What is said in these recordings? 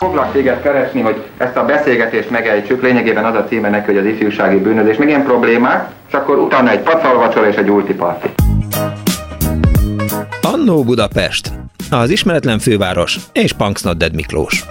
Foglak téged keresni, hogy ezt a beszélgetést megejtsük, lényegében az a címe neki, hogy az ifjúsági bűnözés, meg ilyen problémák, és akkor utána egy pacalvacsora és egy ultiparti. Annó Budapest, az ismeretlen főváros és Punksnodded Miklós.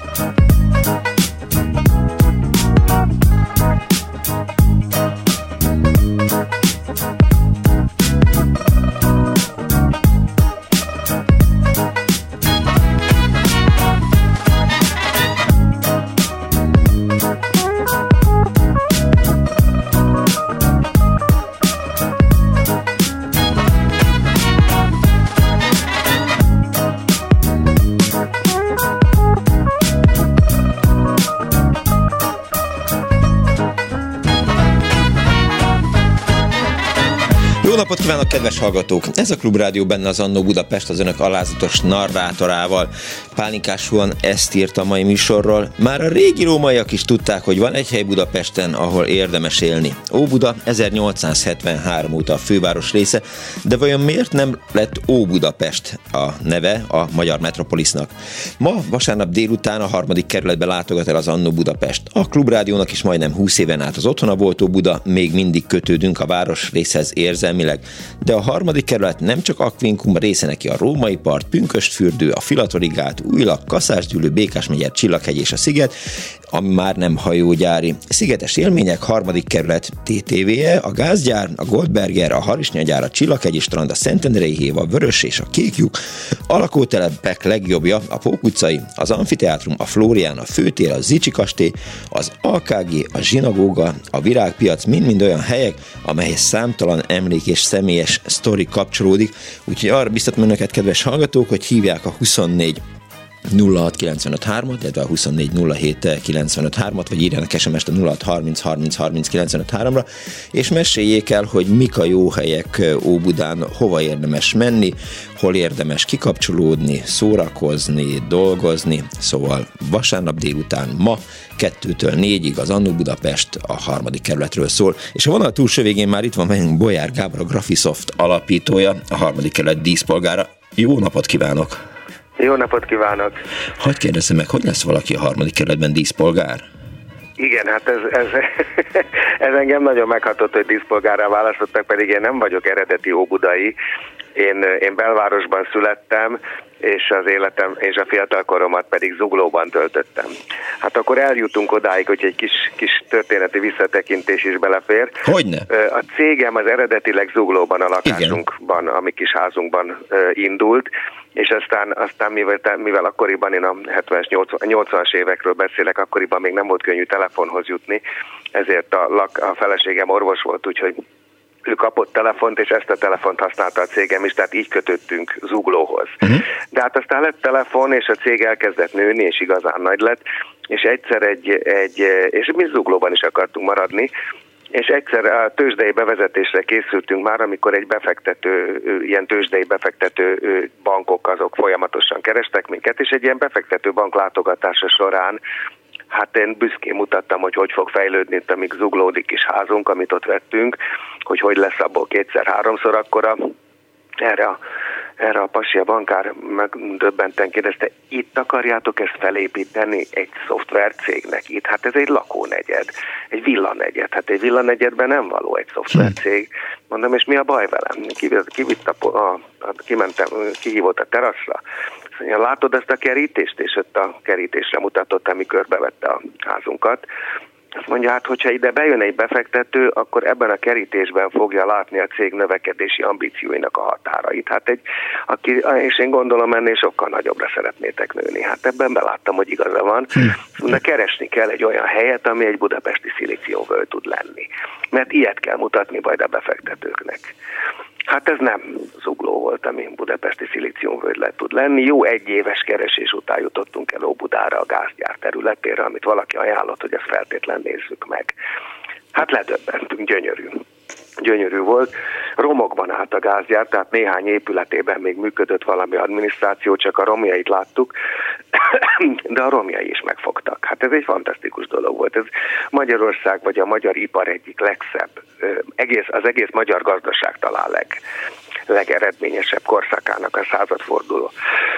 Jó napot kívánok, kedves hallgatók! Ez a Klubrádió, benne az Annó Budapest az önök alázatos narrátorával. Pálinkásúan ezt írt a mai műsorról. Már a régi rómaiak is tudták, hogy van egy hely Budapesten, ahol érdemes élni. Óbuda 1873 óta a főváros része, de vajon miért nem lett Óbudapest a neve a magyar metropolisznak? Ma vasárnap délután a 3. kerületbe látogat el az Annó Budapest. A Klubrádiónak is majdnem 20 éven át az otthona volt Óbuda, még mindig kötődünk a városrészhez érzelmileg. De a 3. kerület nem csak Aquincum, része neki a Római part, Pünkösdfürdő, a Filatorigát, Újlak, Kaszásgyűlő, Békásmegyer, Csillaghegy és a Sziget, ami már nem hajógyári. Szigetes élmények, 3. kerület TTV-je, a Gázgyár, a Goldberger, a Harisnyagyár, a Csillaghegyi strand, a Szentendrei hév, a Vörös és a Kék lyuk, a lakótelepek legjobbja, a Pók utcai, az Amfiteátrum, a Flórián, a Főtér, a Zicsi kastély, az AKG, a zsinagóga, a Virágpiac, mind-mind olyan helyek, amelyhez számtalan emlék és személyes sztori kapcsolódik. Úgyhogy arra biztatom önöket, kedves hallgatók, hogy hívják a 24 06 95 3-at, illetve a 24 07 95 3-at, vagy írjanak SMS-t a 06 30 30 30 95 3-ra, és meséljék el, hogy mik a jó helyek Óbudán, hova érdemes menni, hol érdemes kikapcsolódni, szórakozni, dolgozni. Szóval vasárnap délután ma 2-től 4-ig az Annó Budapest a 3. kerületről szól. És a vonal túlsó végén már itt van velünk Bolyár Gábor, a Graphisoft alapítója, a 3. kerület díszpolgára. Jó napot kívánok! Jó napot kívánok! Hadd kérdezzem meg, hogy lesz valaki a 3. kerületben díszpolgár? Igen, hát ez engem nagyon meghatott, hogy díszpolgárrá választottak, pedig én nem vagyok eredeti óbudai. Én belvárosban születtem, és az életem és a fiatalkoromat pedig Zuglóban töltöttem. Hát akkor eljutunk odáig, hogy egy kis történeti visszatekintés is belefér. Hogyne? A cégem az eredetileg Zuglóban, a lakásunkban, a mi kis házunkban indult, és aztán mivel akkoriban én a 70-es, 80-as évekről beszélek, akkoriban még nem volt könnyű telefonhoz jutni, ezért a feleségem orvos volt, úgyhogy ő kapott telefont, és ezt a telefont használta a cégem is, tehát így kötöttünk Zuglóhoz. De hát aztán lett telefon, és a cég elkezdett nőni, és igazán nagy lett, és egyszer és mi Zuglóban is akartunk maradni, és egyszer a tőzsdei bevezetésre készültünk már, amikor egy ilyen tőzsdei befektető bankok azok folyamatosan kerestek minket, és egy ilyen befektető bank látogatása során hát én büszkén mutattam, hogy fog fejlődni itt a mi zuglódi kis házunk, amit ott vettünk, hogy lesz abból 2-3-szor akkora. Erre a pasi a bankár megdöbbenten kérdezte, itt akarjátok ezt felépíteni egy szoftvercégnek itt? Hát ez egy lakónegyed, egy villanegyed. Hát egy villanegyedben nem való egy szoftvercég. Mondom, és mi a baj velem? Kihívott a teraszra. Azt mondja, látod ezt a kerítést? És ott a kerítésre mutatott, ami körbevette a házunkat. Azt mondja, hát hogyha ide bejön egy befektető, akkor ebben a kerítésben fogja látni a cég növekedési ambícióinak a határait. Hát és én gondolom, ennél sokkal nagyobbra szeretnétek nőni. Hát ebben beláttam, hogy igaza van. De keresni kell egy olyan helyet, ami egy budapesti szilíciumvölgy tud lenni. Mert ilyet kell mutatni majd a befektetőknek. Hát ez nem Zugló volt, ami budapesti szilíciumvölgy lett tud lenni. Jó egyéves keresés után jutottunk el Óbudára, a Gázgyár területére, amit valaki ajánlott, hogy ezt feltétlen nézzük meg. Hát ledöbbentünk, gyönyörű volt. Romokban állt a Gázgyár, tehát néhány épületében még működött valami adminisztráció, csak a romjait láttuk, de a romjai is megfogtak. Hát ez egy fantasztikus dolog volt. Ez Magyarország vagy a magyar ipar egyik legszebb, az egész magyar gazdaság talán legeredményesebb korszakának a századforduló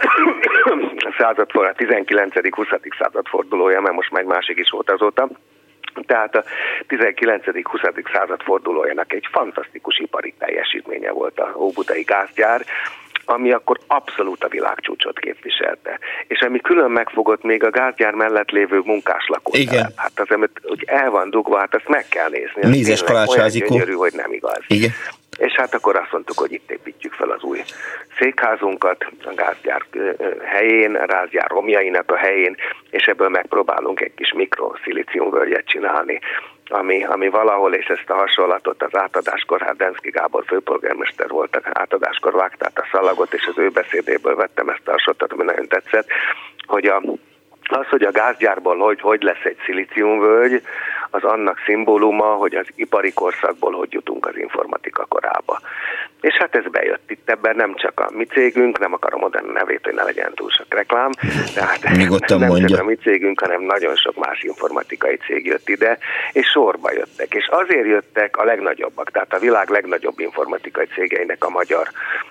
századfordulója, 19.-20. századfordulója, mert most már egy másik is volt azóta. Tehát a 19.-20. századfordulójának egy fantasztikus ipari teljesítménye volt a óbudai gázgyár, ami akkor abszolút a világcsúcsot képviselte. És ami külön megfogott még a gázgyár mellett lévő munkáslakótelep. Hát az, amit úgy el van dugva, hát ezt meg kell nézni. Mézes kalácsházikó. Olyan gyönyörű, hogy nem igaz. Igen. És hát akkor azt mondtuk, hogy itt építjük fel az új székházunkat a gázgyár helyén, a gázgyár romjainak a helyén, és ebből megpróbálunk egy kis mikroszilíciumvölgyet csinálni, ami valahol, és ezt a hasonlatot az átadáskor, hát Denszki Gábor főpolgármester volt, átadáskor vágta a szalagot, és az ő beszédéből vettem ezt a hasonlatot, ami nagyon tetszett, hogy hogy a gázgyárból hogy lesz egy szilíciumvölgy, az annak szimbóluma, hogy az ipari korszakból hogy jutunk az informatika korába. És hát ez bejött itt, ebben nem csak a mi cégünk, nem akarom oda a nevét, hogy ne legyen túl sok reklám, tehát nem csak a mi cégünk, hanem nagyon sok más informatikai cég jött ide, és sorba jöttek. És azért jöttek a legnagyobbak, tehát a világ legnagyobb informatikai cégeinek a magyar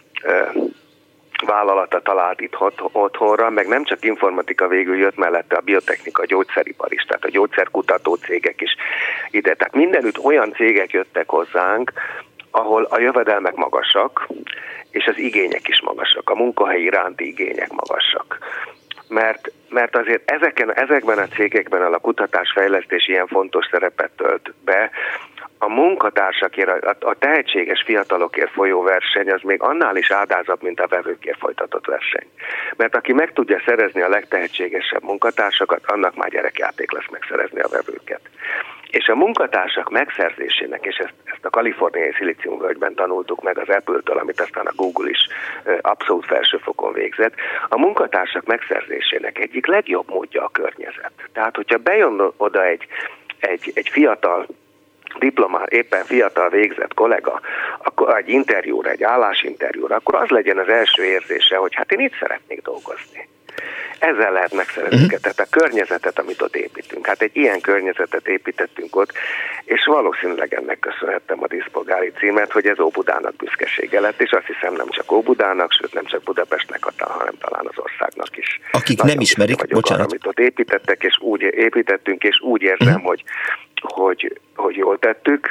vállalata talált itt otthonra, meg nem csak informatika végül jött mellette a biotechnika, a gyógyszeripar is, tehát a gyógyszerkutató cégek is ide. Tehát mindenütt olyan cégek jöttek hozzánk, ahol a jövedelmek magasak, és az igények is magasak, a munkahely iránti igények magasak. Mert azért ezekben a cégekben a kutatásfejlesztés ilyen fontos szerepet tölt be. A munkatársakért, a tehetséges fiatalokért folyó verseny az még annál is áldázabb, mint a vevőkért folytatott verseny. Mert aki meg tudja szerezni a legtehetségesebb munkatársakat, annak már gyerekjáték lesz megszerezni a vevőket. És a munkatársak megszerzésének, és ezt a kaliforniai szilíciumvölgyben tanultuk meg az Apple-től, amit aztán a Google is abszolút felsőfokon végzett, a munkatársak megszerzésének egyik legjobb módja a környezet. Tehát, hogyha bejön oda egy fiatal éppen fiatal végzett kollega, akkor egy interjúra, egy állásinterjúra, akkor az legyen az első érzése, hogy hát én itt szeretnék dolgozni. Ezzel lehet megszerezni tehát a környezetet, amit ott építünk. Hát egy ilyen környezetet építettünk ott, és valószínűleg ennek köszönhettem a díszpolgári címet, hogy ez Óbudának büszkesége lett, és azt hiszem nem csak Óbudának, sőt nem csak Budapestnek, hanem talán az országnak is. Akik nagyon nem ismerik, bocsánat. Amit ott építettek, és úgy építettünk, és úgy érzem, hogy jól tettük,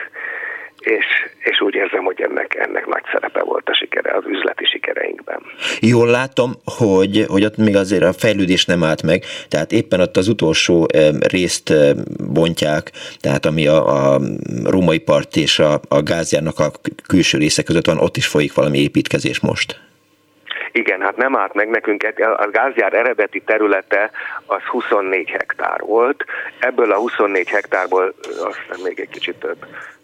és úgy érzem, hogy ennek nagy szerepe volt a sikere, az üzleti sikereinkben. Jól látom, hogy ott még azért a fejlődés nem állt meg, tehát éppen ott az utolsó részt bontják, tehát ami a római part és a gázgyárnak a külső része között van, ott is folyik valami építkezés most. Igen, hát nem állt meg nekünk, a gázgyár eredeti területe az 24 hektár volt, ebből a 24 hektárból aztán még egy kicsit több,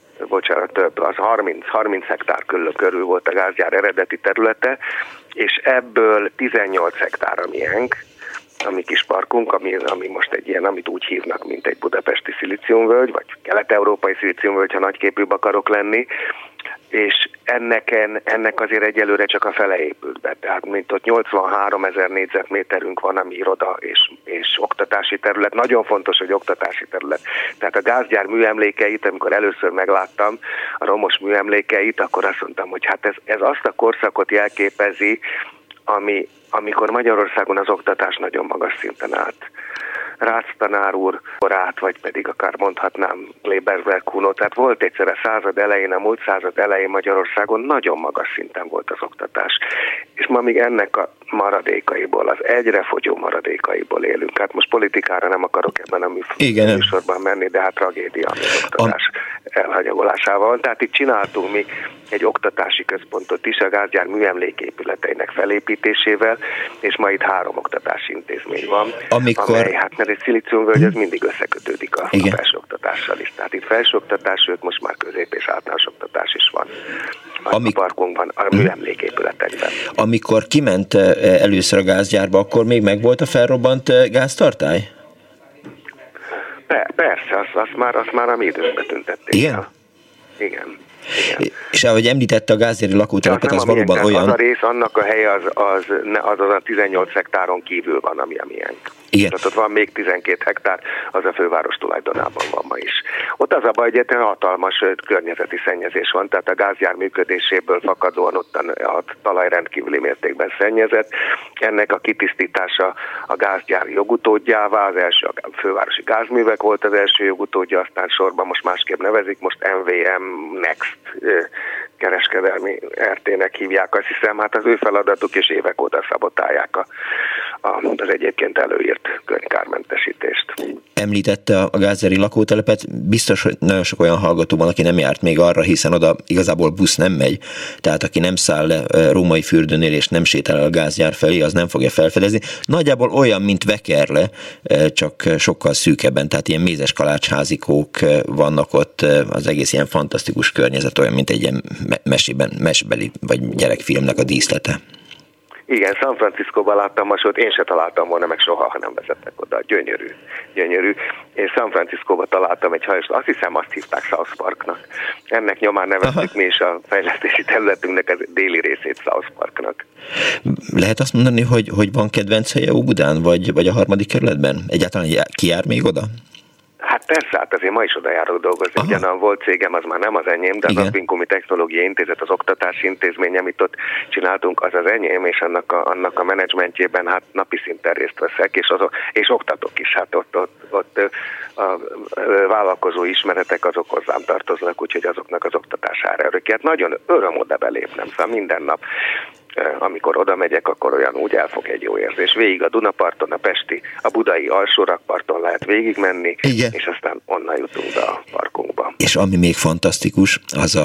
az 30 hektár körül volt a gázgyár eredeti területe, és ebből 18 hektár a miénk, a mi kis parkunk, ami most egy ilyen, amit úgy hívnak, mint egy budapesti szilíciumvölgy, vagy kelet-európai szilíciumvölgy, ha nagyképűbb akarok lenni, és ennek azért egyelőre csak a fele épült be. Tehát mint ott 83 000 négyzetméterünk van, ami iroda és oktatási terület. Nagyon fontos, hogy oktatási terület. Tehát a gázgyár műemlékeit, amikor először megláttam a romos műemlékeit, akkor azt mondtam, hogy hát ez azt a korszakot jelképezi, amikor Magyarországon az oktatás nagyon magas szinten állt. Rácz tanár úr korát, vagy pedig akár mondhatnám Kleberberg Kuno, tehát volt egyszer a múlt század elején Magyarországon nagyon magas szinten volt az oktatás. És ma még ennek a maradékaiból, az egyre fogyó maradékaiból élünk. Hát most politikára nem akarok ebben a műsorban menni, de hát tragédia az oktatás elhanyagolásával. Tehát itt csináltunk mi egy oktatási központot is a gázgyár műemléképületeinek felépítésével, és ma itt 3 oktatási intézmény van, amely, hát mert egy szilíciumvölgy, ez mindig összekötődik a felsőoktatással is. Tehát itt felsőoktatás, sőt most már közép- és általános oktatás is van a parkunkban, a műemléképületekben. Amikor kiment először a gázgyárba, akkor még megvolt a felrobbant gáztartály? Persze, azt már a mi időnkben tüntették. Igen? Igen. És ahogy említette, a gázgyári lakótelepet, az valóban olyan... Az a rész, annak a helye az a 18 hektáron kívül van, ami a miénk. Igen. Tehát ott van még 12 hektár, az a főváros tulajdonában van ma is. Ott az a baj, hogy egy hatalmas környezeti szennyezés van, tehát a gázgyár működéséből fakadóan ott a talaj rendkívüli mértékben szennyezett. Ennek a kitisztítása a gázgyár jogutódjává, az első a fővárosi gázművek volt az első jogutódja, aztán sorban most másképp nevezik, most MVM Next kereskedelmi RT-nek hívják, azt hiszem, hát az ő feladatuk, és évek óta szabotálják az egyébként előírt kármentesítést. Említette a gázgyári lakótelepet, biztos, hogy nagyon sok olyan hallgató van, aki nem járt még arra, hiszen oda igazából busz nem megy, tehát aki nem száll le Római fürdőnél és nem sétál el a gázgyár felé, az nem fogja felfedezni. Nagyjából olyan, mint Vekerle, csak sokkal szűkebben, tehát ilyen mézes kalácsházikók vannak ott, az egész ilyen fantasztikus környezet, olyan, mint egy ilyen mesebeli vagy gyerekfilmnek a díszlete. Igen, San Franciscóban láttam masót, én se találtam volna meg soha, ha nem vezettek oda. Gyönyörű. Én San Franciscóban találtam egy hajóst, azt hiszem azt hívták South Parknak. Ennek nyomán neveztük mi is a fejlesztési területünknek az déli részét South Parknak. Lehet azt mondani, hogy van kedvenc helye Óbudán, vagy a 3. kerületben? Egyáltalán ki jár még oda? Hát persze, hát azért ma is oda járok dolgozni. Ugyanan volt cégem, az már nem az enyém, de az Aquincumi Technológiai Intézet, az oktatási intézmény, amit ott csináltunk, az az enyém, és annak a menedzsmentjében hát napi szinten részt veszek, és oktatok is. Hát ott a vállalkozó ismeretek azok hozzám tartoznak, úgyhogy azoknak az oktatására öröki. Hát nagyon öröm oda belépnem, szóval minden nap, amikor oda megyek, akkor olyan úgy elfog egy jó érzés. Végig a Dunaparton, a budai alsórakparton lehet végigmenni, és aztán onnan jutunk be a parkunkba. És ami még fantasztikus,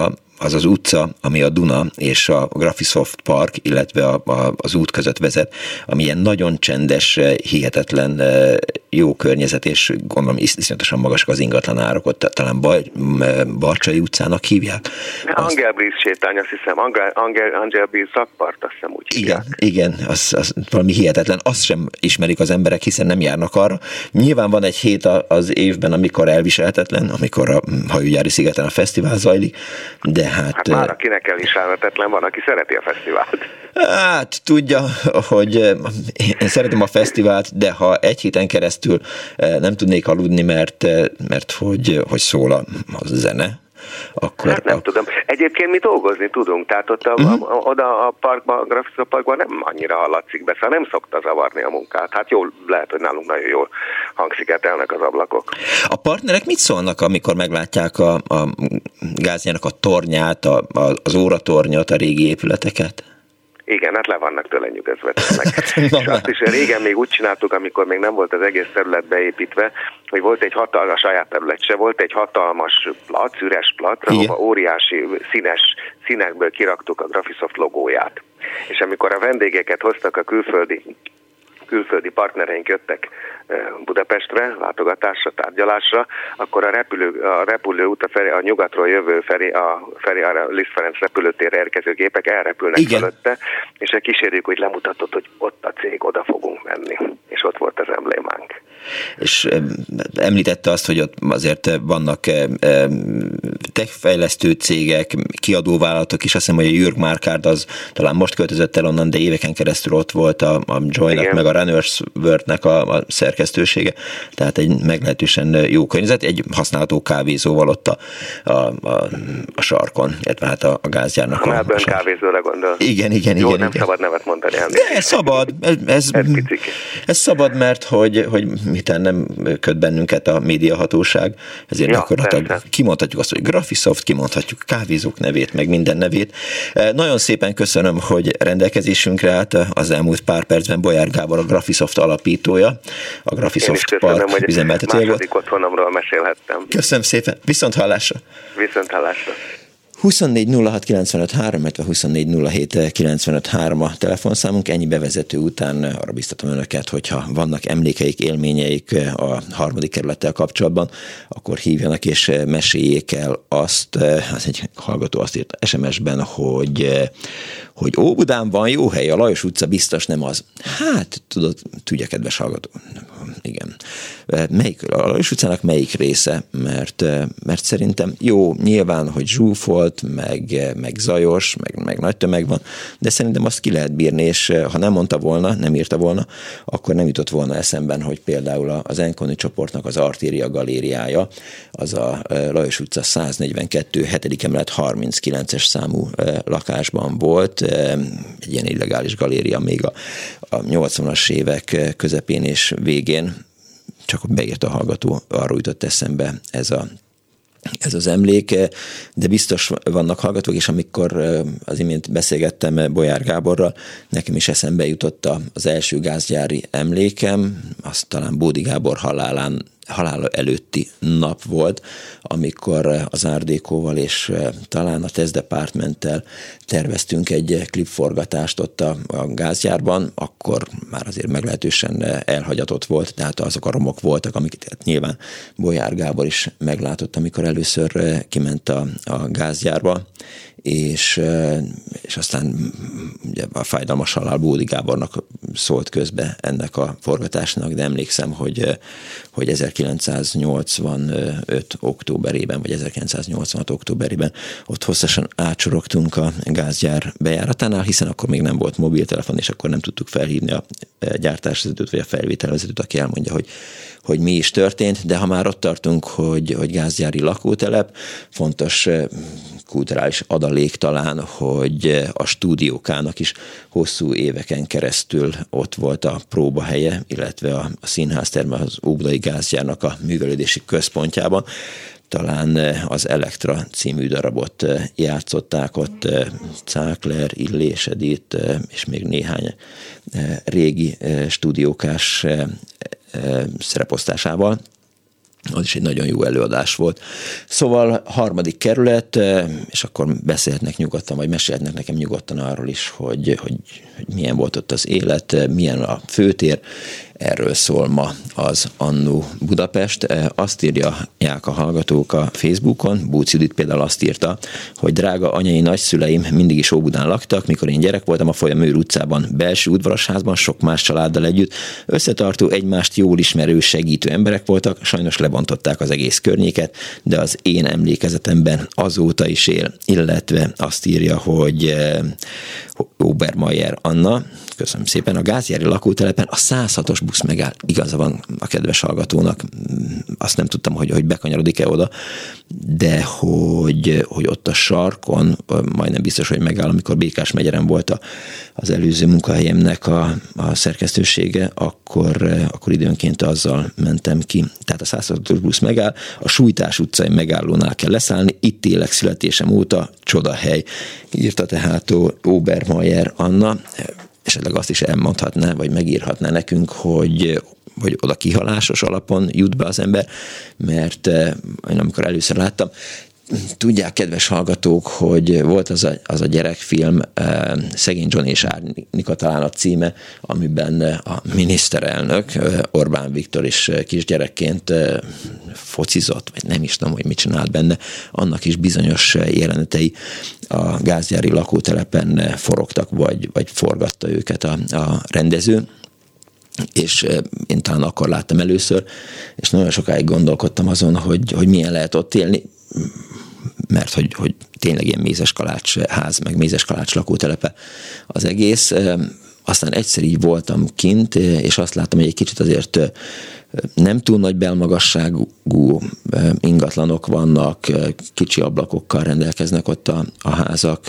az utca, ami a Duna és a Graphisoft Park, illetve az út között vezet, ami ilyen nagyon csendes, hihetetlen jó környezet, és gondolom iszonyatosan magasak az ingatlanárak, ott talán Barcsai utcának hívják. Angel Breeze sétány, azt hiszem, Angel Breeze szakpart, azt hiszem úgy hívják. Igen, az valami hihetetlen, azt sem ismerik az emberek, hiszen nem járnak arra. Nyilván van egy hét az évben, amikor elviselhetetlen, amikor a Hajógyári szigeten a fesztivál zajlik, de hát már akinek elviselhetetlen, van, aki szereti a fesztivált. Hát tudja, hogy én szeretem a fesztivált, de ha egy héten keresztül nem tudnék aludni, mert hogy szól a zene, akkor... Hát nem tudom. Egyébként mi dolgozni tudunk, tehát ott oda a parkban, a Graphisoft Parkban nem annyira hallatszik be, szóval nem szokta zavarni a munkát. Hát jól, lehet, hogy nálunk nagyon jól hangszigetelnek az ablakok. A partnerek mit szólnak, amikor meglátják a gázgyárnak a tornyát, az óratornyot, a régi épületeket? Igen, hát le vannak tőle nyugodva. És azt is régen még úgy csináltuk, amikor még nem volt az egész terület beépítve, hogy volt egy a saját terület se, volt egy hatalmas plac, üres plac, ahova óriási színekből kiraktuk a Graphisoft logóját. És amikor a vendégeket hoztak, a külföldi partnereink jöttek Budapestre, látogatásra, tárgyalásra, akkor a repülőút, a nyugatról jövő a Liszt Ferenc repülőtérre érkező gépek elrepülnek fölötte, és a kísérjük, hogy lemutatott, hogy ott a cég, oda fogunk menni. És ott volt az emblémánk. És említette azt, hogy ott azért vannak techfejlesztő cégek, kiadóvállalatok is, azt hiszem, hogy a Jürg Markard az talán most költözött el onnan, de éveken keresztül ott volt a Joy-nak, meg a Runners World-nek a szerkesztősége, tehát egy meglehetősen jó környezet, egy használható kávézóval ott a sarkon, illetve hát a gázgyárnak. A Melbourne kávézóra gondol. Igen. Jó, nem szabad nevet mondani. De szabad. Ez szabad, mert hogy miten nem köt bennünket a médiahatóság, ezért gyakorlatilag kimondhatjuk azt, hogy Graphisoft, kimondhatjuk kávézók nevét, meg minden nevét. Nagyon szépen köszönöm, hogy rendelkezésünkre állt az elmúlt pár percben Bolyár Gábor, a Graphisoft alapítója, a Graphisoft Park üzemeltetője volt. Második otthonomról mesélhettem. Köszönöm szépen, viszont hallásra! 24 06 95 3, illetve 24 07 95 3 a telefonszámunk. Ennyi bevezető után arra biztatom önöket, hogyha vannak emlékeik, élményeik a 3. kerülettel kapcsolatban, akkor hívjanak és meséljék el azt, az egy hallgató azt írt SMS-ben, hogy Óbudán van jó hely, a Lajos utca biztos nem az. Hát, tudja, kedves hallgató, igen. a Lajos utcának melyik része, mert szerintem jó, nyilván, hogy zsúfolt, meg zajos, meg nagy tömeg van, de szerintem azt ki lehet bírni, és ha nem mondta volna, nem írta volna, akkor nem jutott volna eszemben, hogy például az Enconi csoportnak az Artéria galériája, az a Lajos utca 142. 7. emelet 39-es számú lakásban volt, egy ilyen illegális galéria még a 80-as évek közepén és végén, csak beírt a hallgató, arról jutott eszembe ez az emlék, de biztos vannak hallgatók, és amikor az imént beszélgettem Bolyár Gáborral, nekem is eszembe jutott az első gázgyári emlékem, az talán Bódi Gábor halála előtti nap volt, amikor az Árdékóval és talán a Test Departmenttel terveztünk egy klipforgatást ott a gázgyárban, akkor már azért meglehetősen elhagyatott volt, tehát azok a romok voltak, amiket nyilván Bolyár Gábor is meglátott, amikor először kiment a gázgyárba, és aztán ugye a fájdalmas halál Bódi Gábornak szólt közbe ennek a forgatásnak, de emlékszem, hogy 1985. októberében, vagy 1986. októberében ott hosszasan átsorogtunk a gázgyár bejáratánál, hiszen akkor még nem volt mobiltelefon, és akkor nem tudtuk felhívni a gyártásvezetőt, vagy a felvételvezetőt, aki elmondja, hogy mi is történt, de ha már ott tartunk, hogy gázgyári lakótelep, fontos kulturális adalék talán, hogy a stúdiókának is hosszú éveken keresztül ott volt a próbahelye, illetve a színházterme az Óbudai gázgyárnak a művelődési központjában. Talán az Elektra című darabot játszották ott Cákler, Illés Edith és még néhány régi stúdiókás szereposztásával. Az is egy nagyon jó előadás volt. Szóval 3. kerület, és akkor beszélhetnek nyugodtan, vagy mesélhetnek nekem nyugodtan arról is, hogy milyen volt ott az élet, milyen a főtér. Erről szól ma az Annó Budapest. Azt írják a hallgatók a Facebookon, Bóc Judit például azt írta, hogy drága anyai nagyszüleim mindig is Óbudán laktak, mikor én gyerek voltam, a Folyamőr utcában, belső udvaros házban, sok más családdal együtt. Összetartó, egymást jól ismerő, segítő emberek voltak, sajnos lebontották az egész környéket, de az én emlékezetemben azóta is él, illetve azt írja, hogy Obermeier Anna, köszönöm szépen, a gázgyári lakótelepen a 106-os busz megáll. Igaza van a kedves hallgatónak, azt nem tudtam, hogy bekanyarodik-e oda, de hogy ott a sarkon, majdnem biztos, hogy megáll, amikor Békás megyeren volt az előző munkahelyemnek a szerkesztősége, akkor időnként azzal mentem ki. Tehát a 106-os busz megáll, a Sújtás utcai megállónál kell leszállni, itt élek születésem óta, csodahely. Írta tehát Obermeier Anna, esetleg azt is elmondhatná, vagy megírhatná nekünk, hogy oda kihalásos alapon jut be az ember, mert én amikor először láttam, tudják, kedves hallgatók, hogy volt az a gyerekfilm, Szegény Johnny és Árnika talán a címe, amiben a miniszterelnök, Orbán Viktor is kisgyerekként focizott, vagy nem is tudom, hogy mit csinált benne, annak is bizonyos jelenetei a gázgyári lakótelepen forogtak, vagy forgatta őket a rendező. És én talán akkor láttam először, és nagyon sokáig gondolkodtam azon, hogy milyen lehet ott élni, mert hogy tényleg ilyen mézeskalács ház, meg mézeskalács lakótelepe az egész. Aztán egyszer így voltam kint, és azt láttam, hogy egy kicsit azért nem túl nagy belmagasságú ingatlanok vannak, kicsi ablakokkal rendelkeznek ott a házak,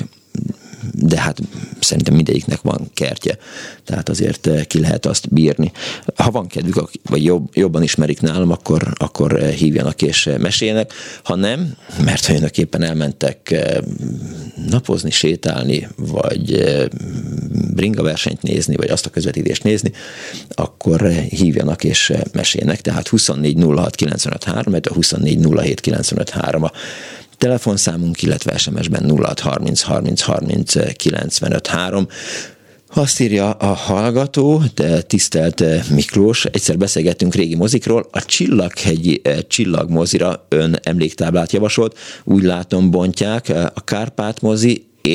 de hát szerintem mindegyiknek van kertje, tehát azért ki lehet azt bírni. Ha van kedvük, vagy jobban ismerik nálam, akkor hívjanak és meséljenek. Ha nem, mert ha önök éppen elmentek napozni, sétálni, vagy bringaversenyt nézni, vagy azt a közvetítést nézni, akkor hívjanak és meséljenek. Tehát 24 06 95 3, a 24 07 95 3 a telefonszámunk, illetve SMS-ben 06 30 30 30 95 3. Azt írja a hallgató, tisztelt Miklós, egyszer beszélgettünk régi mozikról, a Csillaghegyi Csillagmozira ön emléktáblát javasolt, úgy látom bontják, a Kárpát mozi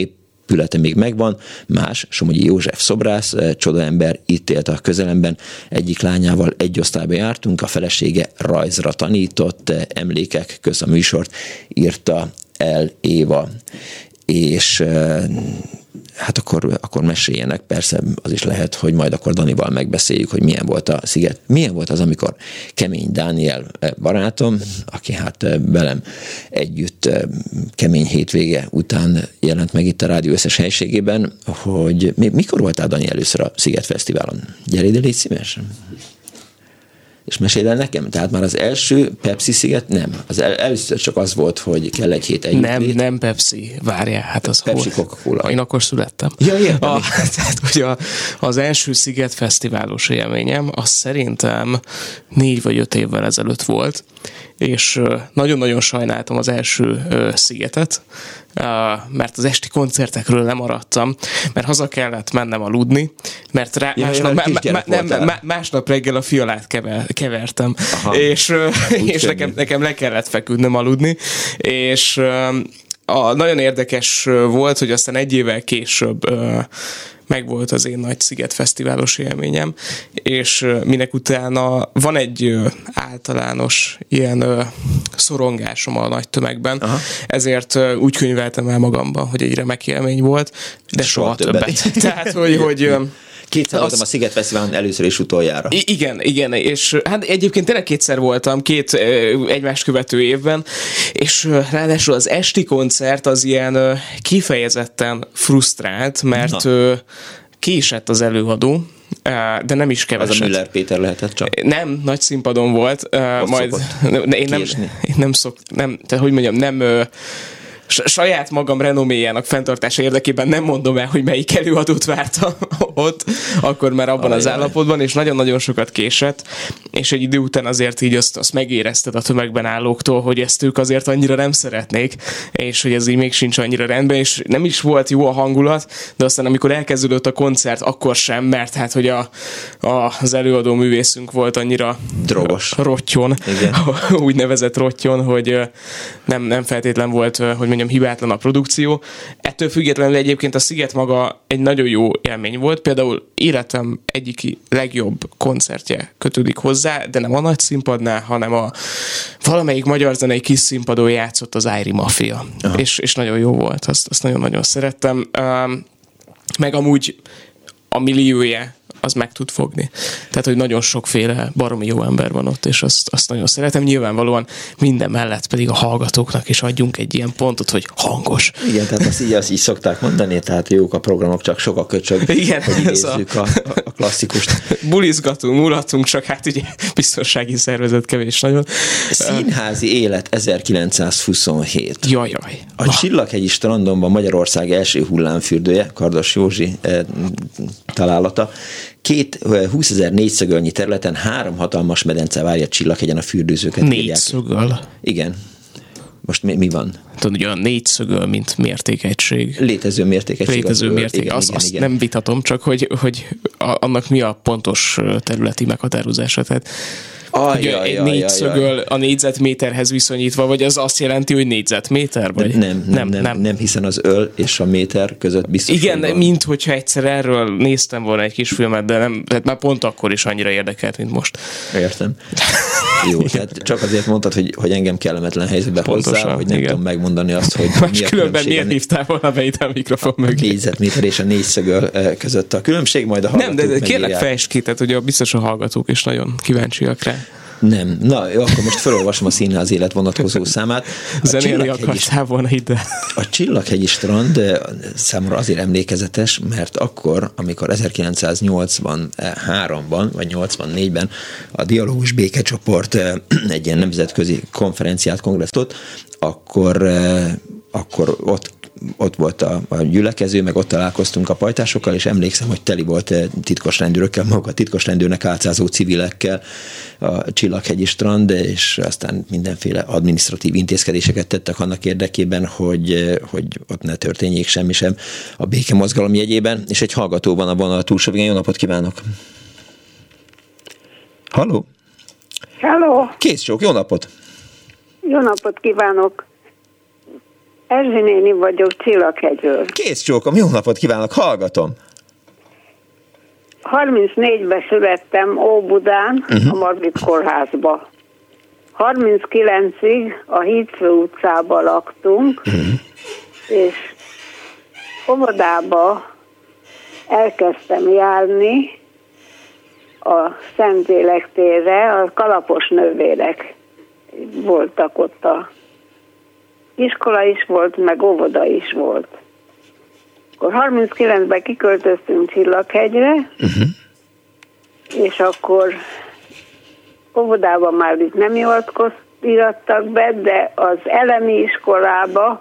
épülete még megvan, más, Somogyi József szobrász, csodaember, itt élt a közelemben, egyik lányával egy osztályba jártunk, a felesége rajzra tanított, emlékek köz a műsort írta el Éva. És hát akkor meséljenek, persze az is lehet, hogy majd akkor Danival megbeszéljük, hogy milyen volt a sziget. Milyen volt az, amikor Kemény Dániel barátom, aki hát velem együtt kemény hétvége után jelent meg itt a rádió összes helységében, hogy mikor voltál, Dani, először a Sziget Fesztiválon? Gyere ide, légy szíves! És mesélj el nekem, tehát már az első Pepsi Sziget nem. Az először csak az volt, hogy kell egy hét együtt. Nem Pepsi, várjál, hát az Pepsi Coca-Cola. Én akkor születtem. Ja, ilyen. Tehát, hogy az első Sziget Fesztiválos élményem, az szerintem 4 vagy 5 évvel ezelőtt volt, és nagyon-nagyon sajnáltam az első Szigetet, mert az esti koncertekről lemaradtam, mert haza kellett mennem aludni, mert másnap reggel a fialát kevertem, és nekem le kellett feküdnöm aludni, és nagyon érdekes volt, hogy aztán 1 évvel később megvolt az én nagy Sziget Fesztiválos élményem, és minek utána van egy általános ilyen szorongásom a nagy tömegben, ezért úgy könyveltem el magamban, hogy egy remek élmény volt, de soha többet. Tehát, hogy Kétszer voltam a Sziget Fesztiválon először és utoljára. Igen, és hát egyébként tényleg 2-szer voltam, 2 egymást követő évben, és ráadásul az esti koncert az ilyen kifejezetten frusztrált, mert késett az előadó, de nem is keveset. Az a Müller Péter lehetett csak? Nem, nagy színpadon volt. Tehát hogy mondjam, nem saját magam renoméjának fenntartása érdekében nem mondom el, hogy melyik előadót vártam ott, akkor már abban az állapotban, és nagyon-nagyon sokat késett, és egy idő után azért így azt megérezted a tömegben állóktól, hogy ezt ők azért annyira nem szeretnék, és hogy ez így még sincs annyira rendben, és nem is volt jó a hangulat, de aztán amikor elkezdődött a koncert, akkor sem, mert hát, hogy az előadó művészünk volt annyira drogos, rottyon, úgynevezett rottyon, hogy nem feltétlen volt, hogy mondjam, hibátlan a produkció. Ettől függetlenül egyébként a Sziget maga egy nagyon jó élmény volt. Például életem egyik legjobb koncertje kötődik hozzá, de nem a nagy színpadnál, hanem a valamelyik magyar zenei kis színpadon játszott az Airy Mafia. És nagyon jó volt. Azt nagyon-nagyon szerettem. Meg amúgy a milliója az meg tud fogni. Tehát, hogy nagyon sokféle baromi jó ember van ott, és azt nagyon szeretem. Nyilvánvalóan minden mellett pedig a hallgatóknak is adjunk egy ilyen pontot, hogy hangos. Igen, tehát azt így szokták mondani, tehát jók a programok, csak sok a köcsög, igen, hogy idézzük a klasszikust. Bulizgatunk, mulatunk, csak hát ugye biztonsági szervezet kevés nagyon. Színházi élet 1927. Jajjaj. A Csillaghegyi strandonban Magyarország első hullámfürdője, Kardos Józsi találata. 20 000 négyszögölnyi területen 3 hatalmas medence várja Csillaghegyen a fürdőzőket. Négyszögöl? Igen. Most mi van? Tudod, olyan négyszögöl, mint mértékegység. Létező mértékegység. Létező mérték. Azt nem vitatom, csak hogy annak mi a pontos területi meghatározása. Tehát egy négyszögöl a négyzetméterhez viszonyítva, vagy az azt jelenti, hogy négyzetméter? Vagy? Nem, hiszen az öl és a méter között biztos. Igen, mint hogyha egyszer erről néztem volna egy kis filmet, de nem, tehát már pont akkor is annyira érdekelt, mint most. Értem. Jó, tehát csak azért mondtad, hogy engem kellemetlen helyzetbe hozzá, hogy nem tudom megmondani azt, hogy mi a különben miért hívtál volna be itt a mikrofon mögé? A négyzetméter és a négyszögöl között a különbség, majd a hallgatók nem, de kérlek fejtsd ki, tehát ugye biztos a hallgatók is nagyon kíváncsiak rá. Nem. Na, jó, akkor most felolvasom a színház élet vonatkozó számát. Zenélni akartál volna ide. A Csillaghegyi strand számomra azért emlékezetes, mert akkor, amikor 1983-ban, vagy 84-ben a Dialógus Békecsoport egy ilyen nemzetközi konferenciát, kongresszt, akkor ott volt a gyülekező, meg ott találkoztunk a pajtásokkal, és emlékszem, hogy teli volt titkos rendőrökkel, maga titkos rendőrnek álcázó civilekkel a Csillaghegyi strand, és aztán mindenféle adminisztratív intézkedéseket tettek annak érdekében, hogy ott ne történjék semmi sem a békemozgalom jegyében, és egy hallgató van a vonal túlsó végén. Jó napot kívánok! Halló? Halló! Kész sok, jó napot! Jó napot kívánok! Erzsi néni vagyok, Csillaghegyről. Kész csókom, jó napot kívánok, hallgatom. 34-ben születtem Óbudán, a Margit kórházba. 39-ig a Hídfő utcában laktunk, és óvodába elkezdtem járni a Szentlélek térre, a kalapos nővérek voltak ott, a iskola is volt, meg óvoda is volt. Akkor 39-ben kiköltöztünk Csillaghegyre, és akkor óvodában már itt nem irattak be, de az elemi iskolába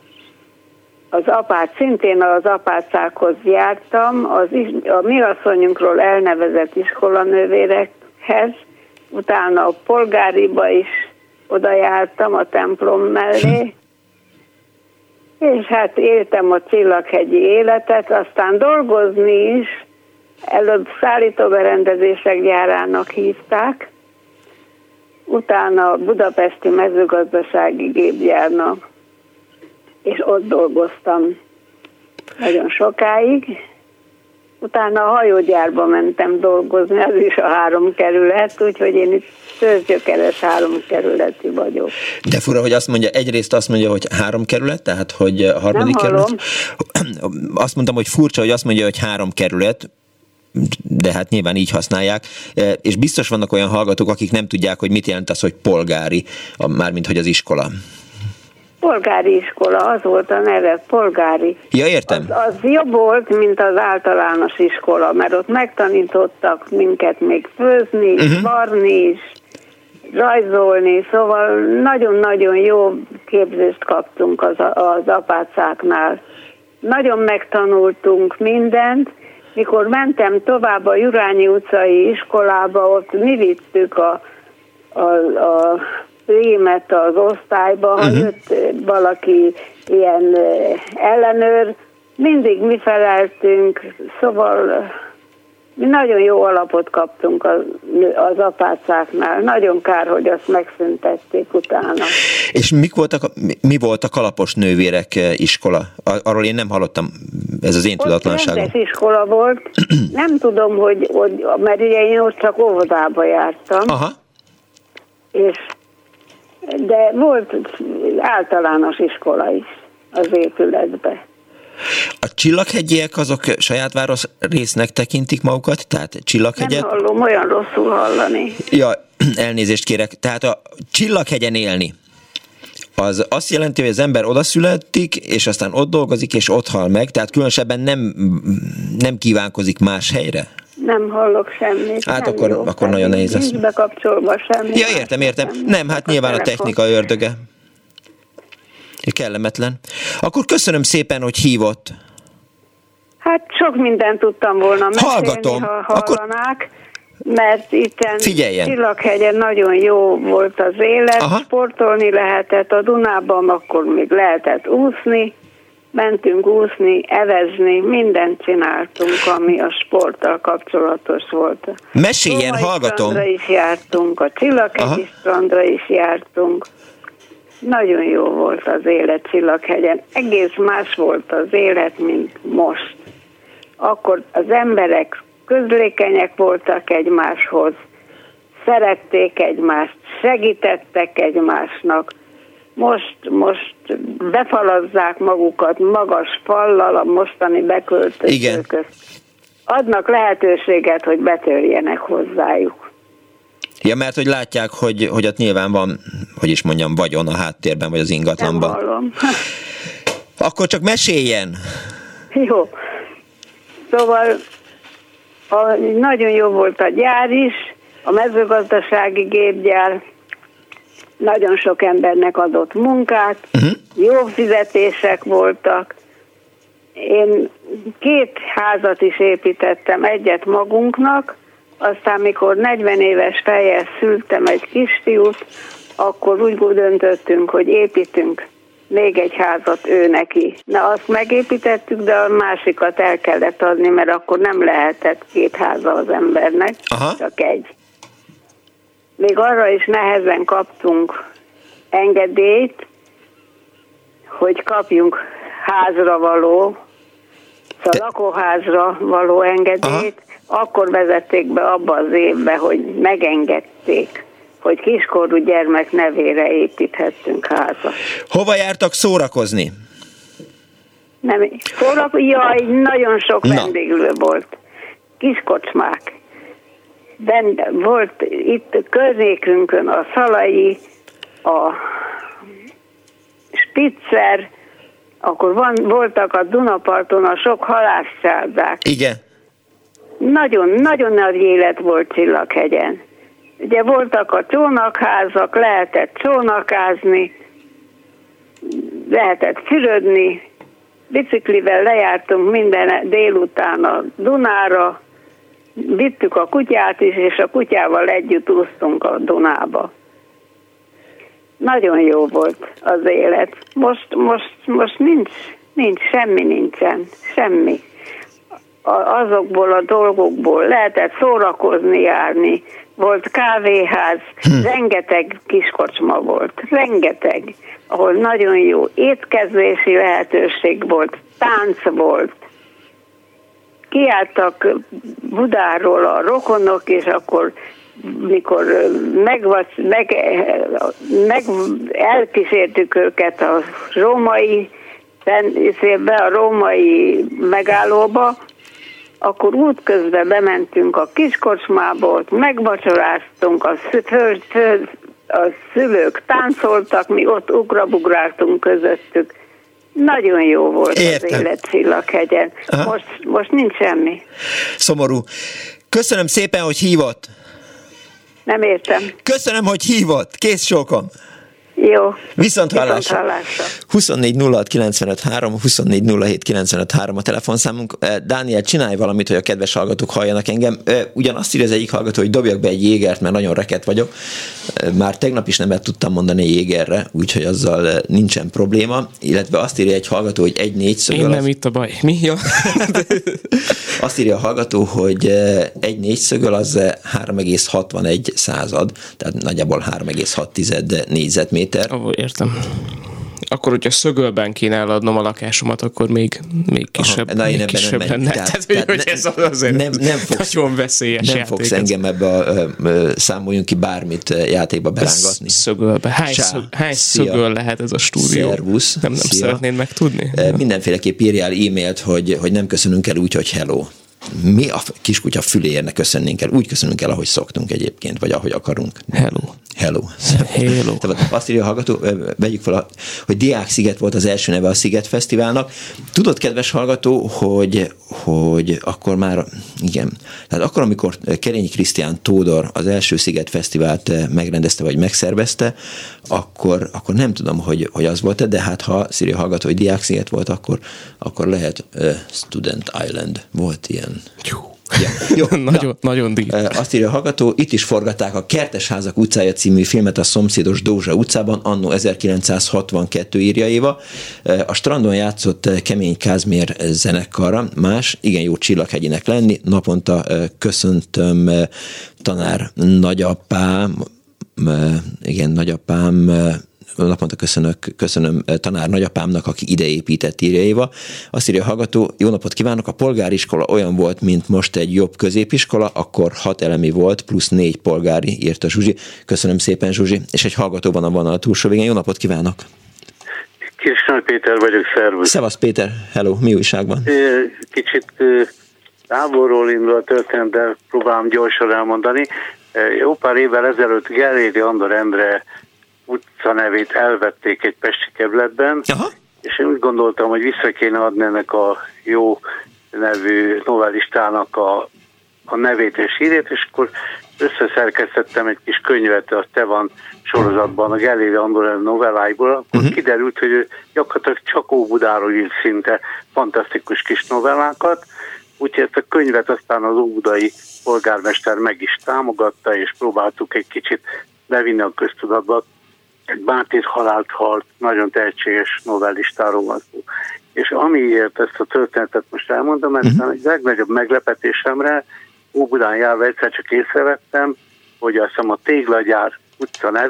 szintén az apácákhoz jártam, a mi asszonyunkról elnevezett iskolanővérekhez, utána a polgáriba is oda jártam a templom mellé, és hát éltem a csillaghegyi életet, aztán dolgozni is, előbb szállítóberendezések gyárának hívták, utána a budapesti mezőgazdasági gépgyárnak, és ott dolgoztam nagyon sokáig. Utána a hajógyárba mentem dolgozni, az is a 3 kerület, úgyhogy én itt szőzgyökeres 3 kerületi vagyok. De fura, hogy egyrészt azt mondja, hogy 3 kerület, tehát hogy a harmadik kerület. Azt mondtam, hogy furcsa, hogy azt mondja, hogy 3 kerület, de hát nyilván így használják, és biztos vannak olyan hallgatók, akik nem tudják, hogy mit jelent az, hogy polgári, mármint hogy az iskola. Polgári iskola, az volt a neve, polgári. Ja, értem. Az jobb volt, mint az általános iskola, mert ott megtanítottak minket még főzni is, varni is, rajzolni, szóval nagyon-nagyon jó képzést kaptunk az apácáknál. Nagyon megtanultunk mindent. Mikor mentem tovább a Jurányi utcai iskolába, ott mi vittük a prémet az osztályba, ha jött valaki ilyen ellenőr, mindig mi feleltünk, szóval mi nagyon jó alapot kaptunk az apácáknál. Nagyon kár, hogy azt megszüntették utána. És mi volt a kalapos nővérek iskola? Arról én nem hallottam, ez az én tudatlanságom. Ott rendes iskola volt. Nem tudom, hogy mert ugye én ott csak óvodába jártam. Aha. De volt általános iskola is az épületben. A Csillaghegyiek azok saját város résznek tekintik magukat? Tehát Csillaghegyet? Nem hallom, olyan rosszul hallani. Ja, elnézést kérek. Tehát a Csillaghegyen élni, az azt jelenti, hogy az ember oda születik, és aztán ott dolgozik, és ott hal meg, tehát különösebben nem kívánkozik más helyre? Nem hallok semmit. Hát akkor nagyon nehéz lesz. Nincs bekapcsolva semmi. Ja, értem. Nem, hát nyilván a technika ördöge. Kellemetlen. Akkor köszönöm szépen, hogy hívott. Hát sok mindent tudtam volna mesélni, hallgatom. Ha hallanák, mert itten Csillaghegyen nagyon jó volt az élet, sportolni lehetett, a Dunában akkor még lehetett úszni, mentünk úszni, evezni, mindent csináltunk, ami a sporttal kapcsolatos volt. Meséljen, hallgatom. A is jártunk, a Csillaghegyi strandra is jártunk. Nagyon jó volt az élet Csillaghegyen. Egész más volt az élet, mint most. Akkor az emberek közlékenyek voltak egymáshoz, szerették egymást, segítettek egymásnak. Most befalazzák magukat magas fallal a mostani beköltözők. Adnak lehetőséget, hogy betörjenek hozzájuk. Ja, mert hogy látják, hogy ott nyilván van, hogy is mondjam, vagyon a háttérben, vagy az ingatlanban. Nem hallom. Akkor csak meséljen. Jó. Szóval nagyon jó volt a gyár is, a mezőgazdasági gépgyár, nagyon sok embernek adott munkát, jó fizetések voltak. Én 2 házat is építettem, egyet magunknak, aztán mikor 40 éves fejjel szültem egy kisfiút, akkor úgy döntöttünk, hogy építünk még egy házat ő neki. Na, azt megépítettük, de a másikat el kellett adni, mert akkor nem lehetett 2 háza az embernek, csak egy. Még arra is nehezen kaptunk engedélyt, hogy kapjunk házra való, lakóházra való engedélyt, akkor vezették be abba az évbe, hogy megengedték, hogy kiskorú gyermek nevére építhettünk házat. Hova jártak szórakozni? Jaj, nagyon sok vendéglő volt. Kiskocsmák. Volt itt környékünkön a Szalai, a Spitzer, akkor voltak a Dunaparton a sok halászsárdák. Igen. Nagyon, nagyon nagy élet volt Csillaghegyen. Ugye voltak a csónakházak, lehetett csónakázni, lehetett fürödni, biciklivel lejártunk minden délután a Dunára, vittük a kutyát is, és a kutyával együtt úsztunk a Dunába. Nagyon jó volt az élet. Most nincs, semmi nincsen, semmi. Azokból a dolgokból lehetett szórakozni, járni. Volt kávéház, rengeteg kiskocsma volt, rengeteg, ahol nagyon jó étkezési lehetőség volt, tánc volt. Kiálltak Budáról a rokonok, és akkor mikor elkísértük őket a római megállóba, akkor útközben bementünk a kiskocsmába, megvacsoráztunk, a szülők táncoltak, mi ott ugrabugráltunk közöttük. Nagyon jó volt. Értem. Az élet Csillaghegyen. Most nincs semmi. Szomorú. Köszönöm szépen, hogy hívott. Nem értem. Köszönöm, hogy hívott. Kész sokom. Jó. Viszont hallásra. 24 06 95 3, 24 07 95 3 a telefonszámunk. Dániel, csinálj valamit, hogy a kedves hallgatók halljanak engem. Ugyanazt írja az egyik hallgató, hogy dobjak be egy jégert, mert nagyon reket vagyok. Már tegnap is nem tudtam mondani jégerre, úgyhogy azzal nincsen probléma. Illetve azt írja egy hallgató, hogy egy négyszögöl. Én nem itt a baj. Mi? Ja. Azt írja a hallgató, hogy egy négyszögöl az 3,61 század, tehát nagyjából 3,6 négyzetméter. Értem. Akkor, hogyha szögölben kéne eladnom a lakásomat, akkor még kisebb, még kisebb lenne. Tehát, hogy ez azért nem fogsz, nagyon veszélyes nem játék. Fogsz engem ebbe számoljunk ki bármit játékba berángatni. Szögölbe. Hány szögöl lehet ez a stúdió? Szervusz. Nem szeretnéd megtudni? Mindenféleképp írjál e-mailt, hogy nem köszönünk el úgy, hogy hello. Mi a kiskutya füléérnek köszönnénk el? Úgy köszönünk el, ahogy szoktunk egyébként, vagy ahogy akarunk. Hello. Azt írja a hallgató, vegyük fel, hogy Diák Sziget volt az első neve a Sziget Fesztiválnak. Tudod, kedves hallgató, hogy akkor már, igen, tehát akkor, amikor Kerényi Krisztián Tódor az első Sziget Fesztivált megrendezte, vagy megszervezte, akkor nem tudom, hogy az volt-e, de hát ha írja a hallgató, hogy Diák Sziget volt, akkor lehet Student Island volt ilyen. Jó, nagyon deep. Azt írja a hallgató, itt is forgatták a Kertesházak utcája című filmet a szomszédos Dózsa utcában, anno 1962, írja Éva. A strandon játszott Kemény Kázmér zenekarra, más, igen jó Csillaghegyinek lenni, naponta köszöntöm tanár nagyapám, naponta köszönöm tanár nagyapámnak, aki ide épített, írja Éva. Azt írja a hallgató, jó napot kívánok, a polgáriskola olyan volt, mint most egy jobb középiskola, akkor 6 elemi volt, plusz 4 polgári, írta Zsuzsi. Köszönöm szépen, Zsuzsi. És egy hallgató van a vonal a túlsó végén. Jó napot kívánok! Kirsten Péter vagyok, szervusz! Szevasz Péter, hello, mi újság van? Kicsit távolról indul a történet, de próbálom gyorsan elmondani. Jó pár évvel ezelőtt Gelléri Andor Endre utca nevét elvették egy pesti kerületben, és én úgy gondoltam, hogy vissza kéne adni ennek a jó nevű novellistának a nevét és hírét, és akkor összeszerkesztettem egy kis könyvet a Te van sorozatban a Gelléri Andor novelláiból, akkor kiderült, hogy gyakorlatilag csak Óbudáról írt szinte fantasztikus kis novellákat, úgyhogy ezt a könyvet aztán az óbudai polgármester meg is támogatta, és próbáltuk egy kicsit bevinni a köztudatba. Egy mártír halált halt, nagyon tehetséges novellistáról van szó. És amiért ezt a történetet most elmondom, mert egy legnagyobb meglepetésemre Óbudán járva egyszer csak észrevettem, hogy azt hiszem a Téglagyár utca nevét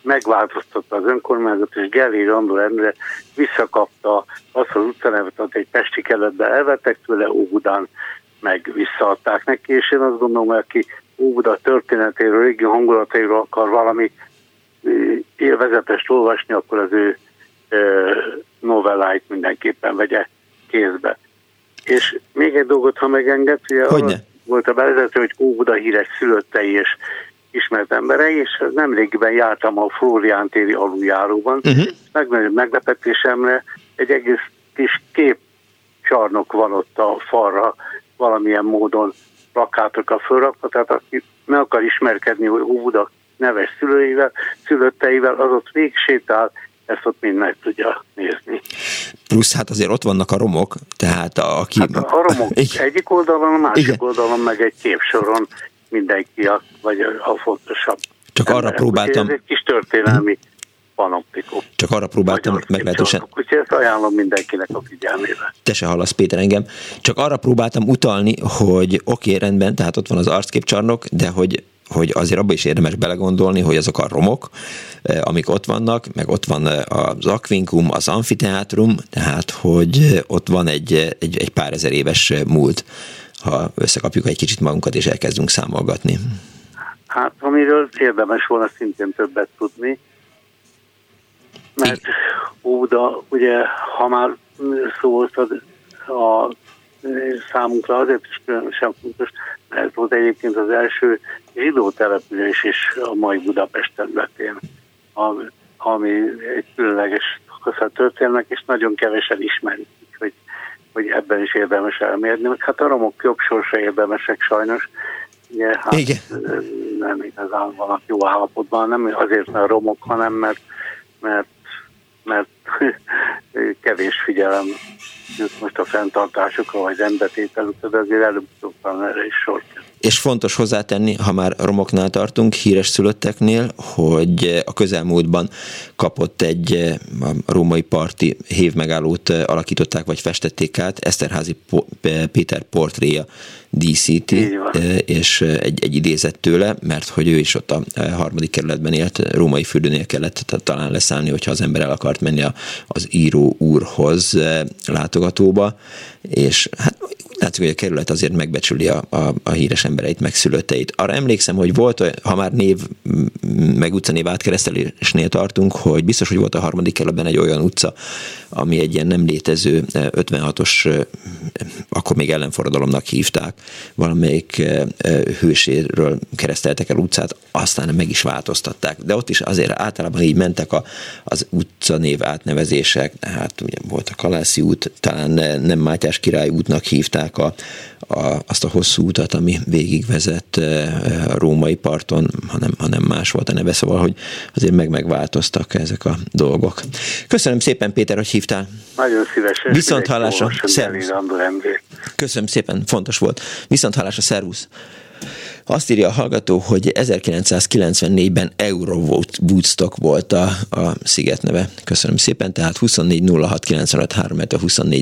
megváltoztatta az önkormányzat, és Gelléri Andor Endre visszakapta azt az utcanevet, amit egy pesti kerületben elvettek tőle, Óbudán meg visszaadták neki, és én azt gondolom, hogy aki Óbuda történetéről, régi hangulatairól akar valami élvezetest olvasni, akkor az ő novelláit mindenképpen vegye kézbe. És még egy dolgot, ha megenged, ugye volt a bevezető, hogy Óbuda híres szülöttei és ismert emberei, és nemrégiben jártam a Flórián téri aluljáróban. Legnagyobb meglepetésemre egy egész kis képcsarnok van ott a falra, valamilyen módon plakátokkal fölrakva, tehát aki meg akar ismerkedni, hogy Óbuda neves szülötteivel, az ott végig sétál, ezt ott mind meg tudja nézni. Plusz hát azért ott vannak a romok, tehát aki... Hát a romok egyik oldalon, a másik oldalon meg egy képsoron mindenki vagy a fontosabb. Csak emberek. Arra próbáltam... Ez egy kis történelmi panoptikum. Csak arra próbáltam meglehetősen... Úgyhogy ezt ajánlom mindenkinek a figyelmébe. Te se hallasz, Péter, engem. Csak arra próbáltam utalni, hogy oké, rendben, tehát ott van az arcképcsarnok, de hogy azért abba is érdemes belegondolni, hogy azok a romok, amik ott vannak, meg ott van az akvinkum, az amfiteátrum, tehát hogy ott van egy pár ezer éves múlt, ha összekapjuk egy kicsit magunkat, és elkezdünk számolgatni. Hát, amiről érdemes volna szintén többet tudni, mert Óbuda, ugye, ha már szó volt a számunkra azért is különösen fontos, mert ez volt egyébként az első zsidó település is a mai Budapest területén, ami egy különleges történelmek, és nagyon kevesen ismerik, hogy ebben is érdemes elmérni. Hát a romok jobb sorsa érdemesek sajnos, ugye, hát nem igazán vannak jó állapotban, nem azért, mert romok, hanem mert kevés figyelem jut most a fenntartásokra, vagy rendbetételükre, de azért előbb-utóbb erre is sor kell. És fontos hozzátenni, ha már romoknál tartunk, híres szülötteknél, hogy a közelmúltban kapott egy római parti hévmegállót alakították, vagy festették át, Eszterházy Péter portréja díszíti, és egy idézet tőle, mert hogy ő is ott a 3. kerületben élt, római fürdőnél kellett talán leszállni, hogyha az ember el akart menni az író úrhoz látogatóba, és hát látszik, hogy a kerület azért megbecsüli a híres embereit, meg szülötteit. Arra emlékszem, hogy volt, ha már meg utcanév átkeresztelésnél tartunk, hogy biztos, hogy volt a 3. kerületben egy olyan utca, ami egy ilyen nem létező 56-os, akkor még ellenforradalomnak hívták, valamelyik hőséről kereszteltek el utcát, aztán meg is változtatták. De ott is azért általában így mentek az utcanév átnevezések, hát ugye volt a Kalászi út, talán nem Mátyás király útnak hívták azt a hosszú utat, ami végigvezet a római parton, hanem más volt a neve, szóval, hogy azért megváltoztak ezek a dolgok. Köszönöm szépen, Péter, hogy hívtál. Nagyon szívesen. Viszonthallásra, szervusz. Köszönöm szépen, fontos volt. Viszonthallásra, szervusz. Azt írja a hallgató, hogy 1994-ben Euro-Woodstock volt a sziget neve. Köszönöm szépen, tehát 24.06.95.3, mert a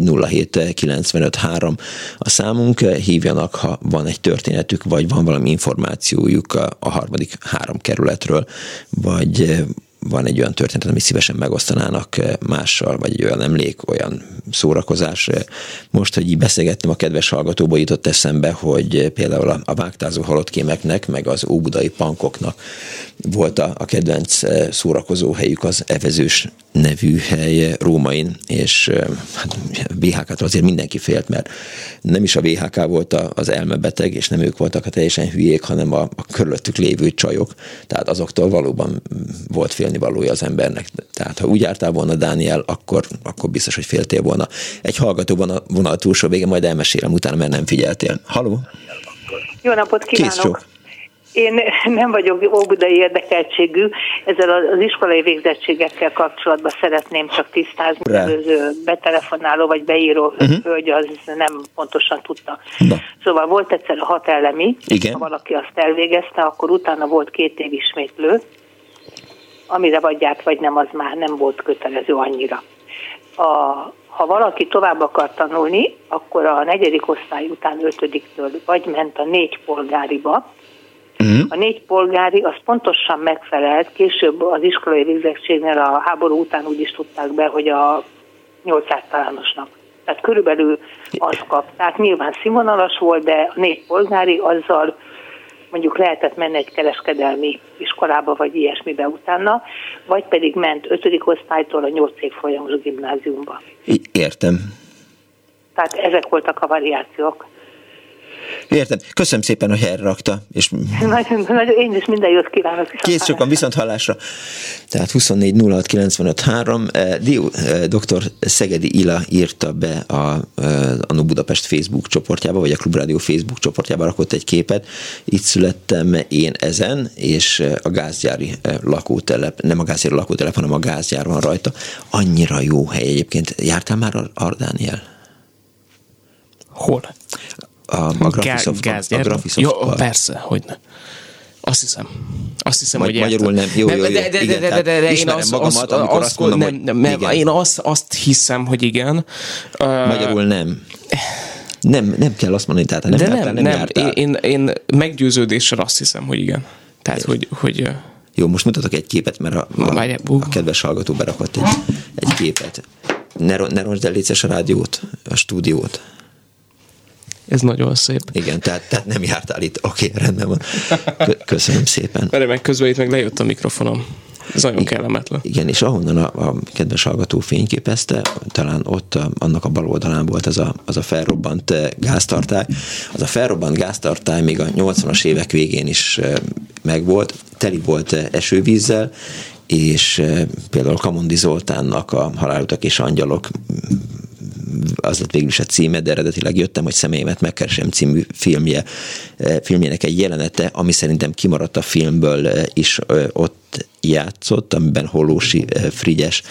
24.07.95.3 a számunk. Hívjanak, ha van egy történetük, vagy van valami információjuk a 3. kerületről, vagy van egy olyan történet, amit szívesen megosztanának mással, vagy egy olyan emlék, olyan szórakozás. Most, hogy így beszélgettem, a kedves hallgatóból jutott eszembe, hogy például a vágtázó halottkémeknek, meg az óbudai pankoknak volt a kedvenc szórakozó helyük az Evezős nevű hely Rómain, és hát VHK-tól azért mindenki félt, mert nem is a VHK volt az elmebeteg, és nem ők voltak a teljesen hülyék, hanem a körülöttük lévő csajok. Tehát azoktól valóban volt félnivalója az embernek. Tehát ha úgy jártál volna, Dániel, akkor biztos, hogy féltél volna. Egy hallgatóban a vonal túlsó vége, majd elmesélem utána, mert nem figyeltél. Halló? Jó napot kívánok! Én nem vagyok óbudai érdekeltségű, ezzel az iskolai végzettségekkel kapcsolatban szeretném csak tisztázni, az előző betelefonáló vagy beíró hölgy az nem pontosan tudta. Szóval volt egyszer a 6 elemi, ha valaki azt elvégezte, akkor utána volt 2 év ismétlő, amire vagy járt, vagy nem, az már nem volt kötelező annyira. Ha valaki tovább akar tanulni, akkor a 4. osztály után 5-től vagy ment a 4 polgáriba, A 4 polgári az pontosan megfelelt, később az iskolai végzettségnél a háború után úgy is tudták be, hogy a 8 általánosnak. Tehát körülbelül azt kapták. Nyilván színvonalas volt, de a 4 polgári azzal mondjuk lehetett menni egy kereskedelmi iskolába, vagy ilyesmibe utána, vagy pedig ment 5. osztálytól a 8 évfolyamos gimnáziumba. Értem. Tehát ezek voltak a variációk. Értem. Köszönöm szépen, hogy erre rakta. És... Nagyon, én is minden jót kívánok. Kész sokan, viszont hallásra. Tehát 24 06 95 3. Dr. Szegedi Ila írta be a Anno Budapest Facebook csoportjába, vagy a Klubrádió Facebook csoportjába rakott egy képet. Itt születtem én ezen, és a gázgyári lakótelep, nem a gázgyári lakótelep, hanem a gázgyár van rajta. Annyira jó hely egyébként. Jártál már arra, Dániel? Hol? A Graphisoft Jó, persze, hogyne. Azt hiszem, hogy magyarul nem. Jó. De ismerem magamat, amikor azt mondom, hogy én azt hiszem, hogy igen. Magyarul nem. Nem kell azt mondani, tehát nem jártál. Én meggyőződéssel azt hiszem, hogy igen. Tehát, hogy jó, most mutatok egy képet, mert a kedves hallgató berakott egy képet. Ne roncsd el létszes a rádiót, a stúdiót. Ez nagyon szép. Igen, tehát nem jártál itt. Oké, rendben van. Köszönöm szépen. Várj meg, közben itt meg lejött a mikrofonom. Ez nagyon kellemetlen. Igen, és ahonnan a kedves hallgató fényképezte, talán ott annak a bal oldalán volt az a felrobbant gáztartály. Az a felrobbant gáztartály még a 80-as évek végén is megvolt, teli volt esővízzel, és például Kamondi Zoltánnak a Halálutak és angyalok, az lett végül is a címe, de eredetileg Jöttem, hogy személyemet megkeresem című filmjének egy jelenete, ami szerintem kimaradt a filmből is, ott játszott, amiben Hollósi Frigyes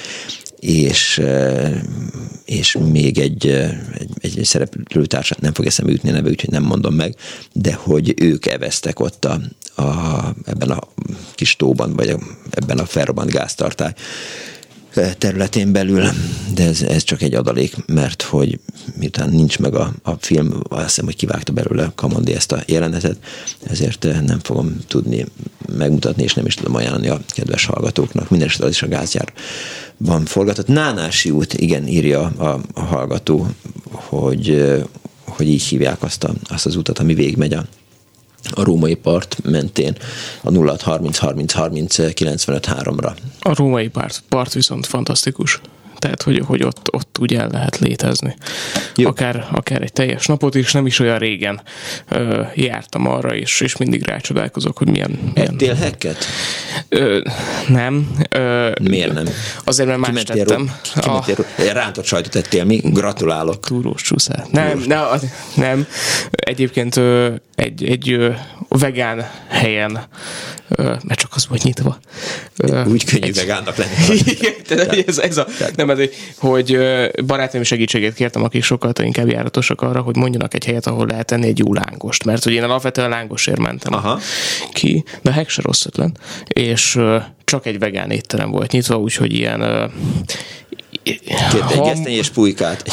és még egy szereplőtársat, nem fog eszembe jutni a neve, úgyhogy nem mondom meg, de hogy ők eveztek ott ebben a kis tóban, vagy ebben a felrobbant gáztartály területén belül, de ez csak egy adalék, mert hogy miután nincs meg a film, azt hiszem, hogy kivágta belőle Kamondi ezt a jelenetet, ezért nem fogom tudni megmutatni, és nem is tudom ajánlani a kedves hallgatóknak. Mindenesetre az is a gázgyárban forgatott. Nánási út, igen, írja a hallgató, hogy így hívják azt az utat, ami végigmegy a római part mentén a 0630303095-3-ra. A római part viszont fantasztikus. Tehát, hogy ott úgy el lehet létezni. Akár egy teljes napot is, nem is olyan régen jártam arra, és mindig rácsodálkozok, hogy milyen... Ettél hekket? Nem. Miért nem? Azért, mert más tettem. Rántott sajtot ettél, mi? Gratulálok. Túrós csúszát. Nem. Egyébként egy vegán helyen, mert csak az volt nyitva. Úgy könnyű vegánnak lenni. Igen, hogy barátaim segítségét kértem, akik sokkal inkább járatosak arra, hogy mondjanak egy helyet, ahol lehet tenni egy jó lángost, mert hogy én alapvetően lángosért mentem ki, de a hek se rossz ötlen, és csak egy vegán étterem volt nyitva, úgyhogy ilyen egy gesztenyés pulykát.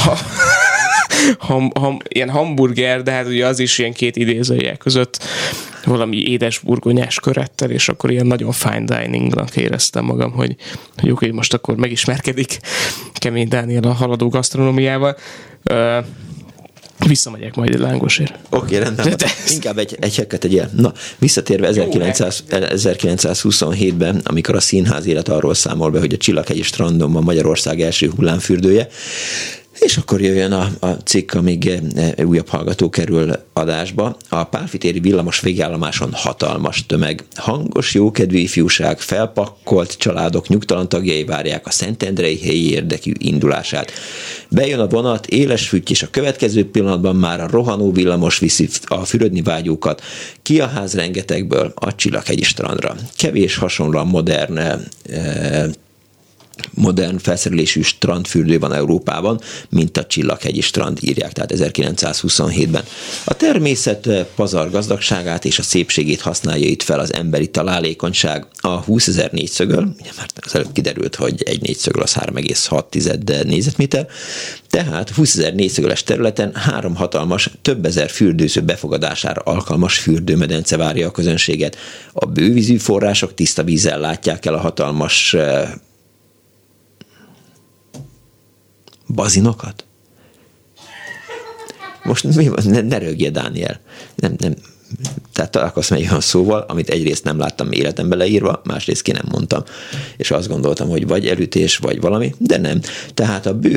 Ilyen hamburger, de hát ugye az is ilyen két idézőjel között valami édes burgonyás körettel, és akkor ilyen nagyon fine diningnak éreztem magam, hogy oké, most akkor megismerkedik Kemény Dániel a haladó gasztronómiával. Visszamegyek majd egy lángosért. Oké, rendben. Inkább egy hekket egyél. Na, visszatérve 1927-ben, amikor a színház élet arról számol be, hogy a Csillaghegyi strandon van Magyarország első hullámfürdője, és akkor jöjjön a cikk, amíg újabb hallgató kerül adásba. A Pálffy téri villamos végállomáson hatalmas tömeg. Hangos, jókedvű ifjúság, felpakkolt családok nyugtalan tagjai várják a Szentendrei helyi érdekű indulását. Bejön a vonat, éles fütty, és a következő pillanatban már a rohanó villamos viszi a fürödni vágyókat ki a ház rengetegből a Csillaghegyi strandra. Kevés hasonlóan modern modern felszerelésű strandfürdő van Európában, mint a Csillaghegyi strand, írják, tehát 1927-ben. A természet pazar gazdagságát és a szépségét használja itt fel az emberi találékonyság. A 20 000 négyszögöl, ugye már az előbb kiderült, hogy egy négyszögöl az 3,6 négyzetméter, tehát 20 000 négyszögöles területen 3 hatalmas, több ezer fürdőző befogadására alkalmas fürdőmedence várja a közönséget. A bővízű források tiszta vízzel látják el a hatalmas bazinokat? Most mi van? Ne rögjél, Dániel. Nem. Tehát találkoztam egy olyan szóval, amit egyrészt nem láttam életembe leírva, másrészt ki nem mondtam. És azt gondoltam, hogy vagy elütés, vagy valami, de nem. Tehát a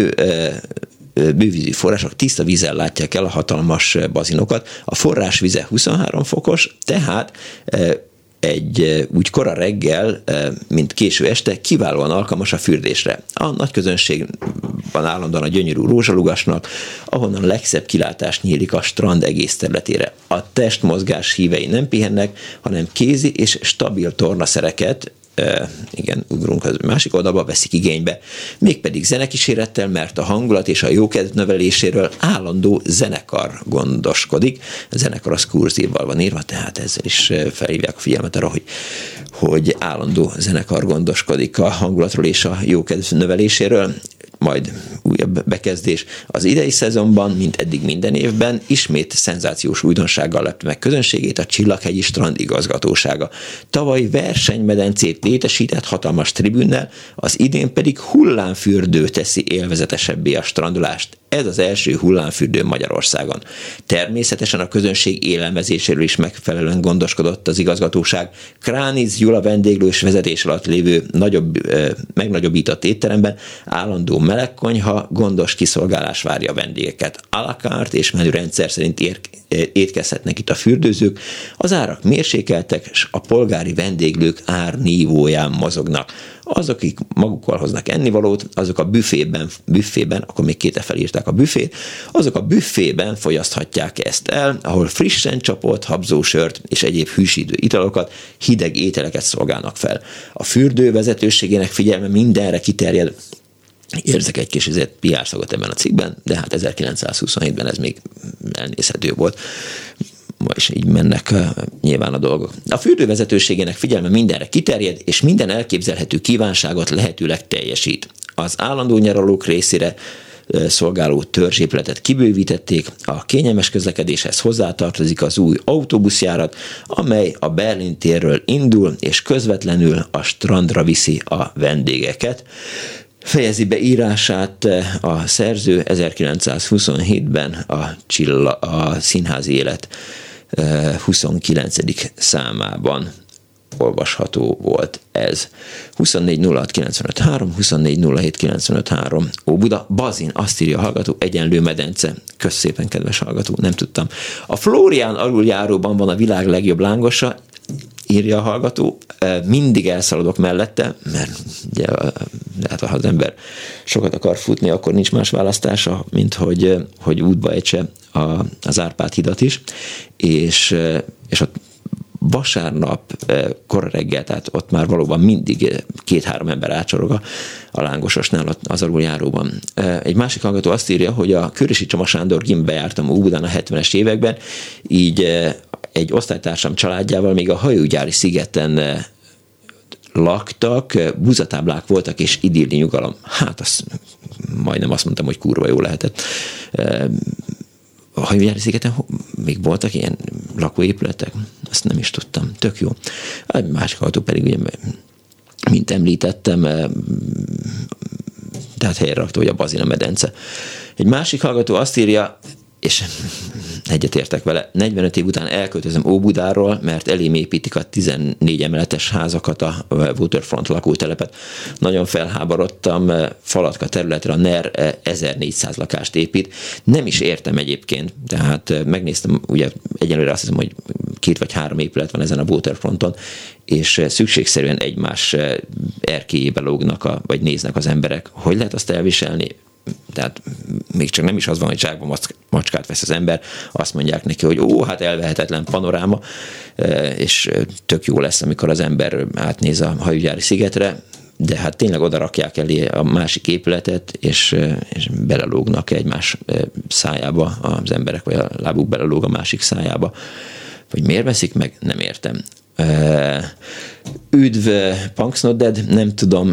bővízű források tiszta vízzel látják el a hatalmas bazinokat. A forrás vize 23 fokos, tehát egy úgy kora reggel, mint késő este kiválóan alkalmas a fürdésre. A nagy közönségben állandóan a gyönyörű rózsalugasnak, ahonnan a legszebb kilátás nyílik a strand egész területére. A testmozgás hívei nem pihennek, hanem kézi és stabil tornaszereket, igen, ugrunk az másik oldalba, veszik igénybe. Mégpedig zenekísérettel, mert a hangulat és a jókedv növeléséről állandó zenekar gondoskodik. A zenekar az kurzívval van írva, tehát ezzel is felhívják a figyelmet arra, hogy állandó zenekar gondoskodik a hangulatról és a jókedv növeléséről. Majd újabb bekezdés. Az idei szezonban, mint eddig minden évben, ismét szenzációs újdonsággal lepte meg közönségét a Csillaghegyi strand igazgatósága. Tavaly versenymedencét létesített hatalmas tribünnel, az idén pedig hullámfürdő teszi élvezetesebbé a strandolást. Ez az első hullámfürdő Magyarországon. Természetesen a közönség élelmezéséről is megfelelően gondoskodott az igazgatóság. Krániz Gyula vendéglős vezetés alatt lévő megnagyobbított étteremben állandó melegkonyha, gondos kiszolgálás várja a vendégeket. À la carte és menürendszer szerint étkezhetnek itt a fürdőzők, az árak mérsékeltek, és a polgári vendéglők árnívóján mozognak. Azok, akik magukkal hoznak ennivalót, azok a büfében, akkor még kéte felírták a büfét, azok a büfében fogyaszthatják ezt el, ahol frissen csapott habzósört és egyéb hűsítő italokat, hideg ételeket szolgálnak fel. A fürdő vezetőségének figyelme mindenre kiterjed. Érzek egy kis PR szagot ebben a cikkben, de hát 1927-ben ez még elnézhető volt. Ma is így mennek nyilván a dolgok. A fürdővezetőségének figyelme mindenre kiterjed, és minden elképzelhető kívánságot lehetőleg teljesít. Az állandó nyaralók részére szolgáló törzsépületet kibővítették, a kényelmes közlekedéshez hozzátartozik az új autóbuszjárat, amely a Berlin térről indul, és közvetlenül a strandra viszi a vendégeket. Fejezi be írását a szerző 1927-ben a Színházi Élet 29. számában olvasható volt ez. 24 06 95 3, 24 07 95 3. Óbuda, bazin, azt írja a hallgató, egyenlő medence. Kösz szépen, kedves hallgató, nem tudtam. A Flórián aluljáróban van a világ legjobb lángosa, írja a hallgató, mindig elszaladok mellette, mert ugye, hát ha az ember sokat akar futni, akkor nincs más választása, mint hogy útba ejtse az Árpád hidat is, és ott vasárnap kora reggel, tehát ott már valóban mindig 2-3 ember átsorog a lángososnál az aluljáróban. Egy másik hallgató azt írja, hogy a Körösi Csoma Sándor gimbe jártam Óbudán a 70-es években, így egy osztálytársam családjával még a hajógyári szigeten laktak, buzatáblák voltak, és idilli nyugalom. Hát majdnem azt mondtam, hogy kurva jó lehetett. A hajógyári szigeten még voltak ilyen lakóépületek? Azt nem is tudtam. Tök jó. A másik autó pedig, ugye, mint említettem, tehát helyre rakta, hogy a Bazina medence. Egy másik hallgató azt írja, és egyetértek vele, 45 év után elköltözöm Óbudáról, mert elém építik a 14 emeletes házakat, a Waterfront lakótelepet. Nagyon felháborodtam, Falatka területre a NER 1400 lakást épít. Nem is értem egyébként, tehát megnéztem, ugye egyenlőre azt hiszem, hogy 2 vagy 3 épület van ezen a Waterfronton, és szükségszerűen egymás erkélyébe lógnak, vagy néznek az emberek. Hogy lehet azt elviselni? Tehát még csak nem is az van, hogy zsákba macskát vesz az ember, azt mondják neki, hogy hát elvehetetlen panoráma, és tök jó lesz, amikor az ember átnéz a hajógyári szigetre. de hát tényleg oda rakják elé a másik épületet, és belelógnak egymás szájába az emberek, vagy a lábuk belelóg a másik szájába. Vagy miért veszik meg? Nem értem. Üdv Punks Not Dead, nem tudom,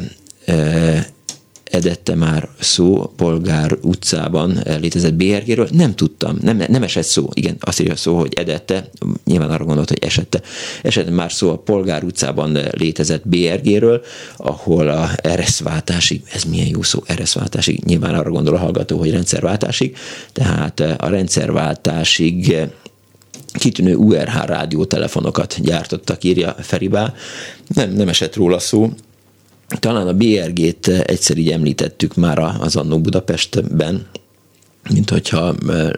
edette már szó Polgár utcában létezett BRG-ről? Nem tudtam, nem esett szó, igen, azt írja szó, hogy edette, nyilván arra gondolt, hogy esett már szó a Polgár utcában létezett BRG-ről, ahol a RS-váltásig, ez milyen jó szó, RS-váltásig, nyilván arra gondol a hallgató, hogy rendszerváltásig, tehát a rendszerváltásig kitűnő URH rádiótelefonokat gyártottak, írja Feribá. Nem esett róla szó. Talán a BRG-t egyszer így említettük már az Annó Budapestben, mint hogyha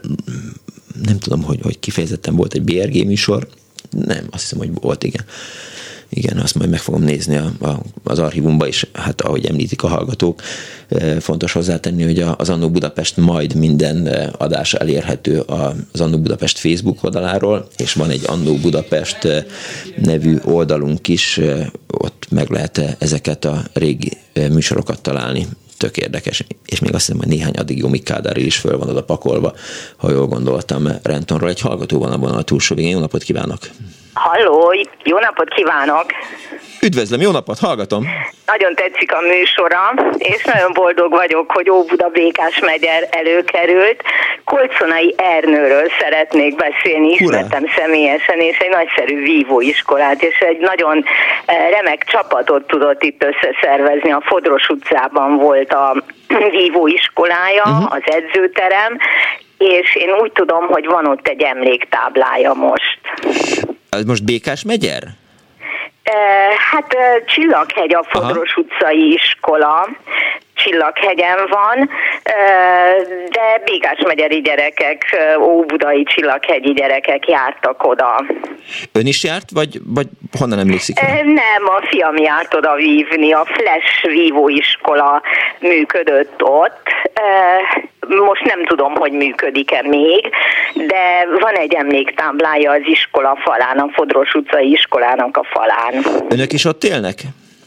nem tudom, hogy kifejezetten volt egy BRG műsor. Nem, azt hiszem, hogy volt, igen. Igen, azt majd meg fogom nézni az archívumban is, hát ahogy említik a hallgatók. Fontos hozzátenni, hogy az Annó Budapest majd minden adás elérhető az Annó Budapest Facebook oldaláról, és van egy Annó Budapest nevű oldalunk is, ott meg lehet ezeket a régi műsorokat találni. Tök érdekes, és még azt hiszem, hogy néhány addig Jomi Kádár is föl van oda pakolva, ha jól gondoltam, Rentonról. Egy hallgató van abban a túlsó végén. Jó napot kívánok! Halló, jó napot kívánok! Üdvözlöm, jó napot, hallgatom! Nagyon tetszik a műsora, és nagyon boldog vagyok, hogy Óbuda Békásmegyer előkerült. Kolczonai Ernőről szeretnék beszélni, ismertem személyesen, és egy nagyszerű vívóiskolát, és egy nagyon remek csapatot tudott itt összeszervezni. A Fodros utcában volt a vívóiskolája, az edzőterem, és én úgy tudom, hogy van ott egy emléktáblája most. Ez most Békásmegyer? Hát Csillaghegy a Fodros utcai iskola, Csillaghegyen van, de békásmegyeri gyerekek, óbudai csillaghegyi gyerekek jártak oda. Ön is járt, vagy honnan emlékszik? Nem, a fiam járt oda vívni, a Flash vívóiskola működött ott. Most nem tudom, hogy működik-e még, de van egy emléktáblája az iskola falán, a Fodros utcai iskolának a falán. Önök is ott élnek?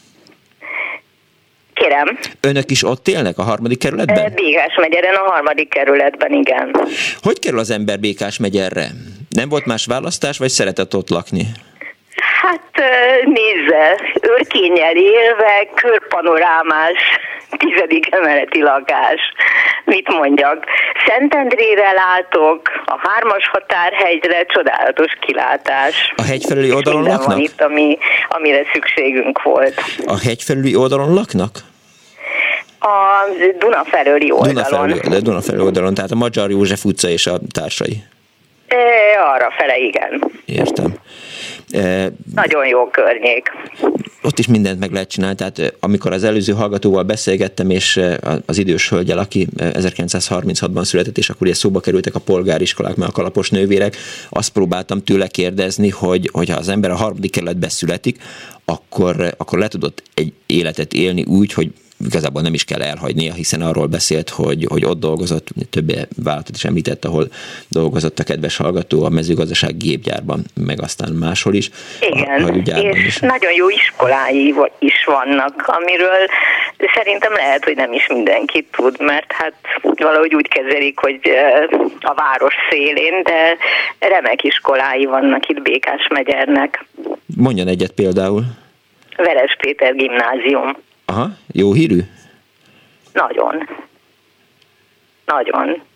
Kérem. Önök is ott élnek a 3. kerületben? Békásmegyeren a 3. kerületben, igen. Hogy kerül az ember Békásmegyerre? Nem volt más választás, vagy szeretett ott lakni? Hát nézze, Örkénnyel élve, körpanorámás, 10. emeleti lakás. Mit mondjak? Szentendrére látok, a 3-as határhegyre, csodálatos kilátás. A hegyfelüli oldalon laknak? Van itt, amire szükségünk volt. A hegyfelüli oldalon laknak? A Dunafelőli oldalon. Dunafelőli oldalon, tehát a Magyar József utca és a társai. Arra fele, igen. Értem. Nagyon jó környék. Ott is mindent meg lehet csinálni, tehát amikor az előző hallgatóval beszélgettem, és az idős hölgyel, aki 1936-ban született, és akkor ugye szóba kerültek a polgáriskolák, meg a kalapos nővérek, azt próbáltam tőle kérdezni, hogy ha az ember a 3. kerületbe születik, akkor le tudott egy életet élni úgy, hogy igazából nem is kell elhagynia, hiszen arról beszélt, hogy ott dolgozott, több vállalatot is említett, ahol dolgozott a kedves hallgató, a mezőgazdaság gépgyárban, meg aztán máshol is. Igen, és is. Nagyon jó iskolái is vannak, amiről szerintem lehet, hogy nem is mindenki tud, mert hát valahogy úgy kezelik, hogy a város szélén, de remek iskolái vannak itt Békásmegyernek. Mondjon egyet például. Veres Péter gimnázium. Aha, jó hírű? Nagyon. Nagyon.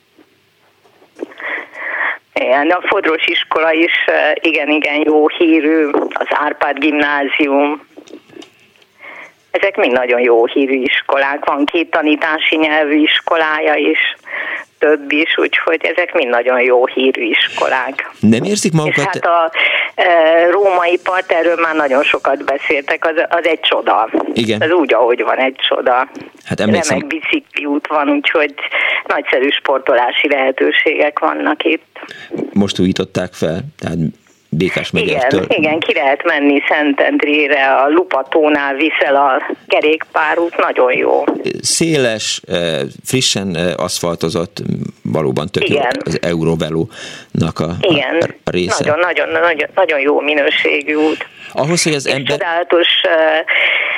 Igen, a Fodros iskola is igen jó hírű, az Árpád gimnázium. Ezek mind nagyon jó hírű iskolák. Van 2 tanítási nyelvű iskolája is, több is, úgyhogy ezek mind nagyon jó hírű iskolák. Nem érzik magukat? És hát a római part, erről már nagyon sokat beszéltek, az egy csoda. Igen. Az úgy, ahogy van, egy csoda. Hát emlékszem. Remek bicikliút van, úgyhogy nagyszerű sportolási lehetőségek vannak itt. Most újították fel, tehát Békásmegyertől. Igen, ki lehet menni Szentendrére, a Lupatónál viszel a kerékpárút, nagyon jó. Széles, frissen aszfaltozott, valóban tök jó az Eurovelo-nak a része. Nagyon jó minőségű út. Ahhoz, hogy az ember... Csodálatos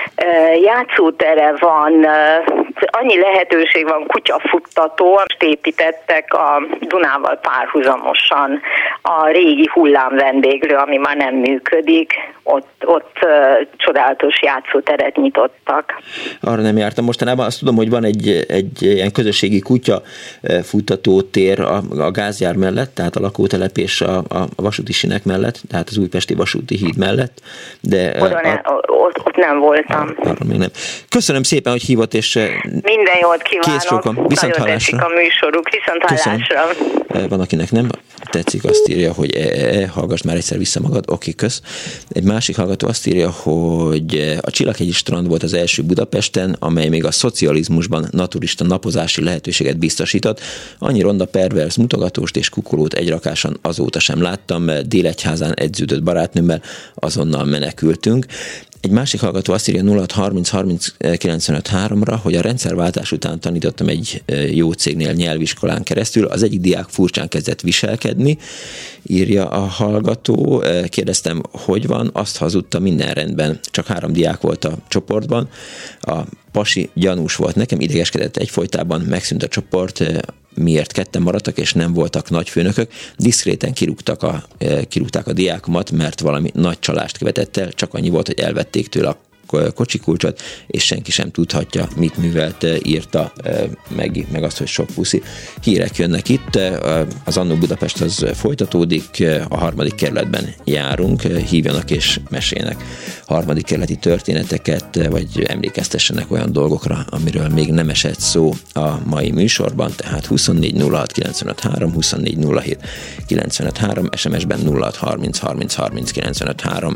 játszótere van, annyi lehetőség van, kutyafuttató, most építettek a Dunával párhuzamosan a régi hullámvendéglő, ami már nem működik, ott csodálatos játszóteret nyitottak. Arra nem jártam mostanában, azt tudom, hogy van egy ilyen közösségi kutya futtató tér a gázjár mellett, tehát a lakótelep és a vasúti sinek mellett, tehát az újpesti vasúti híd mellett. De ott nem voltam. Arra még nem. Köszönöm szépen, hogy hívott, és minden jót kívánok. Nagyon tetszik a műsoruk. Viszont hallásra. Van, akinek nem tetszik, azt írja, hogy hallgass már egyszer vissza magad. Oké, kösz. Egy másik hallgató azt írja, hogy a Csillaghegyi strand volt az első Budapesten, amely még a szocializmusban naturista napozási lehetőséget biztosított. Annyi ronda, pervers mutogatóst és kukolót egy rakáson azóta sem láttam. Délegyházán edződött barátnőmmel azonnal menekültünk. Egy másik hallgató azt írja 06303953-ra, hogy a rendszerváltás után tanítottam egy jó cégnél nyelviskolán keresztül. Az egyik diák furcsán kezdett viselkedni, írja a hallgató. Kérdeztem, hogy van, azt hazudta, minden rendben. Csak 3 diák volt a csoportban. A pasi gyanús volt nekem, idegeskedett egyfolytában, megszűnt a csoport, miért ketten maradtak, és nem voltak nagyfőnökök. Diszkréten kirúgták a diákomat, mert valami nagy csalást követett el, csak annyi volt, hogy elvették tőle a kocsikulcsot, és senki sem tudhatja, mit művelt, írta meg azt, hogy sok puszi. Hírek jönnek itt, az Annó Budapest az folytatódik, a 3. kerületben járunk, hívjanak és mesélnek 3. kerületi történeteket, vagy emlékeztessenek olyan dolgokra, amiről még nem esett szó a mai műsorban, tehát 24 06 95 3, 24 07 95 3, SMS-ben 06 30 30 30 95 3,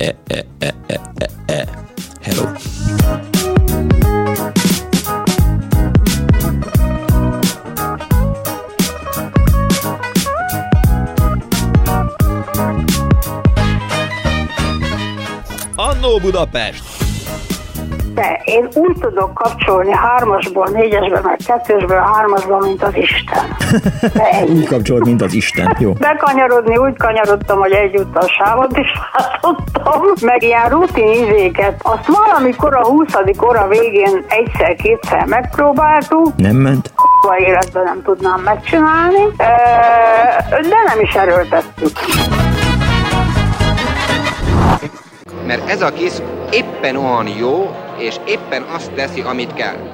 Hello. Annó Budapest! De én úgy tudok kapcsolni 3-asból, 4-esbe, meg 2-esből 3-asba, mint az Isten. Úgy kapcsolod, mint az Isten, jó. Bekanyarodni úgy kanyarodtam, hogy egyúttal sávot is látottam, meg ilyen rutin izéket. Azt valamikor a 20. óra végén egyszer-kétszer megpróbáltuk. Nem ment? Életben nem tudnám megcsinálni, de nem is erőltettük. Mert ez a kis éppen olyan jó, és éppen azt teszi, amit kell.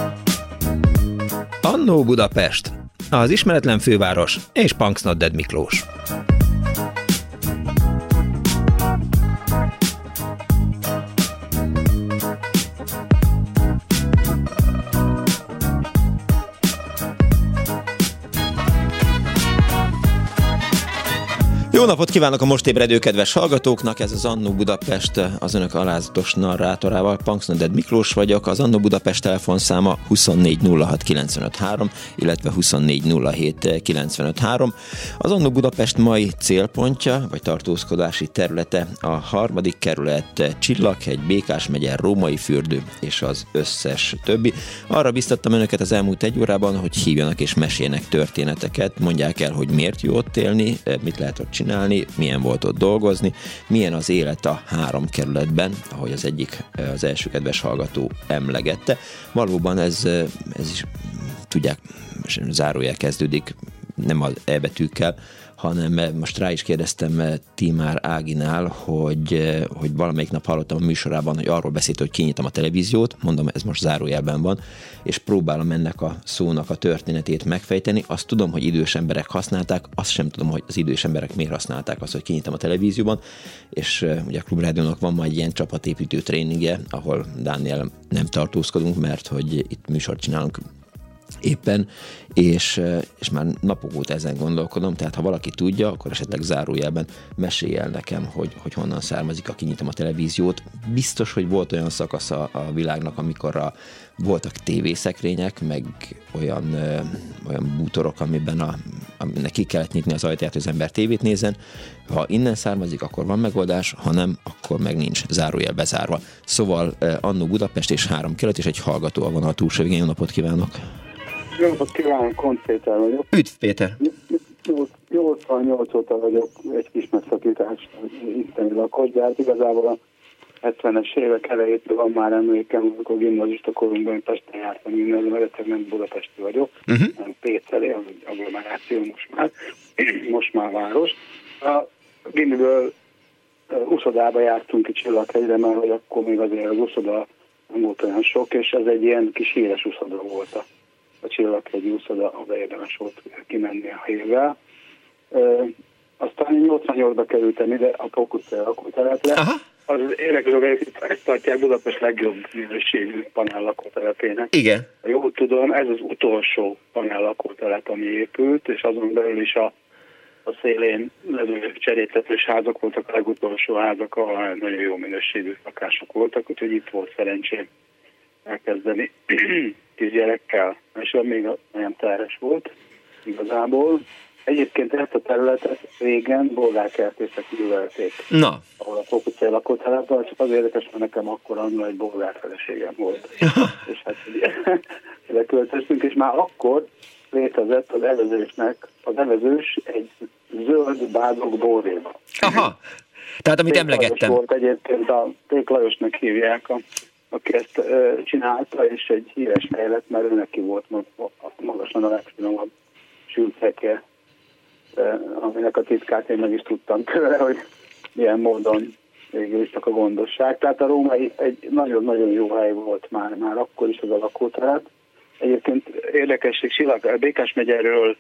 Annó Budapest, az ismeretlen főváros és Punksnodded Miklós. Jó napot kívánok a most ébredő kedves hallgatóknak, ez az Annó Budapest az önök alázatos narrátorával, Punksnodded Miklós vagyok, az Annó Budapest telefonszáma 24 06 95 3, illetve 24 07 95 3. Az Annó Budapest mai célpontja, vagy tartózkodási területe a 3. kerület, Csillaghegy, Békás megye, Római fürdő és az összes többi. Arra biztattam önöket az elmúlt 1 órában, hogy hívjanak és meséljenek történeteket, mondják el, hogy miért jó ott élni, mit lehet ott csinálni, milyen volt ott dolgozni, milyen az élet a 3 kerületben, ahogy az első kedves hallgató emlegette. Valóban ez is, tudják, zárójel kezdődik, nem az E betűkkel, hanem most rá is kérdeztem Tímár Áginál, hogy valamelyik nap hallottam a műsorában, hogy arról beszélt, hogy kinyitom a televíziót, mondom, ez most zárójelben van, és próbálom ennek a szónak a történetét megfejteni. Azt tudom, hogy idős emberek használták, azt sem tudom, hogy az idős emberek miért használták azt, hogy kinyitom a televízióban, és ugye a Klubrádiónak van majd ilyen csapatépítő tréningje, ahol Dániel nem tartózkodunk, mert hogy itt műsort csinálunk éppen, és már napok óta ezen gondolkodom, tehát ha valaki tudja, akkor esetleg zárójelben mesélj el nekem, hogy honnan származik a kinyitom a televíziót. Biztos, hogy volt olyan szakasz a világnak, amikor voltak tévészekrények, meg olyan bútorok, aminek ki kellett nyitni az ajtaját, hogy az ember tévét nézzen. Ha innen származik, akkor van megoldás, ha nem, akkor meg nincs, zárójel bezárva. Szóval Annó Budapest és 3 kerület, és egy hallgató a vonal túlsó végén. Jó napot kívánok! Jó napot kívánok, Koncz Péter vagyok. Üdv, Péter! 88 óta vagyok egy kis megszakítást isteni lakott, de hát igazából 70-es évek elejétől van már emlékem, amikor gimnazista korunkban Pesten jártam, mert nem budapesti vagyok, hanem Péceli, az agglomeráció most már város. A gimniből uszodába jártunk ki Csillaghegyre, mert hogy akkor még azért az uszoda nem volt olyan sok, és ez egy ilyen kis híres uszoda volt a Csillaghegyi uszoda, oda érdemes volt kimenni a hévvel. Aztán 88-ba kerültem ide a Pók utcai lakótelepre. Az érdekes, hogy ezt tartják Budapest legjobb minőségű panel lakótelepének. Igen. Jól tudom, ez az utolsó panel lakótelep, ami épült, és azon belül is a szélén levő cseréltetős házak voltak a legutolsó házak, ahol nagyon jó minőségű lakások voltak, úgyhogy itt volt szerencsém elkezdeni kisgyerekkel, és még nagyon teres volt igazából. Egyébként ezt a területet régen bolgárkertészek művelték. Na. Ahol a Pók utcai lakótelepben, csak az érdekes, mert nekem akkor annól egy bolgár feleségem volt. És hát ide költöztünk, és már akkor létezett az evezős egy zöld bádog bóréba. Aha, tehát amit emlegettem. Volt egyébként, a Pék Lajosnak hívják, aki ezt csinálta, és egy híres fejlett, mert ő neki volt magasan a legfinomabb sülthekje, aminek a titkát én meg is tudtam tőle, hogy milyen módon végül is csak a gondosság. Tehát a római egy nagyon-nagyon jó hely volt már akkor is az a lakótelep. Egyébként érdekesség, Békás megyerről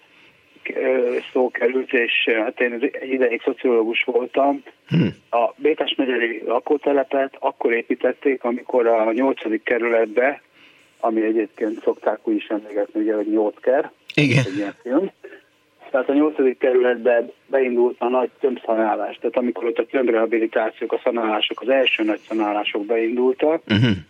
szó került, és hát én egy ideig szociológus voltam. A Békás megyeri lakótelepet akkor építették, amikor a 8. kerületbe, ami egyébként szokták úgy is emlégetni, ugye, hogy 8-ker. Igen. Egy ilyen film. Tehát a 8. kerületben beindult a nagy tömbszanálás. Tehát amikor ott a tömbrehabilitációk, a szanálások, az első nagy szanálások beindultak,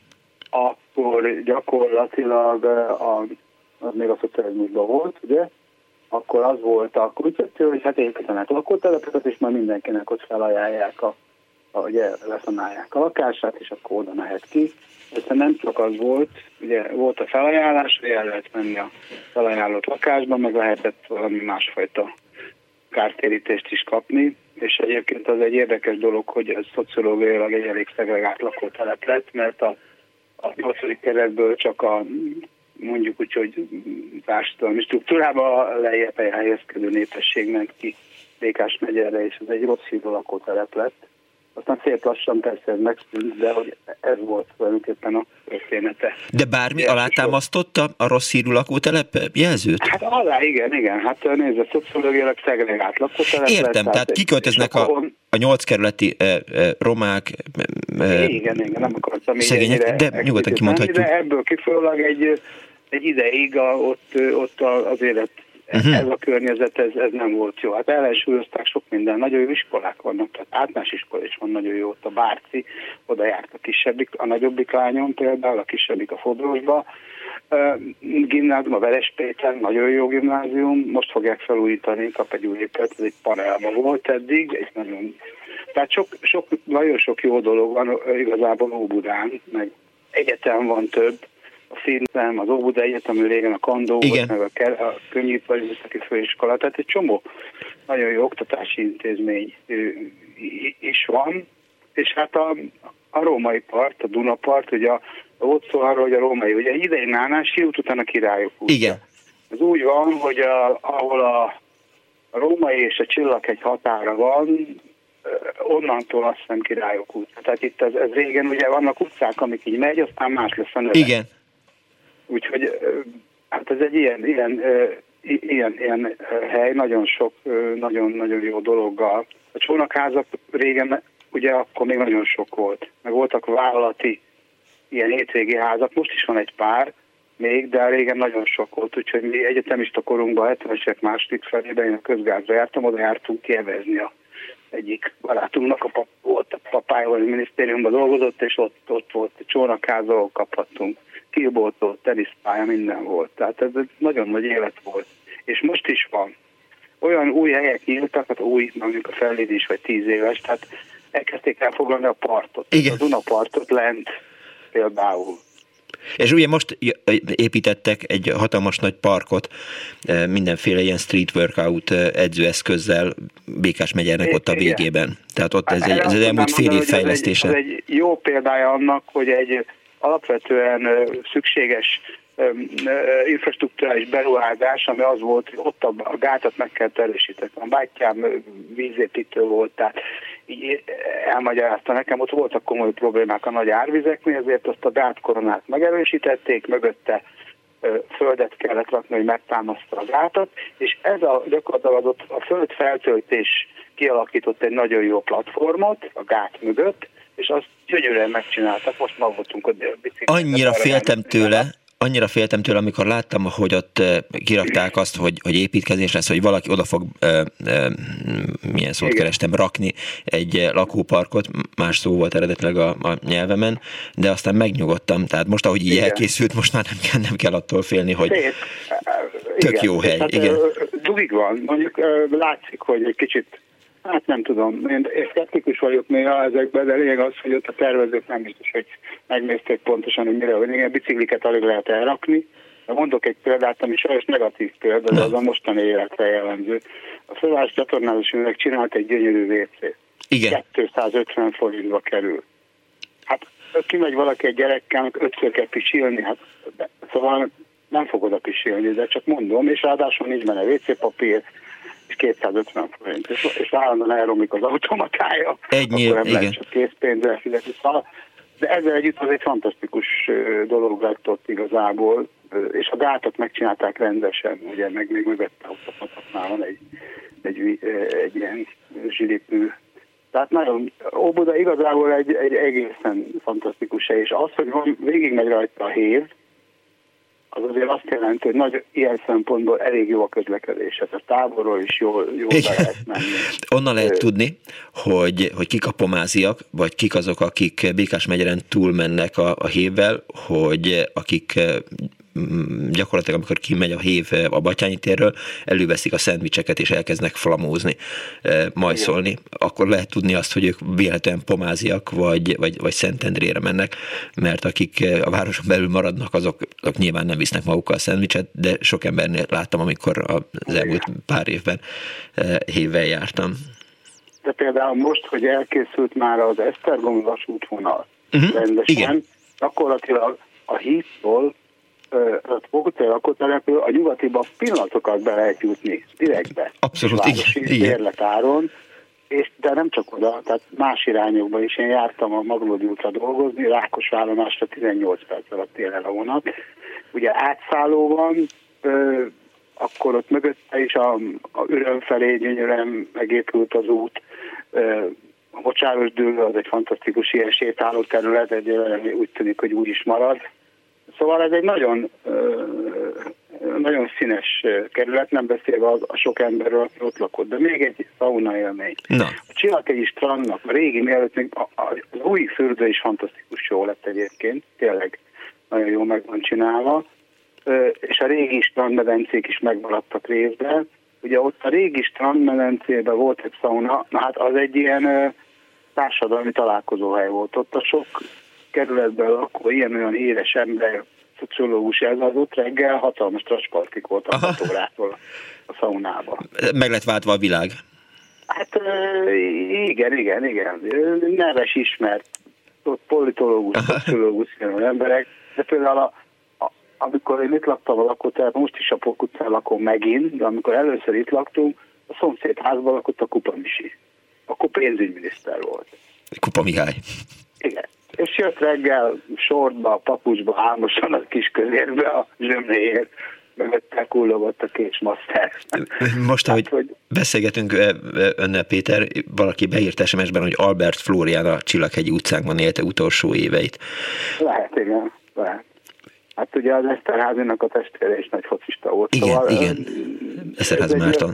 akkor gyakorlatilag az még a szocializmusban volt, ugye? Akkor az volt a koncepció, hogy hát építenek lakótelepeket, és már mindenkinek ott felajánlják, ugye leszanálják a lakását, és akkor oda mehet ki. Aztán nem csak az volt, ugye volt a felajánlás, hogy el lehet menni a felajánlott lakásba, meg lehetett valami másfajta kártérítést is kapni, és egyébként az egy érdekes dolog, hogy ez szociológiailag egy elég szegregált lakótelep lett, mert a 8. kerületből csak a mondjuk úgy, hogy társadalmi struktúrában lejjebb helyezkedő népesség ment ki Békás megyerre, és ez egy rossz hívó lakótelep lett. Aztán szép lassan persze ez megszűnt, de hogy ez volt tulajdonképpen a története. De bármi alátámasztotta a rossz hírű lakótelep jelzőt? Hát alá, igen. Hát nézd, a szociológiailag szegregált lakótelep. Értem, tehát kiköltöznek a 8 kerületi romák, igen, nem akartam szegények, de nyugodtan kimondhatjuk. De ebből kifolyólag egy ideig ott az élet, ez a környezet, ez nem volt jó. Hát ellensúlyozták sok minden, nagyon jó iskolák vannak, tehát általános iskola is van nagyon jó, ott a Bárci, oda járt a kisebbik, a nagyobbik lányom például, a kisebbik a Fodrosba, gimnázium, a Veres Péter, nagyon jó gimnázium, most fogják felújítani, kap egy új épület, ez egy panelba volt eddig, egy nagyon... Tehát nagyon sok jó dolog van igazából Óbudán, meg egyetem van több, a Filmem, az Óbuda Egyetem, régen a Kandó volt, meg a Könnyűipari Műszaki Főiskola, tehát egy csomó nagyon jó oktatási intézmény is van, és hát a római part, a Dunapart, ugye volt szó arról, hogy a római, ugye idei Nánás út, utána Királyok út. Igen. Ez úgy van, hogy ahol a római és a Csillaghegy határa van, onnantól azt hiszem Királyok út. Tehát itt ez régen ugye vannak utcák, amik így megy, aztán más lesz a neve. Igen. Úgyhogy hát ez egy ilyen hely, nagyon sok, nagyon jó dologgal. A csónakházak régen ugye akkor még nagyon sok volt. Meg voltak vállalati ilyen hétvégi házak, most is van egy pár még, de régen nagyon sok volt, úgyhogy mi egyetemista korunkban, 70-esek második felében én a közgázra jártam, oda jártunk kievezni egyik barátunknak, volt a papája, hogy a minisztériumban dolgozott, és ott volt egy csónakház, ahol kaphattunk kilboltó, teniszpálya, minden volt. Tehát ez nagyon nagy élet volt. És most is van. Olyan új helyek nyíltak, hát új, mondjuk a Fellédés vagy 10 éves, tehát elkezdték elfoglalni a partot. Igen. A Dunapartot lent például. És ugye most építettek egy hatalmas nagy parkot, mindenféle ilyen street workout edzőeszközzel Békás megyernek ott a végében. Tehát ott ez az elmúlt fél év fejlesztése. Ez egy jó példája annak, hogy egy alapvetően szükséges infrastrukturális beruházás, ami az volt, hogy ott a gátat meg kell erősíteni. A bátyám vízépítő volt, tehát így elmagyarázta nekem, ott voltak komoly problémák a nagy árvizeknél, ezért azt a gátkoronát megerősítették, mögötte földet kellett rakni, hogy megtámaszta a gátat, és ez gyakorlatilag a föld feltöltés kialakított egy nagyon jó platformot a gát mögött, és azt gyönyörűen megcsináltak, most ma voltunk a biciklet. Annyira féltem tőle, amikor láttam, hogy ott kirakták azt, hogy építkezés lesz, hogy valaki oda fog, milyen szót kerestem, rakni egy lakóparkot, más szó volt eredetileg a nyelvemen, de aztán megnyugodtam, tehát most, ahogy így elkészült, most már nem kell attól félni, hogy tök jó hely. Hát, igen. Dugig van, mondjuk látszik, hogy egy kicsit, hát nem tudom, én szkeptikus vagyok néha ezekben, de lényeg az, hogy ott a tervezők nem biztos, hogy megnézték pontosan, hogy mire, hogy igen, bicikliket alig lehet elrakni. De mondok egy példát, ami sajnos negatív példa, de az a mostani életre jellemző. A Főváros Csatornázós Ünnepnek csinált egy gyönyörű WC. Igen. 250 forintba kerül. Hát kimegy valaki egy gyerekkel, 5-ször kell pisilni, hát szóval nem fog oda pisilni, de csak mondom, és ráadásul nincs benne WC-papír, és 250 forint, és állandóan elromlik az automatája, akkor nem lehet csak készpénzzel fizetni. De ezzel együtt az egy fantasztikus dolog lett ott igazából, és a gátat megcsinálták rendesen, ugye, meg még mögötte automatoknál van egy ilyen zsilipű. Tehát nagyon, Óbuda igazából egy egészen fantasztikus hely, és az, hogy végigmegy rajta a hév, az azért azt jelenti, hogy ilyen szempontból elég jó a közlekedés. Tehát távolról is jól be lehet menni. Onnan lehet tudni, hogy kik a pomáziak, vagy kik azok, akik Békás megyeren túlmennek a hévvel, hogy akik gyakorlatilag, amikor kimegy a hév a Batthyány térről, előveszik a szendvicseket és elkezdenek flamózni, majszolni. Akkor lehet tudni azt, hogy ők véletlenül pomáziak, vagy Szentendrére mennek, mert akik a városon belül maradnak, azok nyilván nem visznek magukkal a szendvicset, de sok embernél láttam, amikor az elmúlt pár évben hévvel jártam. De például most, hogy elkészült már az Esztergomi vasútvonal rendesen, gyakorlatilag a hídtól a Bogotai lakótelepül a nyugatiba pillanatokat be lehet jutni direktbe. Abszolút, igen. Bérletáron, de nem csak oda, tehát más irányokban is. Én jártam a Maglódi útra dolgozni, Rákosváromásra 18 perc alatt ér el a vonat. Ugye átszálló van, akkor ott mögötte is a Üröm felé gyönyörűen megépült az út, a Mocsáros dűlő az egy fantasztikus ilyen sétáló terület, úgy tűnik, hogy úgy is marad. Szóval ez egy nagyon, nagyon színes kerület, nem beszélve a sok emberről, aki ott lakott, de még egy szauna élmény. Na. A Csillaghegy strandnak, a régi, mielőtt még az új fürdő is fantasztikus jó lett egyébként, tényleg nagyon jól meg van csinálva, és a régi strandmedencék is megmaradtak részben. Ugye ott a régi strandmedencében volt egy szauna, na hát az egy ilyen társadalmi találkozóhely volt. Ott a sok kerületben lakó ilyen-olyan híres ember, szociológus jelzadott, reggel hatalmas tracspartik volt a 6 órától a szaunában. Meg lett váltva a világ. Hát igen. Neves ismert, ott politológus, szociológus emberek, de például amikor én itt laktam a lakótelepben, most is a Pók utcán lakom megint, de amikor először itt laktunk, a szomszédházban lakott a Kupa Misi. Akkor pénzügyminiszter volt. Kupa Mihály. Igen. És jött reggel sortba, papucsba, álmosan a kis közérbe a zsömléért, mögötte kullogott a Kécsmaster. Most, ahogy beszélgetünk önnel, Péter, valaki beírt SMS-ben, hogy Albert Flórián a Csillaghegyi utcánkban élte utolsó éveit. Lehet, igen. Lehet. Hát ugye az Eszterházinak a testvére is nagy focista volt. Igen, szóval, igen. Eszterházi Márton.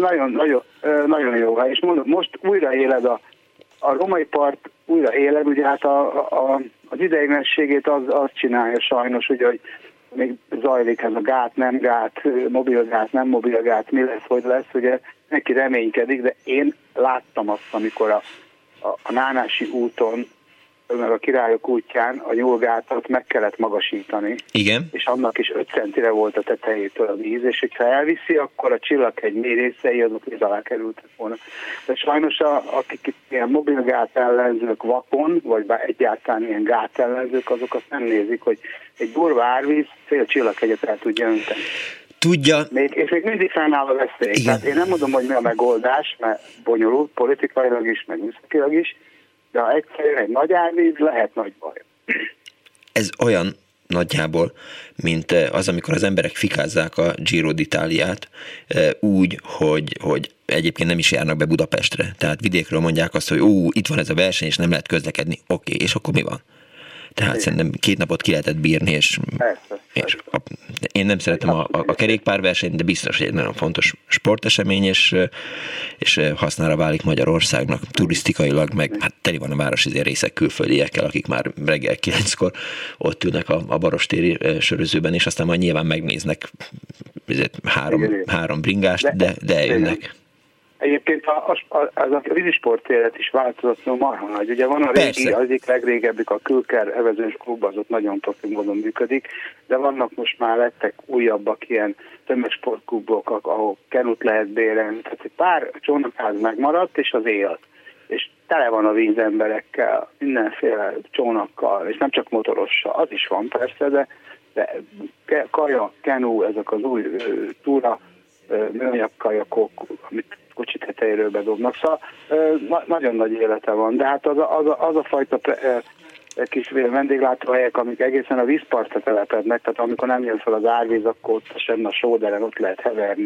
Nagyon jó. És mondom, most újra éled a romai part, újra éled, ugye hát az ideiglenességét az csinálja sajnos, ugye, hogy még zajlik ez a gát, nem gát, mobilgát, nem mobilgát, mi lesz, hogy lesz, ugye neki reménykedik, de én láttam azt, amikor a Nánási úton meg a Királyok útján a nyúlgátat meg kellett magasítani. Igen. És annak is 5 centire volt a tetejétől a víz, és hogyha elviszi, akkor a Csillaghegy mély részei azok víz alá kerültek volna. De sajnos akik itt ilyen mobil gátellenzők vakon, vagy egyáltalán ilyen gátellenzők, azok azt nem nézik, hogy egy durva árvíz fél Csillaghegyet el tudja önteni. Tudja. És még mindig fennáll a veszély. Tehát én nem mondom, hogy mi a megoldás, mert bonyolult, politikailag is, meg műszakilag is, de ha egyszerűen egy nagy árvíz, lehet nagy baj. Ez olyan nagyjából, mint az, amikor az emberek fikázzák a Giro d'Italiát úgy, hogy egyébként nem is járnak be Budapestre. Tehát vidékről mondják azt, hogy itt van ez a verseny, és nem lehet közlekedni. Oké, és akkor mi van? Tehát szerintem 2 napot ki lehetett bírni, és én nem szeretem a kerékpárversenyt, de biztos, hogy egy nagyon fontos sportesemény, és hasznára válik Magyarországnak turisztikailag, meg hát teli van a város részek külföldiekkel, akik már reggel 9-kor ott ülnek a barostéri sörözőben, és aztán majd nyilván megnéznek három bringást, de eljönnek. Egyébként az a vízisport élet is változott marha nagy. Ugye van a régi, az egyik legrégebbik, a Külker evezős klub, az ott nagyon profi módon működik, de vannak most már lettek újabbak ilyen tömegsportklubok, ahol kenut lehet bérelni. Tehát egy pár csónakház megmaradt, és az él. És tele van a vízemberekkel, mindenféle csónakkal, és nem csak motorossal. Az is van persze, de kajak, kenu, ezek az új túra, műanyag kajakok, amit kocsi tetejéről bedobnak. Szóval nagyon nagy élete van, de hát az a fajta kis vendéglátóhelyek, amik egészen a vízpartra telepednek, tehát amikor nem jön fel az árvíz, akkor ott sem a sóderen ott lehet heverni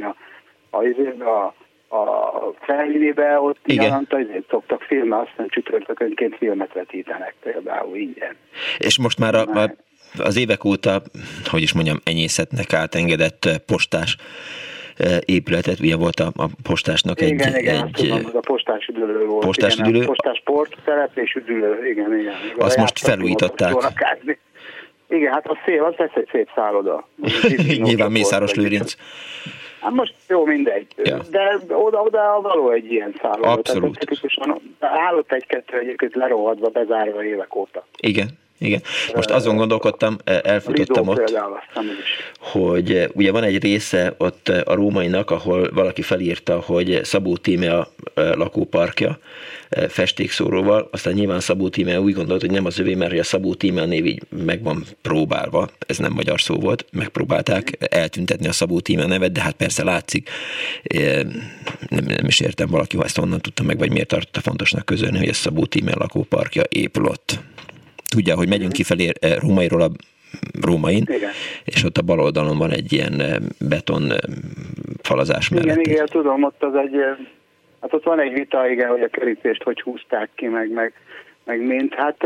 a felhívébe, ott nyaranta, ezért szoktak filmet, aztán csütörtökönként filmet vetítenek például ingyen. És most már az évek óta, hogy is mondjam, enyészetnek átengedett postás épületet, ugye volt a postásnak igen, tudom, a postás üdülő volt. Postás sporttelep és üdülő, igen. Azt most felújították. Igen, hát az lesz egy szép szálloda. Nyilván Mészáros Lőrinc. Hát most jó, mindegy. Ja. De oda való egy ilyen szálloda. Abszolút. Állott egy-kettő egyébként lerohadva, bezárva évek óta. Igen. Most azon gondolkodtam, elfutottam ott, hogy ugye van egy része ott a Rómainak, ahol valaki felírta, hogy Szabó Tímea lakóparkja festékszóróval, aztán nyilván Szabó Tímea úgy gondolt, hogy nem az övé, mert a Szabó Tímea név így meg van próbálva, ez nem magyar szó volt, megpróbálták eltüntetni a Szabó Tímea nevet, de hát persze látszik, nem is értem valaki, ha ezt onnan tudta meg, vagy miért tartotta fontosnak közölni, hogy a Szabó Tímea lakóparkja épül ott. Tudja, hogy megyünk kifelé Rómairól a Rómain, igen. És ott a bal oldalon van egy ilyen beton falazás mellett. Igen, tudom, ott az hát ott van egy vita, igen, hogy a kerítést hogy húzták ki, meg mint. Hát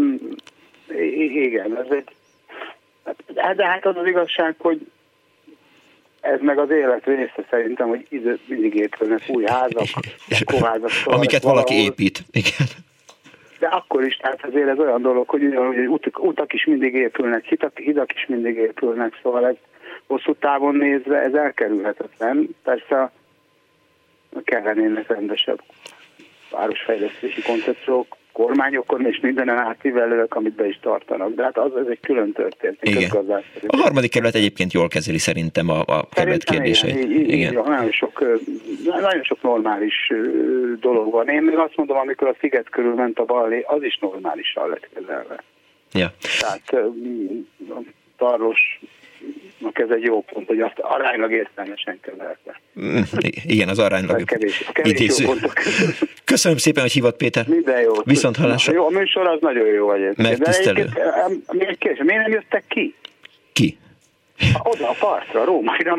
igen, ez de hát az igazság, hogy ez meg az élet része szerintem, hogy mindig épülnek új házak, kórházak. Amiket valaki épít, igen. De akkor is, tehát azért ez olyan dolog, hogy utak is mindig épülnek, hidak is mindig épülnek, szóval ez hosszú távon nézve ez elkerülhetetlen. Persze kellenének rendesebb városfejlesztési koncepciók, kormányokon és mindenen átívelőek, amit be is tartanak. De hát ez egy külön történet. Igen. A harmadik kerület egyébként jól kezeli szerintem a kerület kérdéseit. Igen. Nagyon sok normális dolog van. Én még azt mondom, amikor a sziget körül ment a Ballé, az is normálisan lett kezelve. Ja. Tehát Tarlós ez egy jó pont, hogy azt aránylag értelmesen kezelte. Igen, az aránylag kevés jó pontok. Köszönöm szépen, hogy hívott, Péter. Minden jó. Viszont hallásra. Jó, a műsor az nagyon jó egyébként. Megtisztelő. Még egy kérdés, miért nem jöttek ki? Ki? Oda a partra, Rómaira.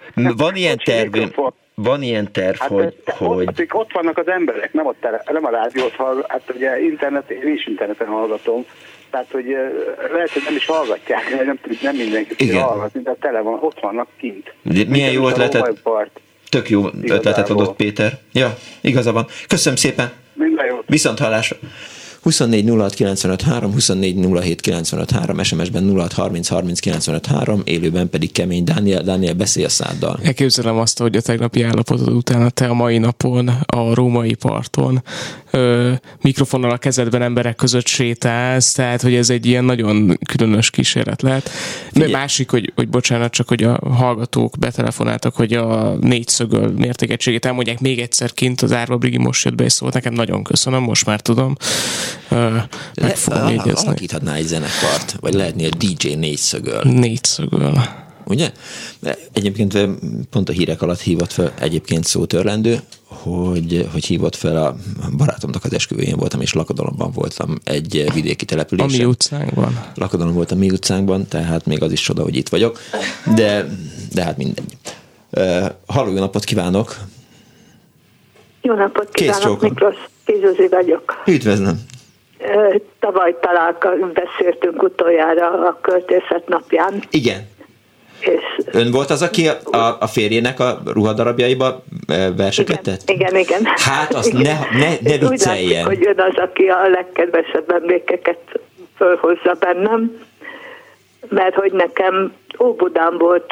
Van ilyen terv, hogy... Ott vannak az emberek, nem a rádiót hallgat, hát ugye én is interneten hallgatom, tehát, hogy lehet, hogy nem is hallgatják, nem mindenki hallgatni, de tele van, ott vannak kint. De milyen jó ötletet, tök jó ötletet adott Péter. Ja, igaza van. Köszönöm szépen. Minden jó. Viszont hallásra. 24 06 95 3, 24 07 95 3, SMS-ben 06 30 30 95 3, élőben pedig Kemény Dániel. Dániel, beszélj a száddal. Elképzelem azt, hogy a tegnapi állapotod után te a mai napon a római parton mikrofonnal a kezedben emberek között sétálsz, tehát hogy ez egy ilyen nagyon különös kísérlet lehet. De másik, hogy bocsánat, csak hogy a hallgatók betelefonáltak, hogy a négyszögöl mértékegységét elmondják még egyszer kint, az Árva Brigi most jött be és szólt nekem, nagyon köszönöm, most már tudom. Meg fogom jegyezni. Alakíthatná egy zenekart, vagy lehetnél DJ négyszögöl. Négyszögöl. Ugye? Egyébként pont a hírek alatt hívott fel egyébként szótörlendő, hogy hívott fel a barátomnak az esküvőjén voltam, és Lakodalomban voltam egy vidéki településen. A mi utcánkban. Lakodalom volt a mi utcánkban, tehát még az is csoda, hogy itt vagyok. De hát mindegy. Halló, jó napot kívánok! Jó napot kívánok, Miklós Kézőzi vagyok. Üdvözlöm! Tavaly beszéltünk utoljára a költészet napján. Igen. És ön volt az, aki a férjének a ruhadarabjaiba verseket tett? Igen. Hát azt ne vicceljen. Úgy látszik, hogy ön az, aki a legkedvesebb emlékeket fölhozza bennem, mert hogy nekem Óbudán volt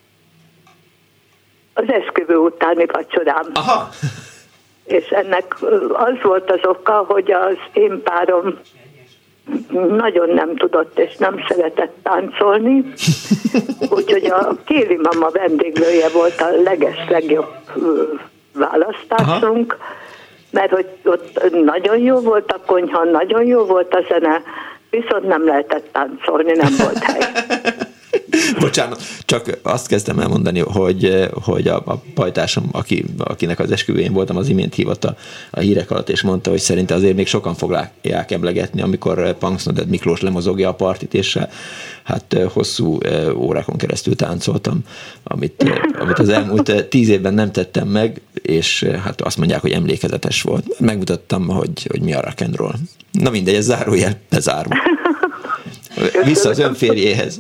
az esküvő utáni vacsorám. Aha. És ennek az volt az oka, hogy az én párom nagyon nem tudott és nem szeretett táncolni, úgyhogy a Kéli Mama vendéglője volt a legjobb választásunk, mert hogy ott nagyon jó volt a konyha, nagyon jó volt a zene, viszont nem lehetett táncolni, nem volt hely. Bocsánat, csak azt kezdtem elmondani, hogy a pajtásom, akinek az esküvőjén voltam, az imént hívott a hírek alatt, és mondta, hogy szerinte azért még sokan fogják emlegetni, amikor Punksnoded Miklós lemozogja a partit, és hát hosszú órákon keresztül táncoltam, amit az elmúlt 10 évben nem tettem meg, és hát azt mondják, hogy emlékezetes volt. Megmutattam, hogy mi a rock and roll. Na mindegy, ez zárójel bezárva. Vissza az ön férjéhez.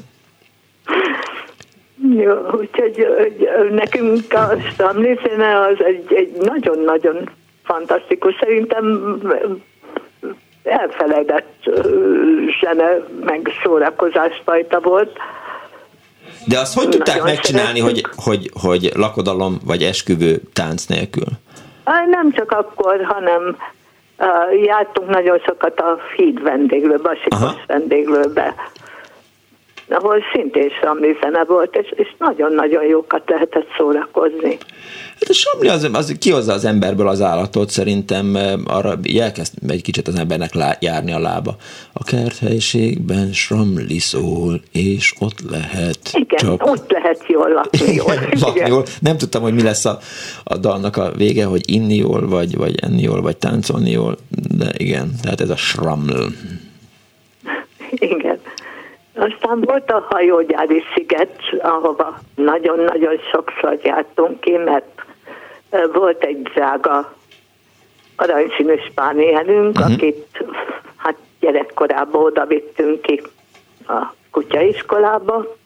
Jó, úgyhogy nekünk a Stramlészene az egy nagyon-nagyon fantasztikus, szerintem elfeledett zene meg szórakozásfajta volt. De azt hogy tudták megcsinálni, hogy lakodalom vagy esküvő tánc nélkül? Nem csak akkor, hanem jártunk nagyon sokat a híd vendéglőbe, a Sikas vendéglőbe, ahol szintén Samli zene volt, és nagyon-nagyon jókat lehetett szórakozni. Hát a Samli az kihozza az emberből az állatot, szerintem arra elkezd egy kicsit az embernek járni a lába. A kerthelyiségben Samli szól, és ott lehet. Igen, csak... ott lehet jól lakni jól. Jól. Nem tudtam, hogy mi lesz a dalnak a vége, hogy inni jól, vagy enni jól, vagy táncolni jól, de igen, tehát ez a Schraml. Igen. Aztán volt a hajógyári sziget, ahova nagyon-nagyon sokszor jártunk ki, mert volt egy drága aranyszínű spánielünk, akit hát gyerekkorában oda vittünk ki a kutyaiskolába.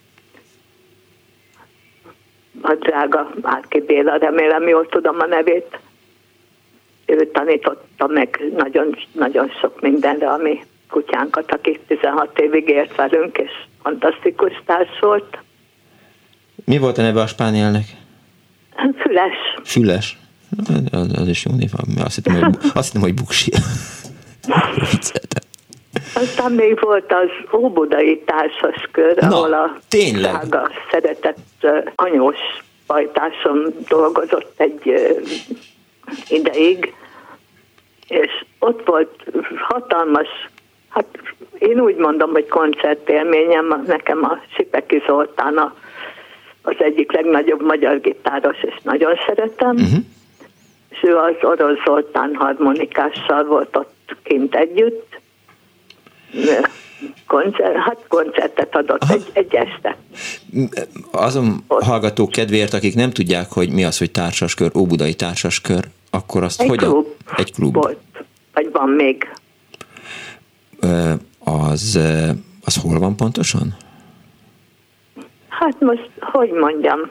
A drága Márki Béla, remélem jól tudom a nevét. Ő tanította meg nagyon, nagyon sok mindenre, ami kutyánkat, aki 16 évig élt velünk, és fantasztikus társ volt. Mi volt a neve a spánielnek? Füles. Füles? Az is jó név. Azt hittem, hogy Buksi. Aztán még volt az óbudai társaskör, ahol a drága szeretett anyós pajtásom dolgozott egy ideig, és ott volt hatalmas, hát én úgy mondom, hogy koncertélményem, nekem a Sipeki Zoltán az egyik legnagyobb magyar gitáros, és nagyon szeretem, és ő az Orosz Zoltán harmonikással volt ott kint együtt, koncertet adott egy este. Azon hallgatók kedvéért, akik nem tudják, hogy mi az, hogy társaskör, óbudai társaskör, akkor azt hogyan? Egy klub volt, vagy van még. Az hol van pontosan? Hát most, hogy mondjam?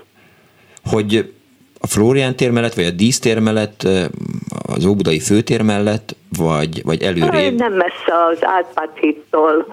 Hogy a Flórián tér mellett, vagy a Dísztér mellett, az Óbudai főtér mellett, vagy előrébb? Nem messze az Árpád hídtól.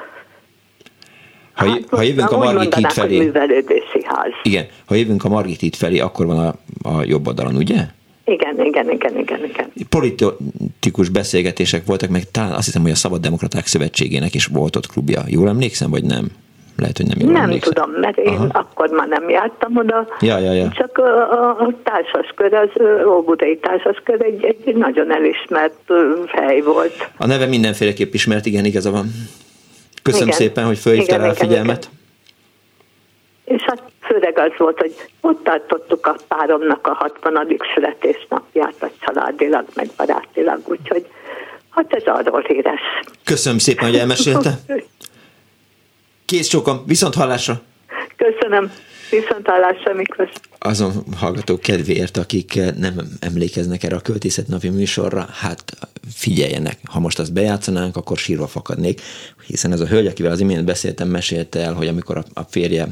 Ha jövünk a Margit híd felé. Művelődési ház. Igen, ha jövünk a Margit híd felé, akkor van a jobb oldalon, ugye? Igen. Politikus beszélgetések voltak, meg talán azt hiszem, hogy a Szabaddemokraták Szövetségének is volt ott klubja. Jól emlékszem, vagy nem? Lehet, hogy nem jól emlékszem. Nem tudom, mert én akkor már nem jártam oda. Ja. Csak a társaskör, az óbudai társaskör egy nagyon elismert hely volt. A neve mindenféleképp ismert, igen, igaza van. Köszönöm szépen, hogy fölhívtál rá a figyelmet. És hát főleg az volt, hogy ott tartottuk a páromnak a 60. születésnapját, a családilag, meg barátilag, úgyhogy hát ez arról híres. Köszönöm szépen, hogy elmesélte. Kész csókom, viszont hallásra. Köszönöm, viszont hallásra, Miklós. Azon hallgatók kedvéért, akik nem emlékeznek erre a költészetnapi műsorra, hát figyeljenek, ha most azt bejátszanánk, akkor sírva fakadnék, hiszen ez a hölgy, akivel az imént beszéltem, mesélte el, hogy amikor a férje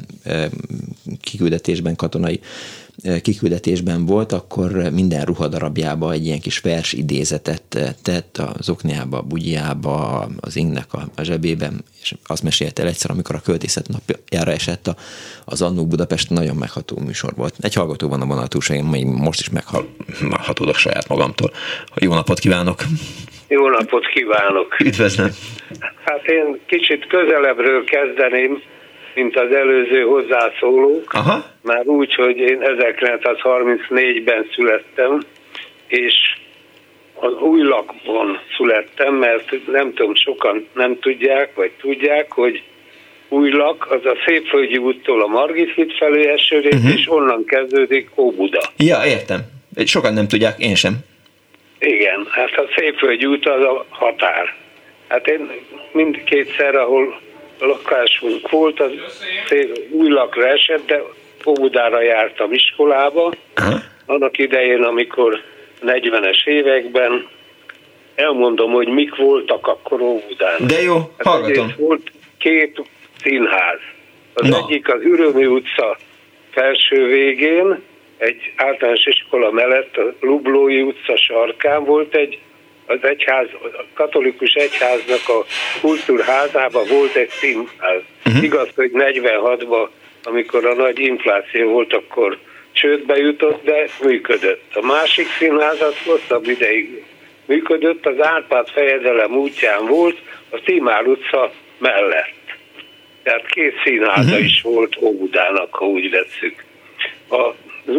katonai kiküldetésben volt, akkor minden ruhadarabjába egy ilyen kis vers idézetet tett, az okniába, a bugyjába, az ingnek a zsebében, és azt mesélte el egyszer, amikor a költészet napjára esett az Annó Budapest, nagyon megható műsor volt. Egy hallgató van a vonal túlsó, még most is meghatódok saját magamtól. Jó napot kívánok! Jó napot kívánok! Üdvözlöm! Hát én kicsit közelebbről kezdeném, mint az előző hozzászólók. Aha. Már úgy, hogy én 1934-ben születtem, és az Újlakban születtem, mert nem tudom, sokan nem tudják, vagy tudják, hogy Újlak az a Szépföldi úttól a Margit híd felé eső rész, és onnan kezdődik Óbuda. Ja, értem. Sokan nem tudják, én sem. Igen, hát a Szépföldi út az a határ. Hát én mindkétszer, ahol lakásunk volt, az Újlakra esett, de Óbudára jártam iskolába. Aha. Annak idején, amikor 40-es években, elmondom, hogy mik voltak akkor Óbudán. De jó, hallgatom. Hát volt 2 színház. Az egyik az Ürömi utca felső végén, egy általános iskola mellett, a Lublói utca sarkán volt az egyház, a katolikus egyháznak a kultúrházában volt egy színház. Igaz, hogy 46-ban, amikor a nagy infláció volt, akkor csődbe jutott, de működött. A másik színház az hosszabb ideig működött, az Árpád fejedelem útján volt, a Tímár utca mellett. Tehát 2 színháza is volt Óbudának, ha úgy vesszük. Az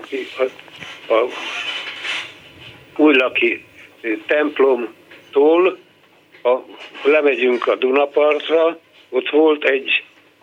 újlaki templomtól lemegyünk a Dunapartra, ott volt egy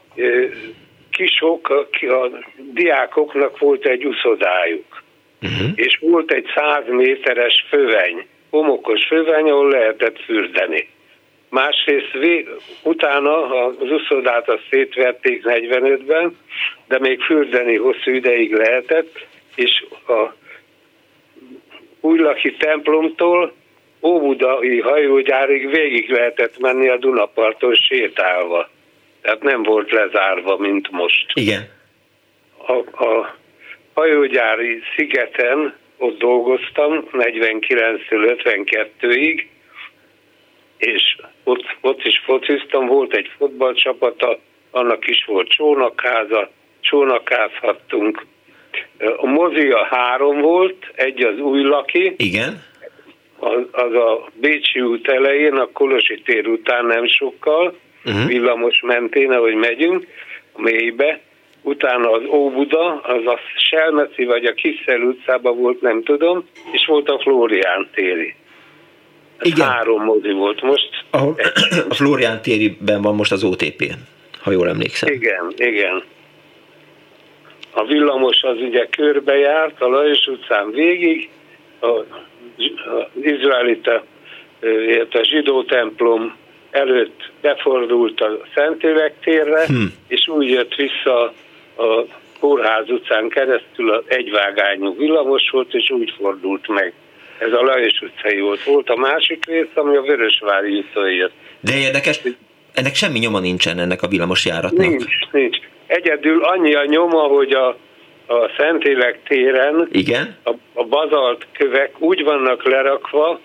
a diákoknak volt egy uszodájuk, és volt egy 100 méteres föveny, homokos föveny, ahol lehetett fürdeni. Másrészt utána az uszodát azt szétverték 45-ben, de még fürdeni hosszú ideig lehetett, és a újlaki templomtól óbudai hajógyárig végig lehetett menni a Dunaparton sétálva. Tehát nem volt lezárva, mint most. Igen. A hajógyári szigeten ott dolgoztam 49-től 52-ig, és ott is fociztam, volt egy fotballcsapata, annak is volt csónakháza, csónakázhattunk. A mozia 3 volt, egy az újlaki. Igen. Az a Bécsi út elején, a Kolosi tér után nem sokkal, villamos mentén, ahogy megyünk, a mélybe. Utána az Óbuda, az a Selmeci vagy a Kisszel utcában volt, nem tudom, és volt a Flórián téri. Igen. 3 mozi volt most. A Flórián tériben van most az OTP, ha jól emlékszem. Igen. A villamos az ugye körbejárt a Lajos utcán végig, az izraelita, a zsidó templom előtt befordult a Szentlélek térre, és úgy jött vissza a Kórház utcán keresztül, az egyvágányú villamos volt, és úgy fordult meg. Ez a Lajos utcai volt a másik rész, ami a Vörösvári utcai jött. De érdekes, ennek semmi nyoma nincsen, ennek a villamosjáratnak. Nincs. Egyedül annyi a nyoma, hogy a Szentlélek téren igen? A bazalt kövek úgy vannak lerakva,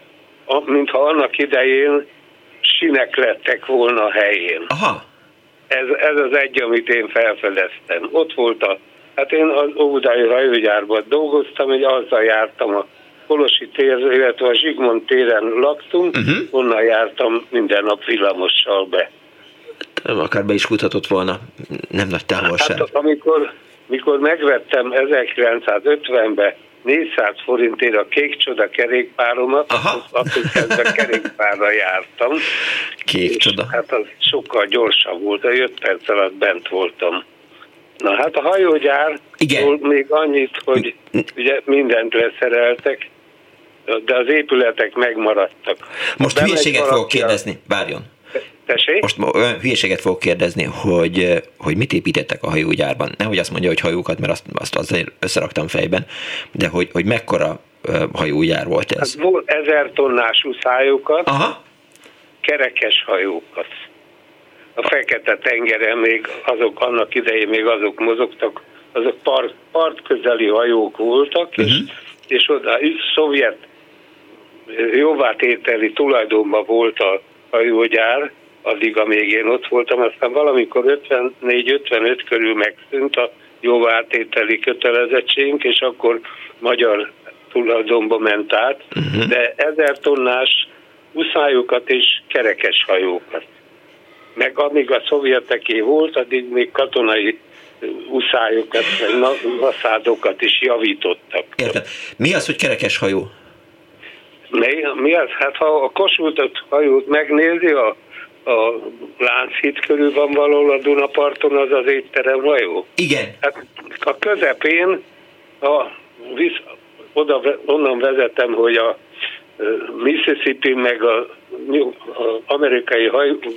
mintha annak idején sinek lettek volna a helyén. Aha. Ez az egy, amit én felfedeztem. Ott volt hát én az óbudai hajógyárban dolgoztam, hogy azzal jártam a Kolosi tér, illetve a Zsigmond téren laktunk, onnan jártam minden nap villamossal be. Akár be is futhatott volna, nem nagy távolság. Hát mikor megvettem 1950-ben 400 forintért a Kék Csoda kerékpáromat, akkor kezdve kerékpárra jártam. Kék Csoda. Hát az sokkal gyorsabb volt, a 5 perc alatt bent voltam. Na hát a hajógyár még annyit, hogy ugye mindent leszereltek, de az épületek megmaradtak. Most hülyeséget fogok kérdezni, várjon. Tessék? Most hülyeséget fogok kérdezni, hogy mit építettek a hajógyárban. Nehogy azt mondja, hogy hajókat, mert azt azért összeraktam fejben, de hogy mekkora hajógyár volt ez? Hát volt 1000 tonnás uszályokat, kerekes hajókat. A Fekete-tengeren még annak idején még azok mozogtak, azok partközeli hajók voltak, és oda is szovjet jóvátételi tulajdonban volt a hajógyár, addig, amíg én ott voltam, aztán valamikor 54-55 körül megszűnt a jóvátételi kötelezettségünk, és akkor magyar tulajdonba ment át, de 1000 tonnás uszályokat és kerekes hajókat. Meg amíg a szovjeteké volt, addig még katonai uszályokat, naszádokat is javítottak. Értem. Mi az, hogy kerekes hajó? Mi az? Hát ha a Kossuth hajót megnézi, a Lánchíd körül van valahol a Dunaparton, az az étterem hajó. Igen. Hát a közepén, onnan vezetem, hogy a Mississippi meg a amerikai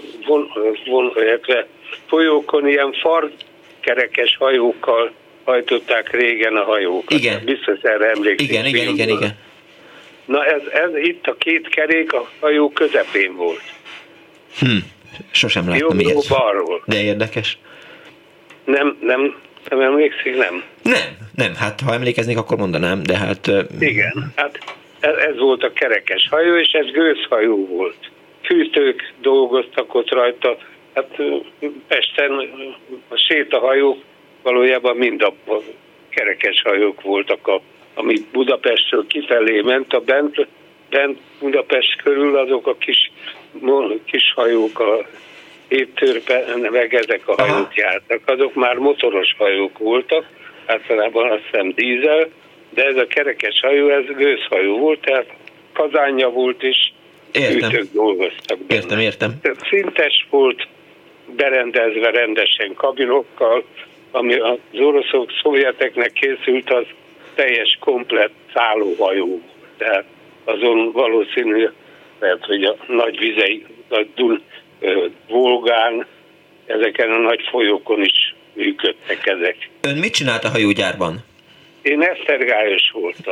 folyókon ilyen farkerekes hajókkal hajtották régen a hajókat. Igen. Biztos erre emlékszik. Igen. Na ez itt a két kerék a hajó közepén volt. Sosem láttam ilyet. Balról. De érdekes. Nem emlékszik, nem? Nem, hát ha emlékeznék, akkor mondanám, de hát... Igen, hát ez volt a kerekes hajó, és ez gőzhajó volt. Fűtők dolgoztak ott rajta, hát Pesten a sétahajók valójában mind a kerekes hajók voltak, ami Budapestről kifelé ment, a bent Budapest körül azok a kis hajók, a Héttörpe, meg ezek a hajók jártak. Azok már motoros hajók voltak, általában azt hiszem dízel, de ez a kerekes hajó, ez gőzhajó volt, tehát kazánja volt, és fűtők dolgoztak benne. Értem. Szintes volt, berendezve rendesen kabinokkal, ami az oroszok, szovjeteknek készült, az teljes, komplett szállóhajó. Tehát azon valószínű, mert hogy a nagy vizei, a Volgán, ezeken a nagy folyókon is működtek ezek. Ön mit csinált a hajógyárban? Én esztergályos voltam.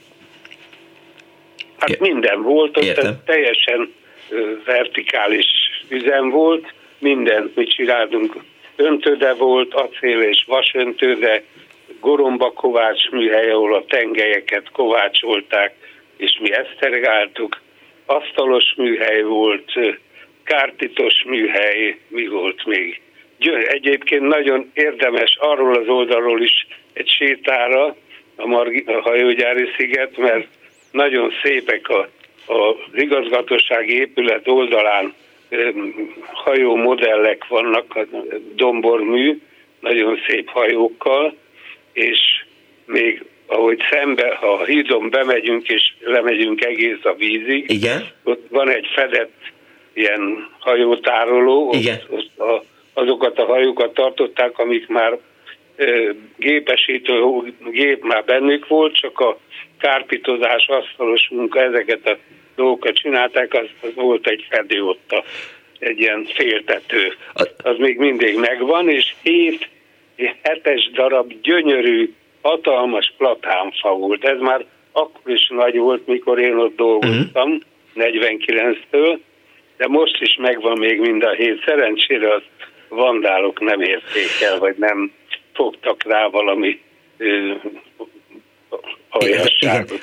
Hát minden volt, ott teljesen vertikális üzem volt, mindent mi csináltunk. Öntőde volt, acél és vasöntőde, gorombakovács műhely, ahol a tengelyeket kovácsolták, és mi esztergáltuk. Asztalos műhely volt, kárpitos műhely, mi volt még? Egyébként nagyon érdemes arról az oldalról is egy sétára, a hajógyári sziget, mert nagyon szépek az igazgatósági épület oldalán hajómodellek vannak, a dombormű, nagyon szép hajókkal, és még ahogy szembe, ha a hídon bemegyünk és lemegyünk egész a vízig, igen, ott van egy fedett ilyen hajótároló, ott azokat a hajókat tartották, amik már gépesítő gép már bennük volt, csak a kárpitozás, asztalos munka, ezeket a dolgokat csinálták, az volt egy fedő ott, egy ilyen féltető. Az még mindig megvan, és 7-7 darab gyönyörű, hatalmas platánfa volt. Ez már akkor is nagy volt, mikor én ott dolgoztam, 49-től, de most is megvan még mind a 7. Szerencsére az vandálok nem érték el, vagy nem fogtak rá valami hajasságot.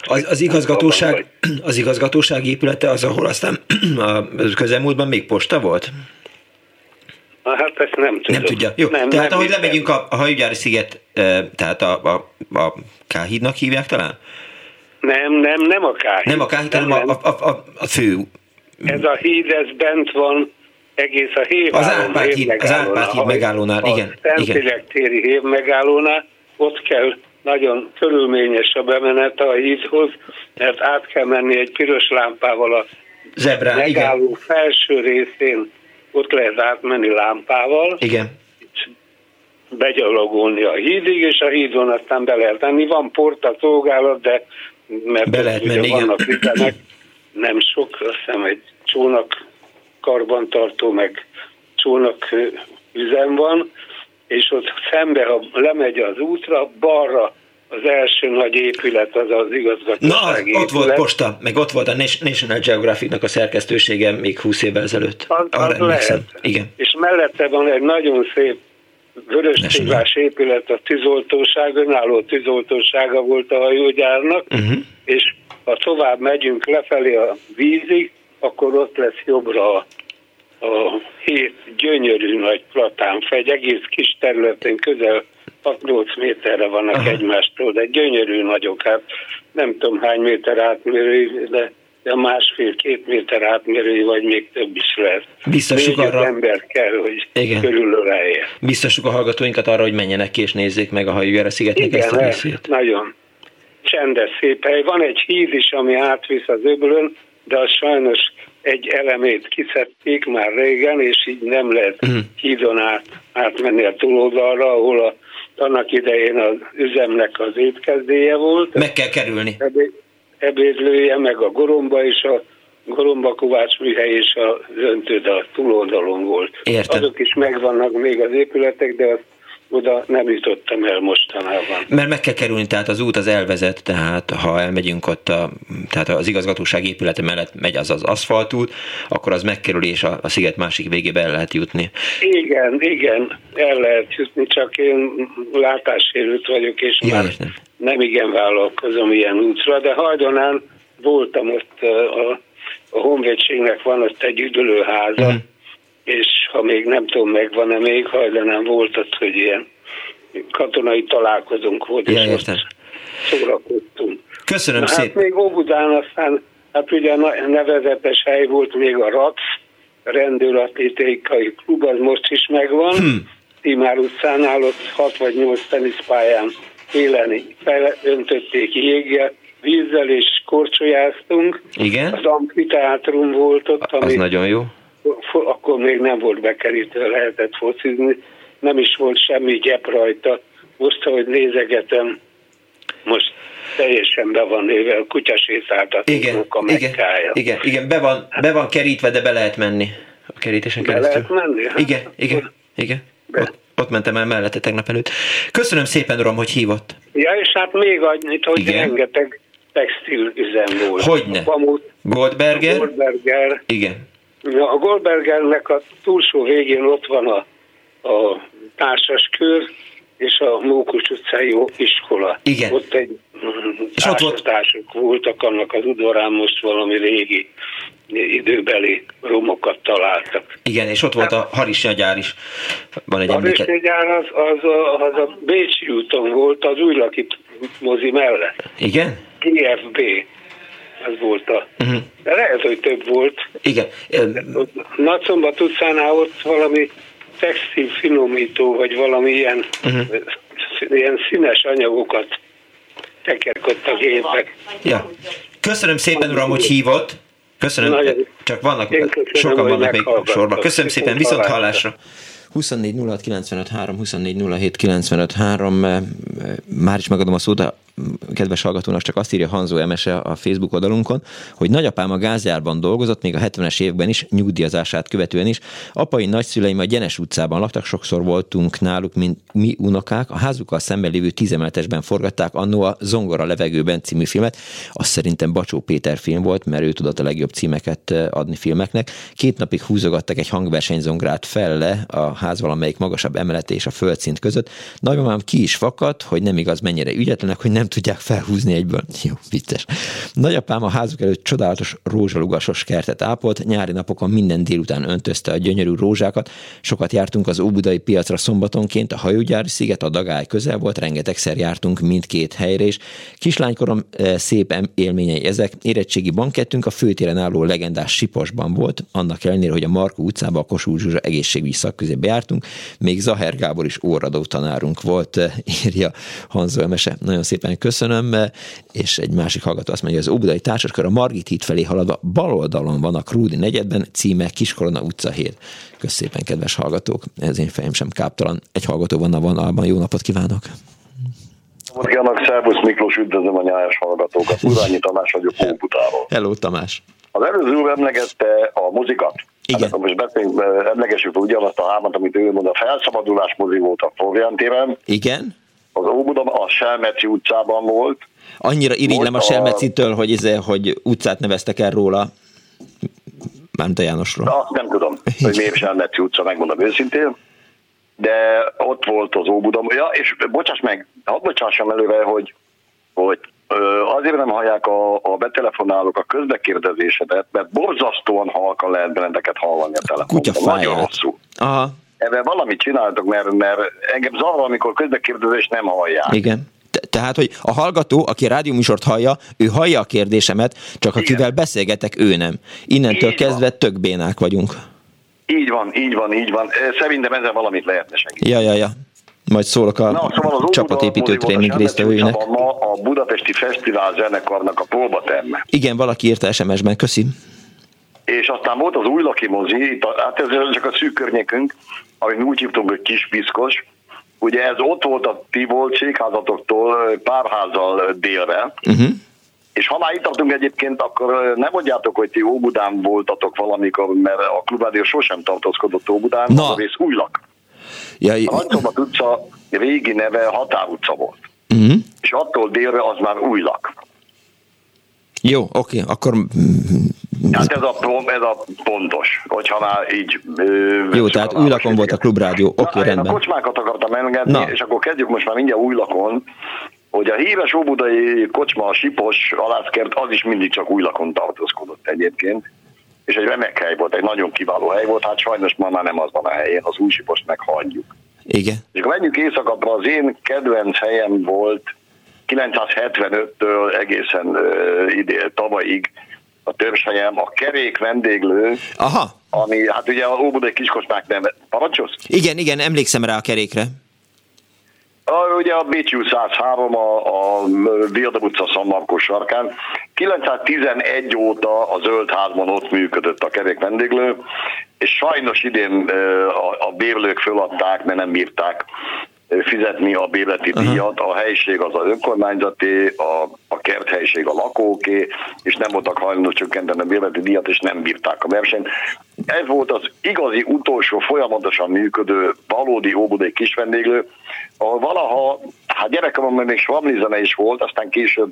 Az igazgatóság épülete az, ahol aztán a közelmúltban még posta volt? Hát ezt nem tudom. Nem tudja. Jó, nem, tehát nem ahogy lemegyünk a Hajógyári sziget, tehát a K-hídnak hívják talán? Nem a K-híd. Nem a K-híd, hanem a fő. Ez a híd, ez bent van egész a héválón. Az Árpád híd megállónál, igen. A Szentlélek téri hév megállónál, ott kell nagyon körülményes a bemenet a hídhoz, mert át kell menni egy piros lámpával a zebrán, megálló igen. felső részén, ott lehet átmenni lámpával. Igen. Begyalogolni a hídig, és a hídon aztán be lehet menni. Van portaszolgálat, de mert be lehet menni, vannak üzemek, nem sok, azt hiszem egy csónak karbantartó, meg csónak üzem van, és ott szembe, ha lemegy az útra, balra az első nagy épület, az az igazgatóság épület. Ott volt posta, meg ott volt a National Geographic-nak a szerkesztősége még 20 évvel ezelőtt. Az lehet. Igen. És mellette van egy nagyon szép vörös épület, a tűzoltóság, önálló tűzoltósága volt a hajógyárnak, és ha tovább megyünk lefelé a vízig, akkor ott lesz jobbra a 7 gyönyörű nagy platánfa, egy egész kis területen közel 6-8 méterre vannak egymástól, de gyönyörű nagyok, hát nem tudom hány méter átmérői, de a 1,5-2 méter átmérői, vagy még több is lesz. Biztosuk arra, ember kell, hogy körülölelje. Biztosuk a hallgatóinkat arra, hogy menjenek ki és nézzék meg a Hajógyári szigetnek ezt a részét. Nagyon csendes, szép hely. Van egy híd is, ami átvisz az öbölön, de az sajnos egy elemét kiszedték már régen, és így nem lehet hídon átmenni a túloldalra, ahol annak idején az üzemnek az étkezdéje volt. Meg kell kerülni. Ebédlője, meg a Goromba és a Goromba Kovács műhely és a Zöntőd a túloldalon volt. Értem. Azok is megvannak még az épületek, de oda nem jutottam el mostanában. Mert meg kell kerülni, tehát az út az elvezet, tehát ha elmegyünk ott, tehát az igazgatóság épülete mellett megy az aszfaltút, akkor az megkerül, és a sziget másik végébe el lehet jutni. Igen, el lehet jutni, csak én látássérült vagyok, és már nem igen vállalkozom ilyen útra, de Hajdonán voltam ott, a Honvédségnek van ott egy üdülőháza, és ha még nem tudom, megvan-e még, Hajdonán volt ott, hogy ilyen katonai találkozónk volt, és ott szórakoztunk. Köszönöm szépen. Hát még Óbudán aztán, hát ugye nevezetes hely volt még a RAC, rendőratlétikai klub, az most is megvan. Timár utcánál ott 6 vagy 8 teniszpályán élen felöntötték jéggel, vízzel és korcsolyáztunk. Igen. Az amfiteátrum volt ott, az nagyon jó. Akkor még nem volt bekerítve, lehetett focizni, nem is volt semmi gyep rajta. Most, ahogy nézegetem, most teljesen be van néve, a kutyasétáltatók a Mekkája. Igen, be van kerítve, de be lehet menni a kerítésen keresztül. Be lehet menni? Igen. Ott mentem el mellette tegnap előtt. Köszönöm szépen, uram, hogy hívott. Ja, és hát még annyit, hogy rengeteg textilüzem volt. Hogyne? Goldberger? Igen. A Goldbergernek a túlsó végén ott van a társaskör és a Mókus utcai iskola. Igen. Ott egy társatások voltak, annak az udvarán most valami régi időbeli romokat találtak. Igen, és ott volt a harisnyagyár is. Van egy emléket. A harisnyagyár az a Bécsi úton volt, az Újlaki mozi mellett. Igen? GFB. Ez volt de lehet, hogy több volt. Igen. Nagyszombat utcánál ott valami textil finomító, vagy valami ilyen színes anyagokat tekerkott a gépek. Ja. Köszönöm szépen, uram, hogy hívott. Köszönöm. Csak sokan vannak még sorban. Köszönöm szépen, viszont hallásra. 24 06 95 3, 24 07 95 3. Már is megadom a szót a kedves hallgatónak, csak azt írja Hanzó Emese a Facebook oldalunkon, hogy nagyapám a gázgyárban dolgozott, még a 70-es években is, nyugdíjazását követően is. Apai nagyszüleim a Gyenes utcában laktak, sokszor voltunk náluk, mint mi unokák. A házukkal szemben lévő 10 emeletesben forgatták annó a Zongora levegőben című filmet. Azt szerintem Bacsó Péter film volt, mert ő tudott a legjobb címeket adni filmeknek. 2 napig húzogattak egy hangversenyzongorát felle a ház valamelyik magasabb emelete és a földszint között. Nagymamám ki is fakadt, hogy nem igaz mennyire ügyetlenek, hogy nem nem tudják felhúzni egyből. Jó, vicces. Nagyapám a házuk előtt csodálatos rózsalugasos kertet ápolt, nyári napokon minden délután öntözte a gyönyörű rózsákat, sokat jártunk az óbudai piacra szombatonként, a hajógyári sziget, a Dagály közel volt, rengetegszer jártunk mindkét helyre is. Kislánykor szép élményei ezek. Érettségi bankettünk a főtéren álló legendás Siposban volt, annak ellenére, hogy a Markó utcába a Kossuth Zsuzsa egészségügyi szakközébe jártunk, még Zaher Gábor is óradó tanárunk volt, írja Hanzó Emese. Nagyon szépen köszönöm, és egy másik hallgató azt mondja, hogy az óbudai társaskör a Margit híd felé haladva bal oldalon van a Krúdi negyedben, címe Kiskorona utca 7. Kösz szépen, kedves hallgatók, ez én fejem sem káptalan. Egy hallgató van a vonalban, jó napot kívánok! Szervusz Miklós, üdvözlöm a nyájas hallgatókat. Urányi Tamás vagyok Óbudáról. Hello, Tamás. Az előző úr emlegette a mozikat. Igen. Hát, most emlegessük ugyanazt a hámat, amit ő mond, a Felszabadulás mozi volt a Flórián téren. Igen. Az Óbuda a Selmeci utcában volt. Annyira irigylem a Selmecitől, hogy utcát neveztek el róla. Mármint a Jánosról. Azt nem tudom, hogy miért Selmeci utca, megmondom őszintén. De ott volt az Óbuda. Ja, és bocsáss meg, hadd bocsássam előre, hogy azért nem hallják a betelefonálók a közbekérdezésedet, mert borzasztóan halkan lehet benneteket hallani a telefonban. Nagyon rosszul. Aha. Ebben valamit csináltok, mert engem zavar, amikor közbekérdezést nem hallják. Igen. Tehát, hogy a hallgató, aki a rádióműsort hallja, ő hallja a kérdésemet, csak akivel beszélgetek, ő nem. Innentől kezdve tök bénák vagyunk. Így van. Szerintem ezzel valamit lehetne segíteni. Ja. Majd szólok a csapatépítő tréning résztvevőinek. Ma a Budapesti Fesztivál zenekarnak a próbaterme. Igen, valaki írta SMS-ben, köszi. És aztán volt az Újlaki mozi, hát ez csak a szűk környékünk, amit úgy hívtunk, hogy Kispiszkos. Ugye ez ott volt a ti volt sékházatoktól pár házzal délre. Uh-huh. És ha már itt tartunk egyébként, akkor nem mondjátok, hogy ti Óbudán voltatok valamikor, mert a Klubrádió sosem tartózkodott Óbudán, az a rész Újlak. A Nagyszombat utca régi neve Határ utca volt. Uh-huh. És attól délre az már Újlak. Jó, oké, akkor... Hát ez a pontos, hogyha már így... Jó, tehát Újlakon volt a Klubrádió, oké, rendben. A kocsmákat akartam engedni, és akkor kezdjük most már mindjárt Újlakon, hogy a híres óbudai kocsma, a Sipos halászkert, az is mindig csak Újlakon tartózkodott egyébként. És egy remek hely volt, egy nagyon kiváló hely volt, hát sajnos már nem az van a helyén, az új Sipost meghagyjuk. Igen. És akkor menjünk éjszakapra, az én kedvenc helyem volt 975-től egészen tavalyig a törzshelyem, a Kerék vendéglő. Aha. Ami, hát ugye a óbudai kiskocsmák nem... Parancsolsz? Igen, emlékszem rá a Kerékre. Ugye a Bécsi 103, a Viadab utca Szammarkó sarkán. 911 óta a Zöld Házban ott működött a Kerék vendéglő, és sajnos idén a bérlők föladták, mert nem bírták fizetni a bérleti díjat. A helység az az önkormányzati, a kerthelyiség a lakóké, és nem voltak hajlandók csökkenteni a bérleti díjat, és nem bírták a versenyt. Ez volt az igazi utolsó folyamatosan működő valódi óbudai kisvendéglő, ahol valaha, hát gyerekomban még svamlizene is volt, aztán később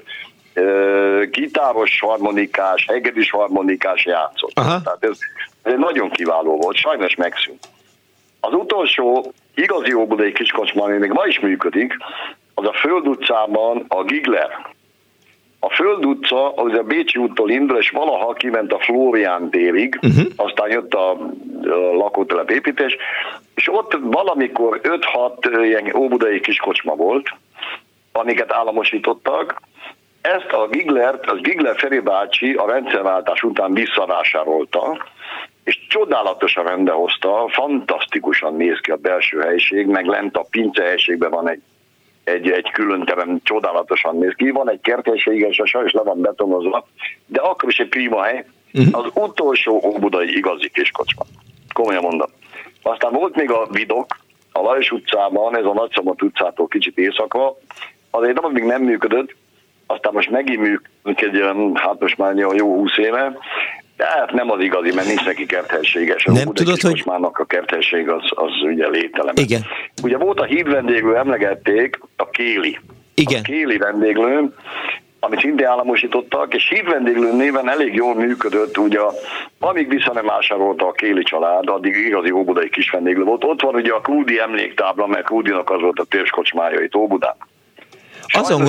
gitáros harmonikás, hegedűs harmonikás játszott. Tehát ez egy nagyon kiváló volt, sajnos megszűnt. Az utolsó igazi óbudai kiskocsma, ami még ma is működik, az a Föld utcában a Gigler. A Föld utca az a Bécsi úttól indul, és valaha kiment a Flórián térig, aztán jött a lakótelep építés, és ott valamikor 5-6 ilyen óbudai kiskocsma volt, amiket államosítottak. Ezt a Giglert, az Gigler Feri bácsi a rendszerváltás után visszavásárolta, és csodálatosan rendbehozta, fantasztikusan néz ki a belső helység, meg lent a pincehelységben van egy külön terem, csodálatosan néz ki. Van egy kerthelyiség, és sajnos le van betonozva, de akkor is egy prima hely. Az utolsó óbudai igazi kiskocsma. Komolyan mondom. Aztán volt még a Vidok, a Lajos utcában, ez a Nagyszombat utcától kicsit északra, azért még nem működött, aztán most megint működik egy olyan, hát most már jó 20 éve, de hát nem az igazi, mert nincs neki kerthelységes. Nem tudod, hogy... a kerthelyiség az ugye lételem. Igen. Ugye volt a hídvendéglő, emlegették, a Kéli. Igen. A Kéli vendéglő, amit szintén államosítottak, és hídvendéglő néven elég jól működött, ugye amíg vissza nem vásárolta a Kéli család, addig igazi óbudai kisvendéglő volt. Ott van ugye a Krúdi emléktábla, mert Krúdinak az volt a törzskocsmája itt Óbudán. Azon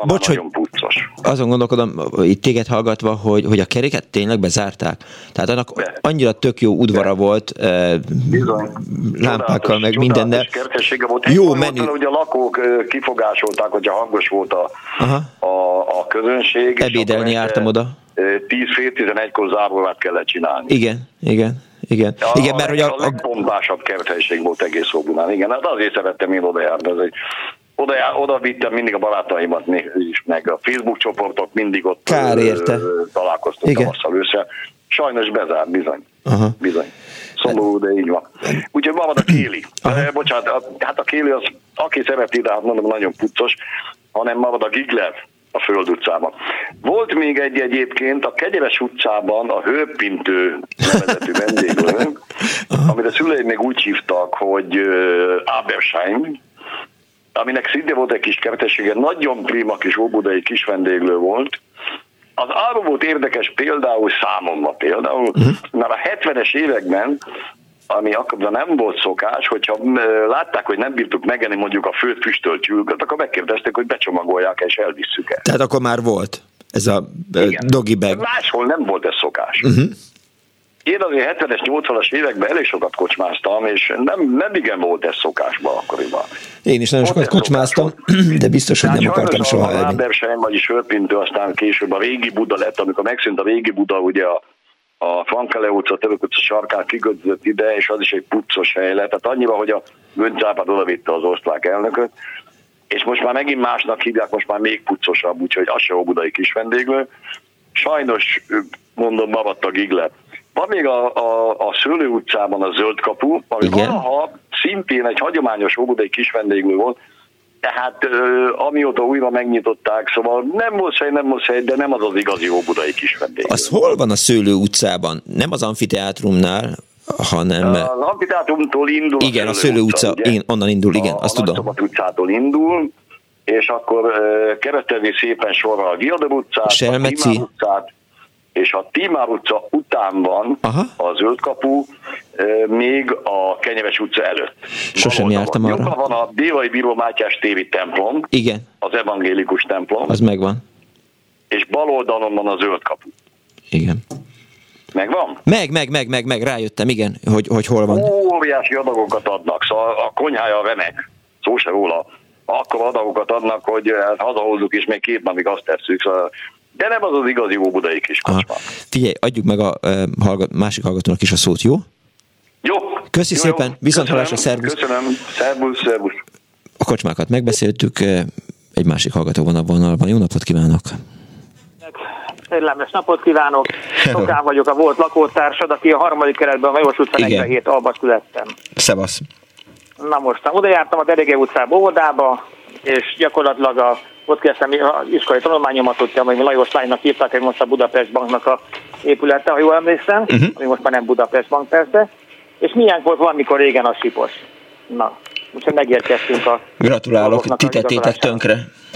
gondolkodom, itt téged hallgatva, hogy a keréket tényleg bezárták. Tehát annak annyira tök jó udvara volt, lámpákkal, meg mindennel. Jó menü. Hogy a lakók kifogásolták, hogyha hangos volt a közönség. Ebédelni jártam oda. 10-11-kor zárulát kellett csinálni. Igen, mert hogy a legbombásabb kerthelyiség volt egész Óbudán. Igen, hát azért szerettem én oda járni. Oda vittem mindig a barátaimat is, meg a Facebook csoportok mindig ott találkoztunk tavasszal ősszel. Sajnos bezárt, bizony. Szomorú, de így van. Úgyhogy marad a Kéli. Bocsánat, hát a Kéli az, aki szereti, de hát mondom, nagyon puccos, hanem marad a Gigler a Föld utcában. Volt még egyébként a Kegyeres utcában a Hőpintő nevezetű vendéglő, amit a szüleim még úgy hívtak, hogy Abersheim, aminek szintén volt egy kis kertessége, nagyon prima kis óbudai kis vendéglő volt. Az arról volt érdekes például számomra, mert a 70-es években, ami akkor nem volt szokás, hogyha látták, hogy nem bírtuk megenni mondjuk a főt füstölt tyúkot, akkor megkérdezték, hogy becsomagolják és elvisszük el. Tehát akkor már volt ez a doggy bag. Máshol nem volt ez szokás. Én azért 70-es, 80-as években elég sokat kocsmáztam, és nem igen volt ez szokásban akkoriban. Én is nagyon sokat kocsmáztam, de biztos, hogy nem akartam soha elvinni. A Lábersheim, vagyis Hőpintő, aztán később a Régi Buda lett, amikor megszűnt a Régi Buda, ugye a Frankele utca, a Török utca sarkán kigödzött ide, és az is egy puccos hely lett. Tehát annyira, hogy a Göncz-Árpád odavitte az osztrák elnököt, és most már megint másnak hívják, most már még puccosabb, úgyhogy az se óbudai kis vendéglő. Sajnos, mondom, maradt a Gigler. Van még a Szőlő utcában a Zöld kapu, ami valaha szintén egy hagyományos óbudai kis vendéglő volt, tehát amióta újra megnyitották, szóval nem volt hely, de nem az igazi óbudai kis vendéglő. Az hol van a Szőlő utcában? Nem az amfiteátrumnál, hanem... Az amfiteátrumtól indul. Igen, a Szőlő utca, onnan indul, igen, azt tudom. A Nagyszombat utcától indul, és akkor keresztezni szépen sorra a Viador utcát, a Tímár utcát, és a Tímár utca után van a Zöld kapu, még a Kenyeres utca előtt. Sosem jártam arra. Jobban van a Dévai Bíró Mátyás tévi templom, igen. Az evangélikus templom. Az megvan. És bal oldalon van a Zöld kapu. Igen. Megvan? Meg, rájöttem, igen, hogy hol van. Óriási adagokat adnak, szóval a konyhája remek, szó se róla. Akkor adagokat adnak, hogy hazahozzuk, és még 2 napig azt tesszük, szóval. De nem az igazi óbudai kis kocsma. Figyelj, adjuk meg a másik hallgatónak is a szót, jó? Jó. Köszi szépen, viszonthallásra, szervusz. Köszönöm, szervusz. A kocsmákat megbeszéltük, egy másik hallgató van a vonalban. Jó napot kívánok! Érlemles napot kívánok! Sokán vagyok, a volt lakótársad, aki a 3. keretben a Majos utca 47 alba születtem. Szevasz! Na most, oda jártam a Derege utcába óvodába, és gyakorlatilag ott kezdtem az iskolai tanulmányomat, ott, ami Lajos Lánynak hívták, hogy most a Budapest Banknak a épülete, ha jól emlékszem, ami most már nem Budapest Bank persze, és milyen volt valamikor régen a Sipos. Na, úgyhogy megérkeztünk a... Gratulálok, ti tettétek tönkre.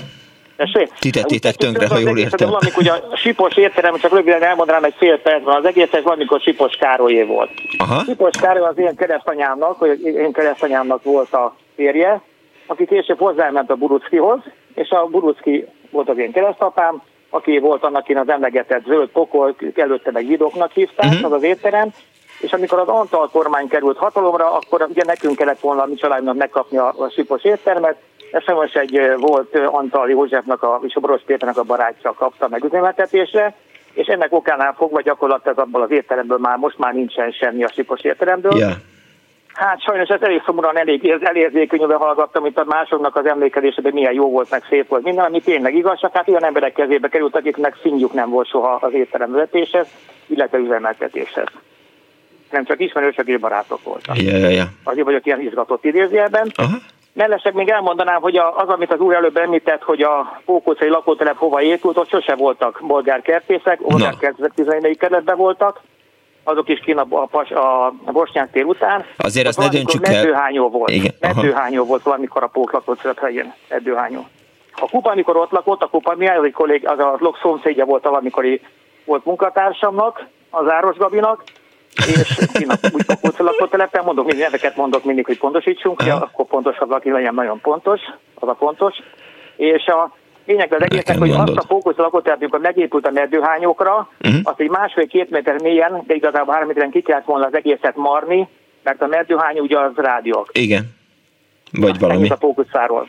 Ti tettétek tönkre, ha jól értem. Valamikor ugye a Sipos étterem, csak röviden elmondanám egy fél percben, az egész valamikor Sipos Károlyé volt. Sipos Károly az én keresztanyámnak volt a férje, aki később hozzáment a Buruckihoz, és a Burucki volt az én keresztapám, aki volt annak az emlegetett Zöld pokol, előtte meg Vidoknak hívták, az az étterem, és amikor az Antal kormány került hatalomra, akkor ugye nekünk kellett volna a mi családnak megkapni a Sipos éttermet, ez sajnos egy volt Antal Józsefnak és a Boros Péternek a barátja kapta meg üzemeltetésre, és ennek okánál fogva gyakorlatilag abból az étteremből most már nincsen semmi a Sipos étteremből. Yeah. Hát sajnos ez elég szomorúan elérzékenyülve hallgattam, mint a másoknak az emlékezésében milyen jó volt, meg szép volt minden, ami tényleg igaz, csak hát olyan emberek kezébe került, akiknek színjük nem volt soha az étterem vezetéshez, illetve üzemeltetéshez. Nem csak ismerősök és barátok voltak. Azért vagyok ilyen izgatott idézőjelben. Mellesleg még elmondanám, hogy az, amit az úr előbb említett, hogy a Pókócai lakótelep hova épült, ott sose voltak bolgárkertészek, bolgárkertészek 14. kerületben voltak, azok is kint a Bosnyák tér után. Azért azt ne döntsük el. Meddőhányó volt. Meddőhányó volt valamikor a Pók lakótelep helyén. Meddőhányó. A Kupa, amikor ott lakott, a Kupa mi az egy kollég, az a lok szomszédja volt valamikor volt munkatársamnak, az Áros Gabinak, és úgy Pókócai lakótelepen, neveket mondok mindig, hogy pontosítsunk, akkor pontosabb, aki legyen nagyon pontos, az a pontos. És a lényeg az egésznek, hogy azt a fókusz lakótelet, amikor megépült a meddőhányokra, azt egy 1,5-2 méter mélyen, de igazából 3 méteren ki kellett volna az egészet marni, mert a meddőhány ugye az rádiók. Igen. Vagy valami. A fókuszáról.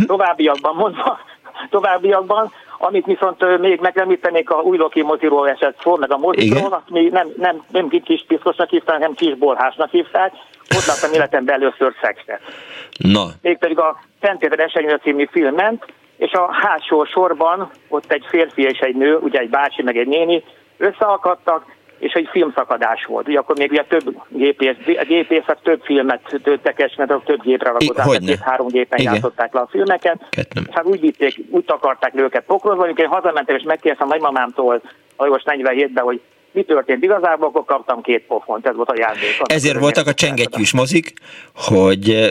Továbbiakban, amit viszont még megemlítenék, a Újloki moziról esett szó, meg a mozikról, azt még nem kis piszkosnak hívták, hanem kisbolhásnak hívták. Ott láttam életemben először szexet. Na. Mégpedig a Szent Péter eseménye című film ment, és a hátsó sorban ott egy férfi és egy nő, ugye egy bácsi meg egy néni összeakadtak, és egy filmszakadás volt. Ugye akkor még ugye több gépészek több filmet töltek, mert több gépre rakották, 2-3 gépen játszották le a filmeket. És hát úgy takarták őket pokrozva, amikor én hazamentem és megkérdeztem nagymamámtól Lajos 47-ben, hogy mi történt igazából, akkor kaptam 2 pofont, ez volt a játék. Ezért voltak a csengettyűs mozik, hogy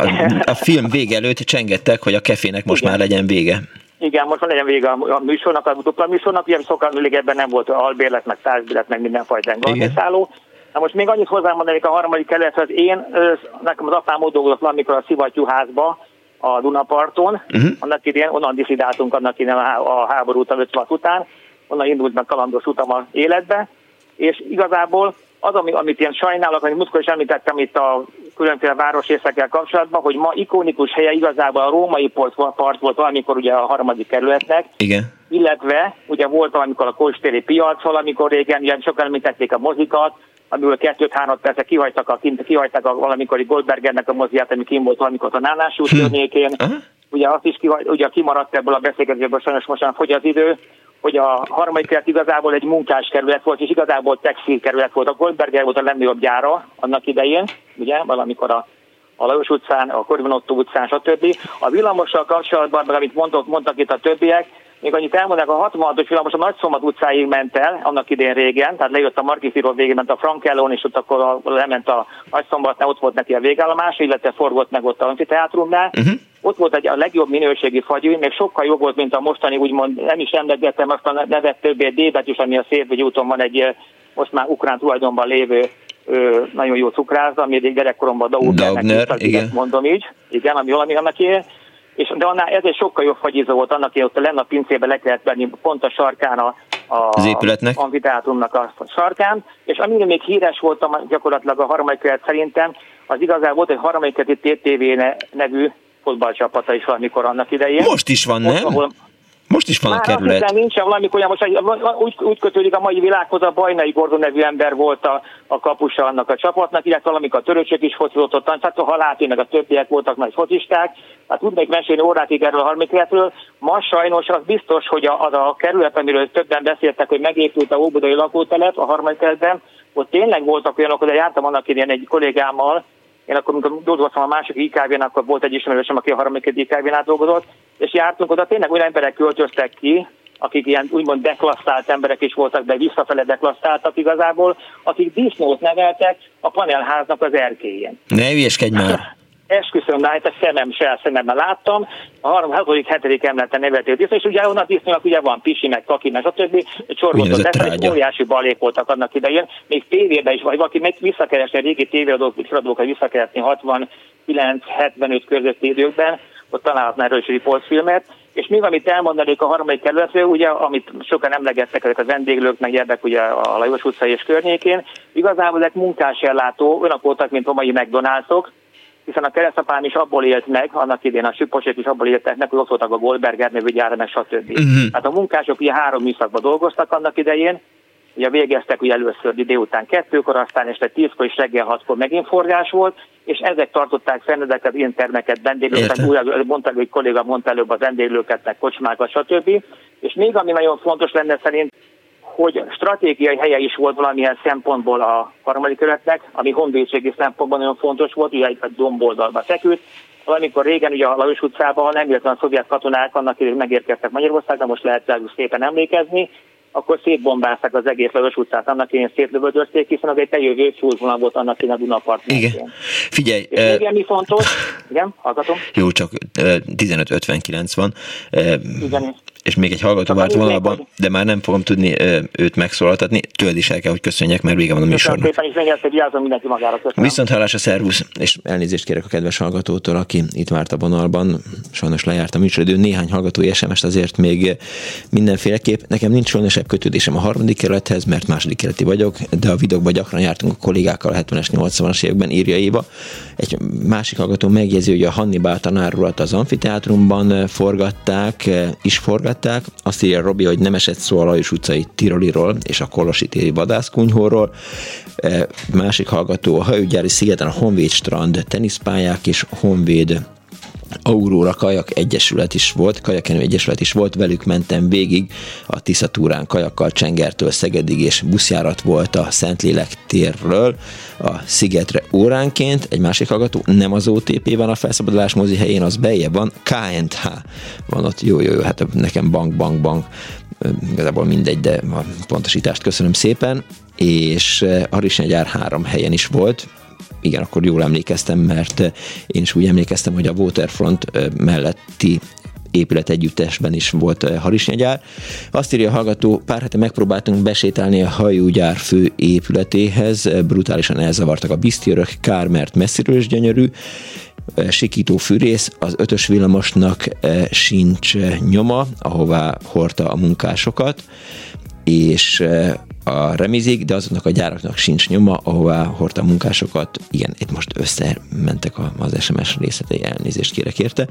a film vége előtt csengettek, hogy a kefének most már legyen vége. Igen, most legyen vége a műsornak, a dupla műsornak, ugye ebben nem volt albérlet, meg társbérlet, meg mindenfajta engedélyszálló. Na most még annyit hozzámondanék a harmadik kerülethez, nekem az apám ott dolgozott valamikor a szivattyúházba, a Dunaparton, annak idén, onnan diszidáltunk annak idén a háború után, 56 után, onnan indult meg kalandos utam az életbe, és igazából az, amit ilyen sajnálok, amit múltkor is említettem itt a különféle városrészekkel kapcsolatban, hogy ma ikonikus helye igazából a római part volt valamikor ugye a harmadik kerületnek. Igen. Illetve ugye volt valamikor a Kolstéri piac, valamikor régen, ugye sokan említették a mozikat, amiből 2-3 percet kihagytak a valamikori Goldbergernek a moziát, ami kim volt valamikor a Nánás út környékén. Ugye azt is ugye kimaradt ebből a beszélgetésből, sajnos most fogy az idő, hogy a harmadik kerület igazából egy munkáskerület volt, és igazából textilkerület volt. A Goldberger volt a legnagyobb gyára annak idején, ugye, valamikor a Lajos utcán, a Korvin Otto utcán, stb. A villamossal kapcsolatban, meg amit mondtak itt a többiek, még annyit elmondják, a 66-os villamos a Nagyszombat utcáig ment el, annak idén régen, tehát lejött a Margitról végén, ment a Frankellón, és ott akkor lement a Nagyszombatnál, ott volt neki a végállomás, illetve forgott meg ott a amfiteátrumnál. Ott volt a legjobb minőségi fagyű, még sokkal jobb volt, mint a mostani, úgymond nem is emlegettem azt a nevet többé, D-betűs, ami a Székely úton van egy most már ukrán tulajdonban lévő nagyon jó cukrászda, ami egy gyerekkoromban Daugner, mondom így, igen, ami valami annak ilyen. De annál ez egy sokkal jobb fagyizó volt annak, hogy ott lenne a pincében le kellett venni pont a sarkán az épületnek, amfiteátrumnak a sarkán, és amire még híres voltam gyakorlatilag a harmadik kerület szerintem, az igazából volt egy harmadik kerületi TTV nevű fotballcsapata is valamikor annak idején. Most is van, nem? Most is van a kerület. Már nincsen valamikor, most úgy kötődik a mai világhoz, a Bajnai Gordon nevű ember volt a kapusa annak a csapatnak, illetve valamikor a Töröcsök is focizott ott, tehát a Haláti meg a többiek voltak nagy focisták, hát tudnék mesélni órákig erről a harmadik kerületről. Ma sajnos az biztos, hogy az a kerület, amiről többen beszéltek, hogy megépült a óbudai lakótelep a harmadik kerületben, ott tényleg voltak olyanok, de jártam annak idején egy kollégámmal. Én akkor, amikor dolgoztam a másik IKV-n, akkor volt egy ismerősöm, aki a harmadik IKV-nál dolgozott, és jártunk oda, tényleg olyan emberek költöztek ki, akik ilyen úgymond deklassztált emberek is voltak, de visszafele deklassztáltak igazából, akik disznót neveltek a panelháznak az erkélyén. Ne hülyeskedj már! Esküszöm, hát a szememmel láttam, a 6.-7. emeleten nevelték disznó, és ugye onnan disznónak ugye van pisi, meg kaki, meg stb. Csorgottott lesz, egy óriási balék voltak annak idején, még tévében is, vagy valaki meg visszakeresni, a régi tévéadókat visszakeresni 69-75 közötti időkben, ott találhatná erről is riportfilmet, és még amit elmondanék a harmadik kerületről, ugye, amit sokan emlegettek ezek a vendéglők, meg érdek ugye a Lajos utca és környékén, igazából ezek munkásellátó, olyanok voltak, mint a mai McDonald'sok, hiszen a keresztapám is abból élt meg, annak idén a Süposék is abból éltek meg, hogy ott voltak a Goldberger nevű gyára, meg stb. Hát a munkások ugye 3 műszakban dolgoztak annak idején, ugye végeztek ugye először délután 2-kor, aztán este 10-kor és reggel 6-kor megint forgás volt, és ezek tartották fenn ezeket intermeket, vendéglőket, mondták, hogy kolléga mondta előbb a vendéglőket, meg kocsmákat, stb. És még ami nagyon fontos lenne szerint, hogy stratégiai helye is volt valamilyen szempontból a harmadik kerületnek, ami honvédségi szempontból nagyon fontos volt, ugye egy domboldalba feküdt. Valamikor régen ugye a Lajos utcában nem véletlenül a szovjet katonák annak idején megérkeztek Magyarországra, most lehet rájuk szépen emlékezni, akkor szétbombázták az egész Lajos utcát, annak idején szétlövöldözték, hiszen az egy bejövő csúcsvonal volt annak idején a Dunapart. Igen. Figyelj. És igen, mi fontos? Igen, hallgatom. Jó, csak 15:59 van. Igen. és még egy hallgató várt vonalban, de már nem fogom tudni őt megszólaltatni. Tőled is el kell, hogy köszönjek, mert vége van a műsornak. Köszönöm szépen, és még egyszer vigyázzon mindenki magára. Köszönöm. Viszont hallásra, szervusz, és elnézést kérek a kedves hallgatótól, aki itt várt a vonalban. Sajnos lejárt a műsoridő, néhány hallgatói SMS-t azért még mindenféleképp. Nekem nincs különösebb kötődésem a 3. kerülethez, mert 2. kerületi vagyok, de a vidokban gyakran jártunk a kollégákkal a 70-es, 80-as években, írja Éva. Egy másik hallgató megjegyzi, hogy a Hannibal tanárulat az amfiteátrumban forgatták. Azt írja Robi, hogy nem esett szó a Lajos utcai Tiroliról és a Kolosi téri vadászkunyhóról. Másik hallgató, a hajógyári szigeten a Honvéd strand teniszpályák és Honvéd Aurora Kajak Egyesület is volt, Kajakenő Egyesület is volt, velük mentem végig a Tiszatúrán kajakkal Csengertől Szegedig, és buszjárat volt a Szentlélek térről a szigetre óránként. Egy másik hallgató, nem az OTP van a felszabadulás mozi helyén, az beljebb van, KNH van ott, jó, hát nekem bank, igazából mindegy, de a pontosítást köszönöm szépen, és Harisnyagyár 3 helyen is volt. Igen, akkor jól emlékeztem, mert én is úgy emlékeztem, hogy a Waterfront melletti épület együttesben is volt harisnyagyár. Azt írja a hallgató, pár hete megpróbáltunk besétálni a hajógyár fő épületéhez, brutálisan elzavartak a bisztjörök, kár, mert messziről is gyönyörű, sikító fűrész, az 5-ös villamosnak sincs nyoma, ahová hordta a munkásokat, és a remizig, de azoknak a gyáraknak sincs nyoma, ahová hordta a munkásokat. Igen, itt most összementek az SMS részletei, elnézést kérek érte.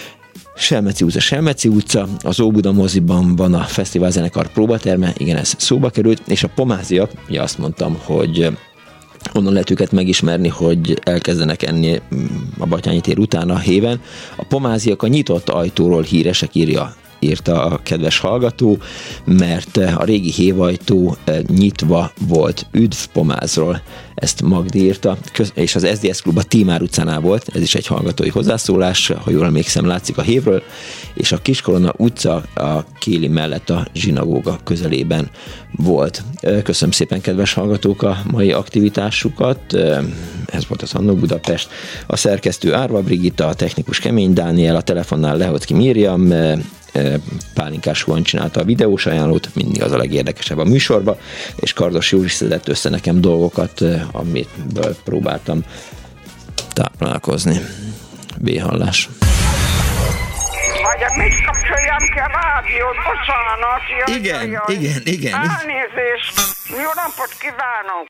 Selmeci utca, az Óbuda moziban van a fesztiválzenekar próbaterme, igen, ez szóba került, és a pomáziak, ugye azt mondtam, hogy onnan lehet őket megismerni, hogy elkezdenek enni a Batthyány tér után a héven. A pomáziak a nyitott ajtóról híresek, írta a kedves hallgató, mert a régi hévajtó nyitva volt. Üdv Pomázról, ezt Magdi írta, és az SZDSZ klub a Tímár utcánál volt, ez is egy hallgatói hozzászólás, ha jól emlékszem, látszik a hévről, és a Kiskorona utca a Kéli mellett a zsinagóga közelében volt. Köszönöm szépen, kedves hallgatók, a mai aktivitásukat. Ez volt az Annó Budapest. A szerkesztő Árva Brigitta, a technikus Kemény Dániel, a telefonnál Lehoczky Miriam, Pálinkás Juan csinálta a videós ajánlót, mindig az a legérdekesebb a műsorba, és Kardos Józsi szedett össze nekem dolgokat, amiből próbáltam táplálkozni. B-hallás. Vagy mit kapcsoljam ki a rádiót? Bocsánat. Igen. Elnézést. Jó napot kívánok.